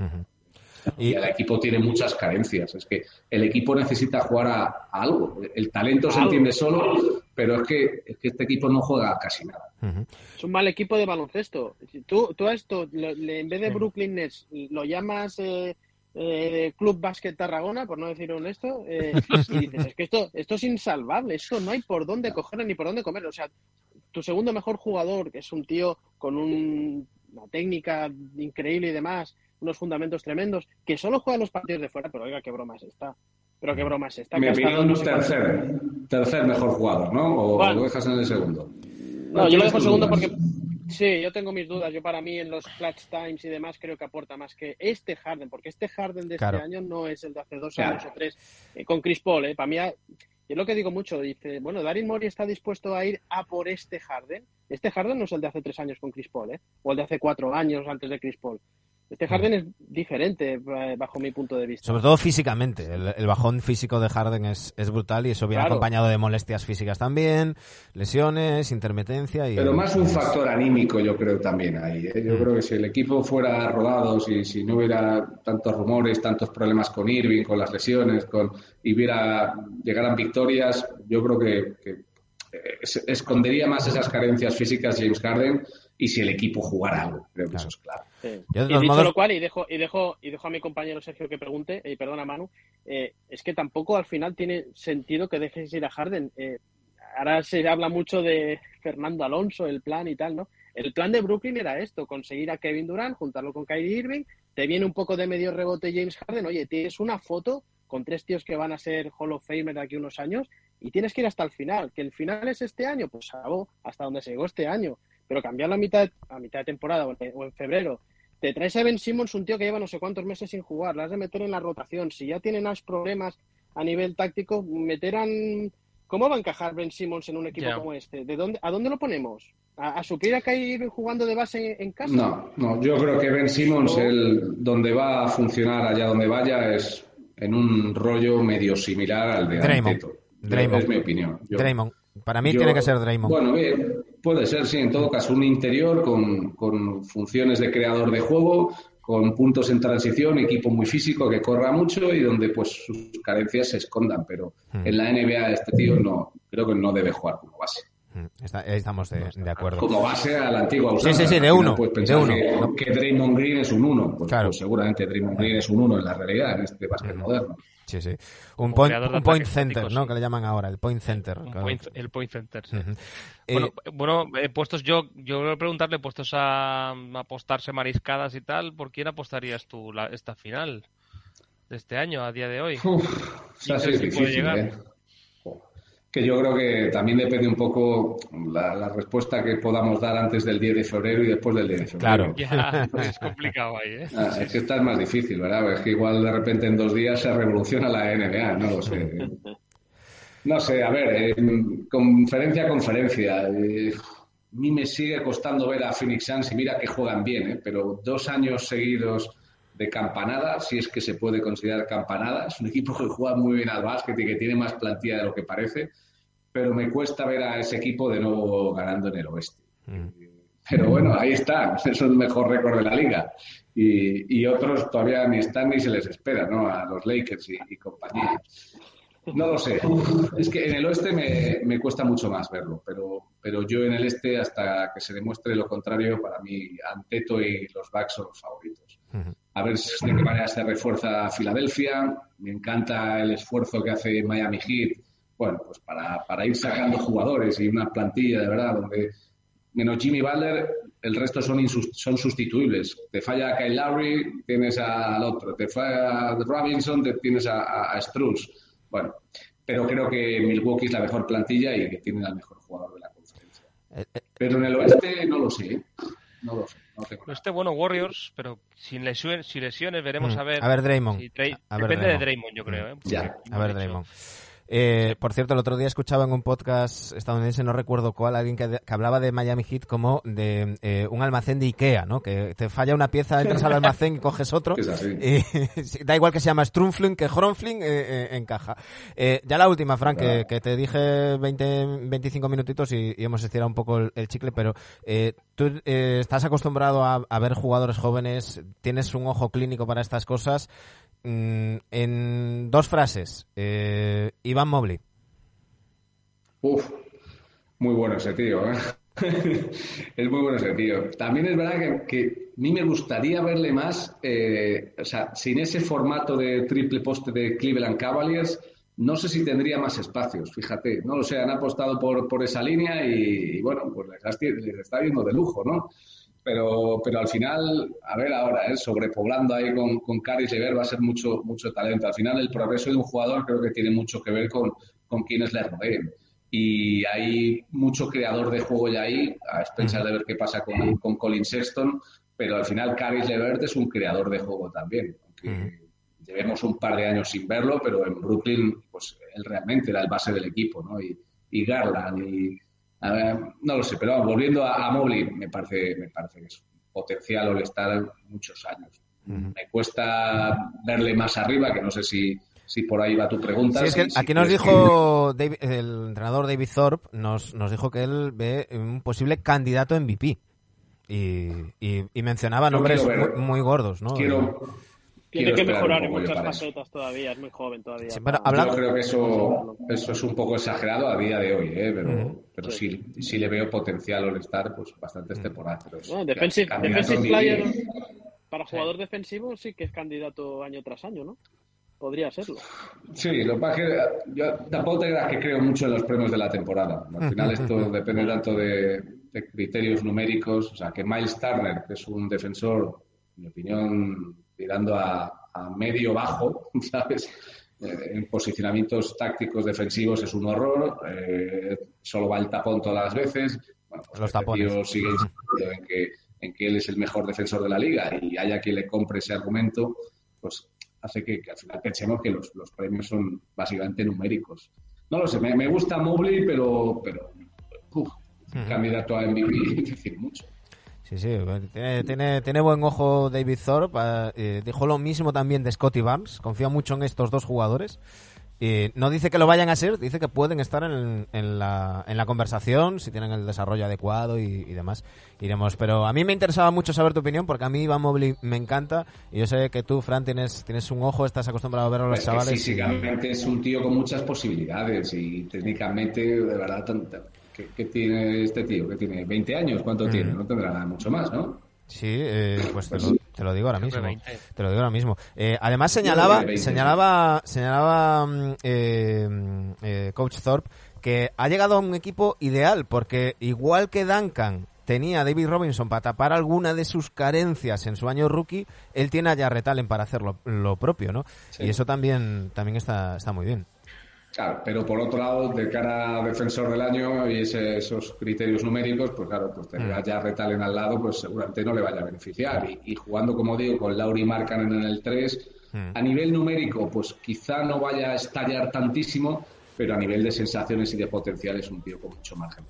Y el equipo tiene muchas carencias. Es que el equipo necesita jugar a algo. El talento se entiende solo, pero es que este equipo no juega casi nada. Es un mal equipo de baloncesto. Tú a esto, en vez de Brooklyn Nets, lo llamas Club Básquet Tarragona, por no decir honesto, y dices, es que esto es insalvable. Esto no hay por dónde cogerlo ni por dónde comerlo. O sea, tu segundo mejor jugador, que es un tío con una técnica increíble y demás, unos fundamentos tremendos, que solo juega los partidos de fuera, pero oiga, qué broma es esta. Pero qué broma es esta. Mi opinión, tercer mejor jugador, ¿no? ¿O bueno, lo dejas en el segundo? No, yo lo dejo en segundo porque sí, yo tengo mis dudas. Yo para mí en los clutch times y demás creo que aporta más que este Harden, porque este Harden de este año no es el de hace 2 años o 3 con Chris Paul. Para mí, yo lo que digo mucho, dice, bueno, Daryl Morey está dispuesto a ir a por este Harden. Este Harden no es el de hace 3 años con Chris Paul, o el de hace 4 años antes de Chris Paul. Este Harden es diferente bajo mi punto de vista. Sobre todo físicamente. El bajón físico de Harden es brutal y eso viene acompañado de molestias físicas también, lesiones, intermitencia. Pero más un factor anímico yo creo también ahí. Yo creo que si el equipo fuera rodado, si no hubiera tantos rumores, tantos problemas con Irving, con las lesiones, y llegaran victorias, yo creo que escondería más esas carencias físicas James Harden, y si el equipo jugara algo, creo que eso es claro. Sí. Y dicho lo cual, y dejo a mi compañero Sergio que pregunte, perdona Manu, es que tampoco al final tiene sentido que dejes ir a Harden. Ahora se habla mucho de Fernando Alonso, el plan y tal, ¿no? El plan de Brooklyn era esto, conseguir a Kevin Durant, juntarlo con Kyrie Irving, te viene un poco de medio rebote James Harden, oye, tienes una foto con 3 tíos que van a ser Hall of Famer de aquí a unos años y tienes que ir hasta el final. ¿Que el final es este año? Pues hasta donde se llegó este año. Pero cambiarlo a mitad de temporada o en febrero. Te traes a Ben Simmons, un tío que lleva no sé cuántos meses sin jugar, le has de meter en la rotación. Si ya tienen más problemas a nivel táctico, ¿cómo va a encajar Ben Simmons en un equipo como este? ¿A dónde lo ponemos? ¿A suplir a Kyrie jugando de base en casa? No, yo creo que Ben Simmons, donde va a funcionar allá donde vaya, es en un rollo medio similar al de Anteto. Es mi opinión. Draymond. Para mí tiene que ser Draymond. Bueno, bien, puede ser, sí, en todo caso, un interior con funciones de creador de juego, con puntos en transición, equipo muy físico que corra mucho y donde pues sus carencias se escondan, pero en la NBA este tío creo que no debe jugar como base. Estamos de acuerdo. Como base a la antigua usanza. Sí, de uno. No puedes pensar que Draymond Green es un 1. Pues, claro. Pues seguramente Draymond Green es un 1 en la realidad, en este básquet moderno. Sí. Un point center, ¿no? Que le llaman ahora, el point center. El point center, sí. Bueno, puestos yo quiero preguntarle, puestos a apostarse mariscadas y tal, ¿por quién apostarías tú esta final de este año, a día de hoy? Es difícil, que yo creo que también depende un poco la respuesta que podamos dar antes del 10 de febrero y después del 10 de febrero. Claro. Ya, es complicado ahí, ¿eh? Es que esta es más difícil, ¿verdad? Es que igual de repente en 2 días se revoluciona la NBA, no lo sé. No sé, a ver, conferencia a conferencia. A mí me sigue costando ver a Phoenix Suns y mira que juegan bien, pero 2 años seguidos de campanada, si es que se puede considerar campanada. Es un equipo que juega muy bien al básquet y que tiene más plantilla de lo que parece, pero me cuesta ver a ese equipo de nuevo ganando en el oeste. Pero bueno, ahí está, es el mejor récord de la liga. Y otros todavía ni están ni se les espera, ¿no? A los Lakers y compañía. No lo sé. Es que en el oeste me cuesta mucho más verlo, pero yo en el este, hasta que se demuestre lo contrario, para mí Anteto y los Bucks son los favoritos. A ver de qué manera se refuerza Filadelfia. Me encanta el esfuerzo que hace Miami Heat, bueno, pues para ir sacando jugadores y una plantilla de verdad donde menos Jimmy Butler, el resto son sustituibles. Te falla Kyle Lowry, tienes al otro. Te falla Robinson, tienes a Strus. Bueno, pero creo que Milwaukee es la mejor plantilla y que tiene al mejor jugador de la conferencia. Pero en el oeste no lo sé. No lo sé. Bueno, Warriors, pero sin lesiones veremos a ver. A ver, Draymond. Depende de Draymond, yo creo. Ya. A ver, Draymond. Por cierto, el otro día escuchaba en un podcast estadounidense, no recuerdo cuál, alguien que hablaba de Miami Heat como de un almacén de Ikea, ¿no? Que te falla una pieza, entras al almacén y coges otro. Es así. Y da igual que se llama Strumfling que Hronfling, encaja. Ya la última, Frank, que te dije 25 minutitos y hemos estirado un poco el chicle, pero tú estás acostumbrado a ver jugadores jóvenes, tienes un ojo clínico para estas cosas. En 2 frases, Evan Mobley. Muy bueno ese tío, ¿eh? Es muy bueno ese tío. También es verdad que a mí me gustaría verle más, o sea, sin ese formato de triple poste de Cleveland Cavaliers, no sé si tendría más espacios, fíjate. No lo sé, han apostado por esa línea y bueno, pues les está yendo de lujo, ¿no? Pero al final, a ver ahora, sobrepoblando ahí con Caris Levert va a ser mucho talento. Al final el progreso de un jugador creo que tiene mucho que ver con quienes le rodeen. Y hay mucho creador de juego ya ahí, a expensas de ver qué pasa con Colin Sexton, pero al final Caris Levert es un creador de juego también. Aunque llevemos un par de años sin verlo, pero en Brooklyn pues él realmente era el base del equipo, ¿no? Y Garland no lo sé, pero volviendo a Mobley, me parece que es un potencial All-Star muchos años. Me cuesta verle más arriba, que no sé si por ahí va tu pregunta. Sí, es que aquí nos dijo el entrenador David Thorpe, nos dijo que él ve un posible candidato MVP y mencionaba nombres muy gordos, ¿no? Tiene que mejorar en muchas facetas todavía, es muy joven todavía. Sí, bueno, yo creo que eso es un poco exagerado a día de hoy, pero sí le veo potencial All-Star, pues bastantes temporadas. Defensive player para jugador defensivo sí que es candidato año tras año, ¿no? Podría serlo. Sí, lo que pasa es que yo tampoco te creas que creo mucho en los premios de la temporada. Al final esto depende tanto de criterios numéricos. O sea, que Miles Turner, que es un defensor, en mi opinión, tirando a medio bajo, ¿sabes? En posicionamientos tácticos defensivos es un horror. Solo va el tapón todas las veces. Bueno, pues los tapones. Tío sigue insistiendo en que él es el mejor defensor de la liga y haya quien le compre ese argumento, pues hace que al final pensemos que los premios son básicamente numéricos. No lo sé, me gusta Mobley, pero candidato a MVP es decir mucho. Sí, tiene buen ojo David Thorpe. Dijo lo mismo también de Scotty Barnes. Confía mucho en estos dos jugadores. No dice que lo vayan a ser, dice que pueden estar en la conversación si tienen el desarrollo adecuado y demás. Iremos. Pero a mí me interesaba mucho saber tu opinión porque a mí Evan Mobley me encanta y yo sé que tú, Fran, tienes un ojo, estás acostumbrado a ver a los chavales. Que físicamente es un tío con muchas posibilidades y técnicamente, de verdad, ¿qué tiene este tío? ¿Qué tiene? ¿20 años? ¿Cuánto tiene? No tendrá nada mucho más, ¿no? Sí, pues te lo digo ahora mismo. Te lo digo ahora mismo. Además señalaba Coach Thorpe que ha llegado a un equipo ideal porque igual que Duncan tenía a David Robinson para tapar alguna de sus carencias en su año rookie, él tiene a Jarrett Allen para hacer lo propio, ¿no? Sí. Y eso también está muy bien. Claro, pero por otro lado, de cara a defensor del año y esos criterios numéricos, pues claro, pues tener a Jarrett Allen al lado, pues seguramente no le vaya a beneficiar. Y jugando, como digo, con Lauri Markkanen en el 3, a nivel numérico, pues quizá no vaya a estallar tantísimo, pero a nivel de sensaciones y de potencial es un tío con mucho margen.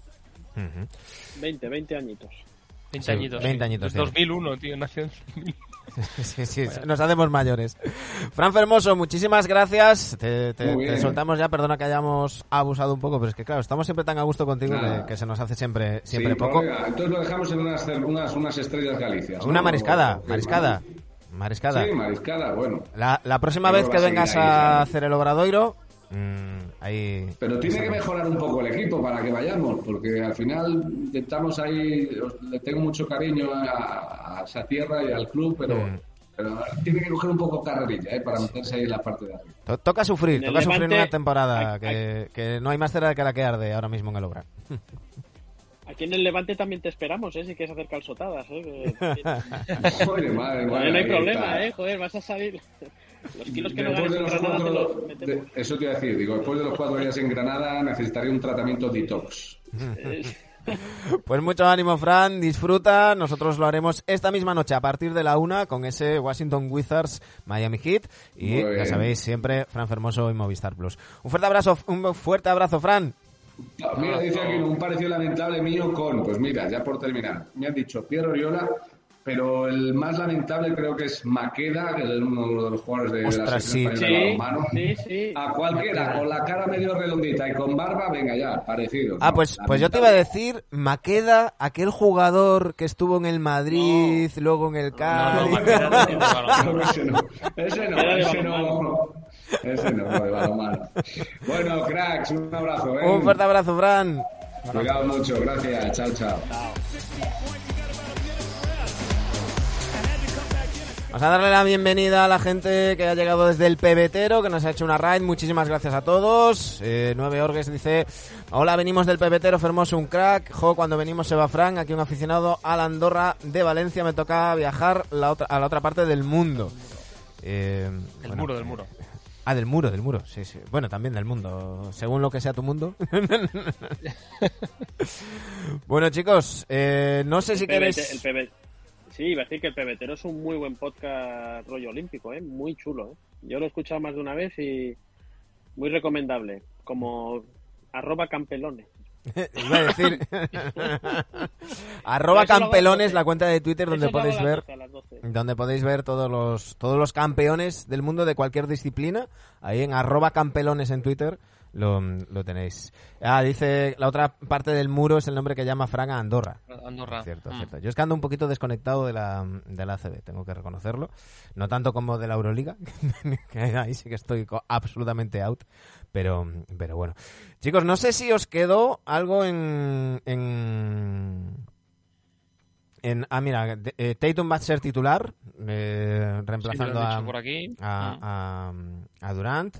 20 añitos. 20 añitos. 20 añitos. Sí. 2001, tío, nació en 2001. Sí, nos hacemos mayores. Fran Fermoso, muchísimas gracias. Te soltamos ya, perdona que hayamos abusado un poco, pero es que claro, estamos siempre tan a gusto contigo que se nos hace siempre poco. Venga, entonces lo dejamos en unas estrellas galicias. Una mariscada. Sí, mariscada, bueno. La próxima vez que vengas a hacer el Obradoiro, ahí... Pero tiene que mejorar un poco el equipo para que vayamos, porque al final intentamos ahí, le tengo mucho cariño a esa tierra y al club, pero tiene que coger un poco carrerilla para meterse ahí en la parte de arriba. Toca sufrir una temporada, que no hay más cera que la que arde ahora mismo en el Obra. Aquí en el Levante también te esperamos, si quieres hacer calzotadas, Joder, madre, no hay problema, joder, vas a salir... Los kilos que después de los 4 eso te iba a decir, después de los 4 días en Granada necesitaría un tratamiento detox. Pues mucho ánimo, Fran, disfruta.Nosotros lo haremos esta misma noche a partir de la 1 con ese Washington Wizards Miami Heat y ya sabéis, siempre Fran Fermoso y Movistar Plus. Un fuerte abrazo, Fran. Mira, dice aquí un parecido lamentable mío pues mira, ya por terminar, me han dicho Pierre Oriola, pero el más lamentable creo que es Maqueda, que es uno de los jugadores de la selección española de balonmano. Sí. A cualquiera, con la cara medio redondita y con barba, venga ya, parecido. Pues yo te iba a decir, Maqueda, aquel jugador que estuvo en el Madrid, luego en el Cádiz. Ese no, de balonmano. Bueno, cracks, un abrazo. Un fuerte abrazo, Fran. Cuidado mucho, gracias, chao. Vamos a darle la bienvenida a la gente que ha llegado desde el Pebetero, que nos ha hecho una raid. Muchísimas gracias a todos. 9 Orgues dice: hola, venimos del Pebetero, Fermoso, un crack. Cuando venimos se va Fran, aquí un aficionado a la Andorra de Valencia. Me toca viajar a la otra parte del mundo. Del muro. Del muro, sí. Bueno, también del mundo, según lo que sea tu mundo. Bueno, chicos, no sé si queréis... Sí, iba a decir que el Pebetero es un muy buen podcast rollo olímpico, muy chulo. Yo lo he escuchado más de una vez y muy recomendable, como @campelones. Iba a decir @campelones, la cuenta de Twitter donde podéis ver todos los campeones del mundo de cualquier disciplina. Ahí en @campelones en Twitter lo tenéis. Dice, la otra parte del muro es el nombre que llama Fran a Andorra. Cierto. Yo es que ando un poquito desconectado de la ACB, tengo que reconocerlo. No tanto como de la Euroliga, que ahí sí que estoy absolutamente out. Pero bueno. Chicos, no sé si os quedó algo mira, Tatum va a ser titular, reemplazando a Durant.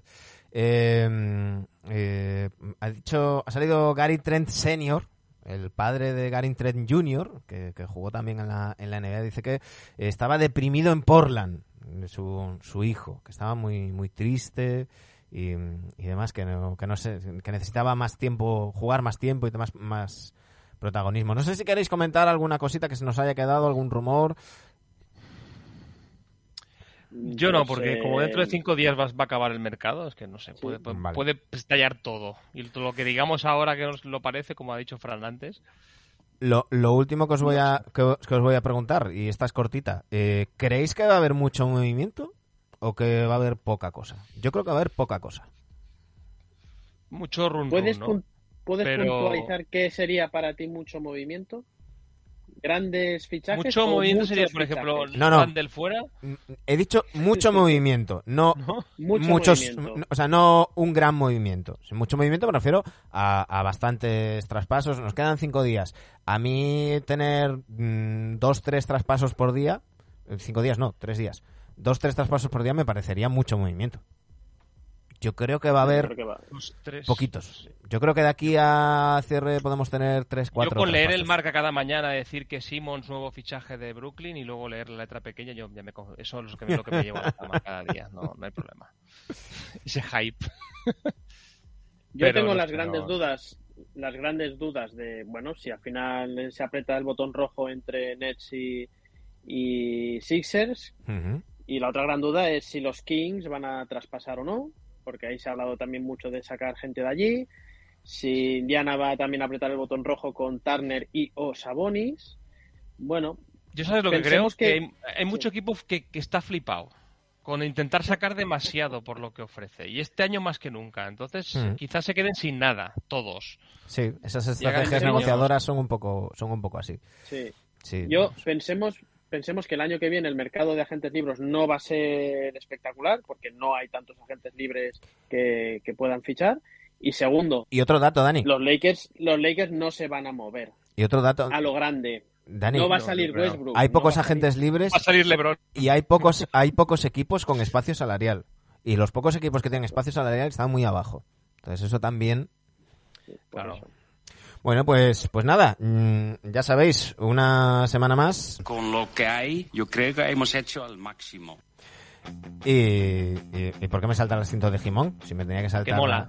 Ha salido Gary Trent Sr., el padre de Gary Trent Jr., que jugó también en la NBA. Dice que estaba deprimido en Portland, su hijo, que estaba muy, muy triste y demás, que no sé, que necesitaba más tiempo, jugar más tiempo y más protagonismo. No sé si queréis comentar alguna cosita que se nos haya quedado, algún rumor. Yo no, porque como dentro de 5 días va a acabar el mercado, es que no sé, puede estallar todo. Y todo lo que digamos ahora que nos lo parece, como ha dicho Fran antes. Lo último que os voy a preguntar, y esta es cortita, ¿creéis que va a haber mucho movimiento o que va a haber poca cosa? Yo creo que va a haber poca cosa. Mucho run, ¿Puedes ¿no? puntualizar qué sería para ti mucho movimiento? ¿Grandes fichajes? Mucho o movimiento sería, muchos por ejemplo, fichajes? No. Randall fuera. He dicho mucho movimiento, no muchos, movimiento. o sea, no un gran movimiento. Mucho movimiento me refiero a bastantes traspasos. Nos quedan 5 días. A mí tener 2-3 traspasos por día, 5 días no, 3 días. 2-3 traspasos por día me parecería mucho movimiento. Yo creo que va a haber poquitos. Yo creo que de aquí a cierre podemos tener 3-4. Yo con leer traspasos. el Marca cada mañana, decir que Simmons nuevo fichaje de Brooklyn y luego leer la letra pequeña, eso es lo que me llevo a la cama cada día, no hay problema. Ese hype. Yo Pero tengo no las sé, grandes no. dudas de, bueno, si al final se aprieta el botón rojo entre Nets y Sixers, Ujú. y la otra gran duda es si los Kings van a traspasar o no, porque ahí se ha hablado también mucho de sacar gente de allí, si Indiana va también a apretar el botón rojo con Turner y o Sabonis. Bueno, Yo sabes lo que creo, pensemos que hay sí. mucho equipo que está flipado con intentar sacar demasiado por lo que ofrece. Y este año más que nunca. Entonces, quizás se queden sin nada, todos. Sí, esas Y hagan estrategias diseños. negociadoras son un poco así. Sí. Sí. Yo pensemos que el año que viene el mercado de agentes libres no va a ser espectacular porque no hay tantos agentes libres que puedan fichar. Y segundo, Y otro dato, Dani. los Lakers no se van a mover Y otro dato, a lo grande. Dani. No va a salir pero Westbrook. Hay no pocos va a salir. agentes libres Va a salir LeBron. y hay pocos equipos con espacio salarial. Y los pocos equipos que tienen espacio salarial están muy abajo. Entonces eso también. Por Claro. eso. Bueno, pues nada, ya sabéis, una semana más. Con lo que hay, yo creo que hemos hecho al máximo. ¿Y por qué me salta el cinto de Jimón? Si me tenía que saltar. Que mola.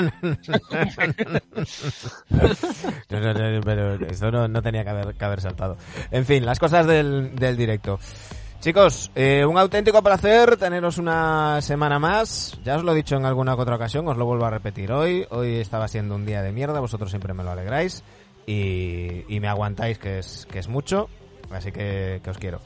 No, pero esto no tenía que haber saltado. En fin, las cosas del directo. Chicos, un auténtico placer teneros una semana más. Ya os lo he dicho en alguna otra ocasión, os lo vuelvo a repetir hoy. Hoy estaba siendo un día de mierda, vosotros siempre me lo alegráis y me aguantáis, que es mucho. Así que os quiero.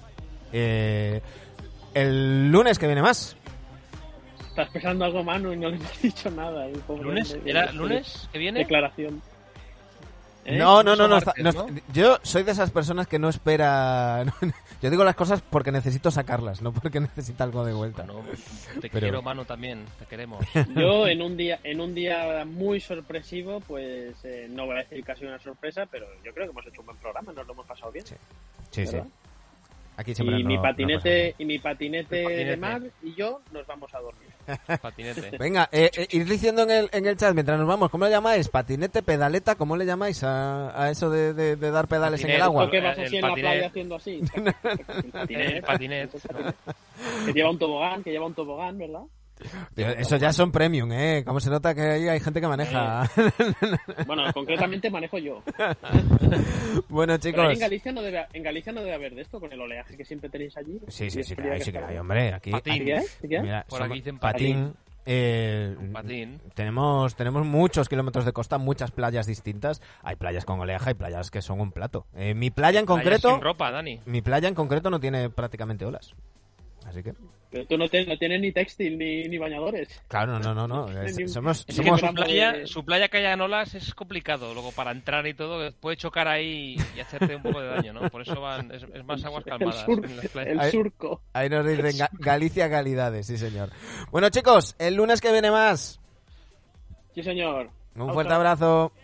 El lunes que viene más. Estás pensando algo, Manu, y no le hemos dicho nada. Pobre ¿Lunes? hombre. ¿Era lunes que viene? Declaración. ¿Eh? No, Martes, ¿no? Yo soy de esas personas que no espera. Yo digo las cosas porque necesito sacarlas, no porque necesita algo de vuelta. No, te Pero- quiero, Manu, también. Te queremos. Yo en un día muy sorpresivo, pues no voy a decir casi una sorpresa, pero yo creo que hemos hecho un buen programa, nos lo hemos pasado bien. Sí. Sí, sí. ¿Verdad? Aquí siempre Y no- mi no patinete pasa y mi patinete El patinete. de mar y yo nos vamos a dormir. Patinete. nada. Venga, ir diciendo en el chat mientras nos vamos, ¿cómo le llamáis? ¿Patinete, pedaleta? ¿Cómo le llamáis a eso de dar pedales en el Patinete. agua? ¿Por qué vas El así en la patinet. playa haciendo así? El patinet. Que lleva un tobogán, ¿verdad? Tío, eso ya son premium, ¿eh? Como se nota que ahí hay gente que maneja. Bueno, concretamente manejo yo. Bueno, Pero ahí chicos. en Galicia no debe haber de esto con el oleaje que siempre tenéis allí. Sí, Y sí, es sí que frío hay, sí que está. hay, hombre. Aquí, Patín. ¿Sí que hay? ¿Sí que hay? mira, Por somos- aquí dicen patín. Patín. Tenemos muchos kilómetros de costa, muchas playas distintas. Hay playas con oleaje, hay playas que son un plato. Mi playa en Playas concreto, sin ropa, Dani. mi playa en concreto no tiene prácticamente olas. Así que, Pero tú no tienes ni textil ni bañadores. claro, no. Ni un- Somos, Es Es que somos- su playa que haya en olas es complicado. Luego para entrar y todo puede chocar ahí y hacerte un poco de daño, ¿no? Por eso es más aguas calmadas en las playas. el surco. ahí nos dicen Galicia calidades, sí señor. Bueno, chicos, el lunes que viene más. Sí, señor. Un Chao, fuerte chao. abrazo.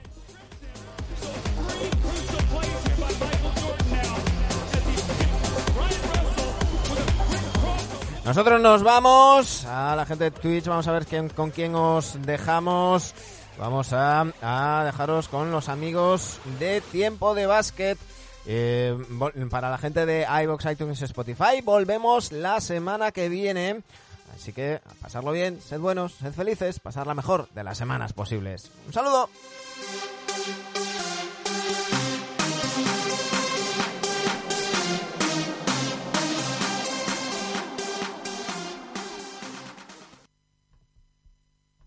Nosotros nos vamos a la gente de Twitch, vamos a ver con quién os dejamos. Vamos a dejaros con los amigos de Tiempo de Básquet. Para la gente de iVoox, iTunes y Spotify, volvemos la semana que viene. Así que a pasarlo bien, sed buenos, sed felices, pasar la mejor de las semanas posibles. ¡Un saludo!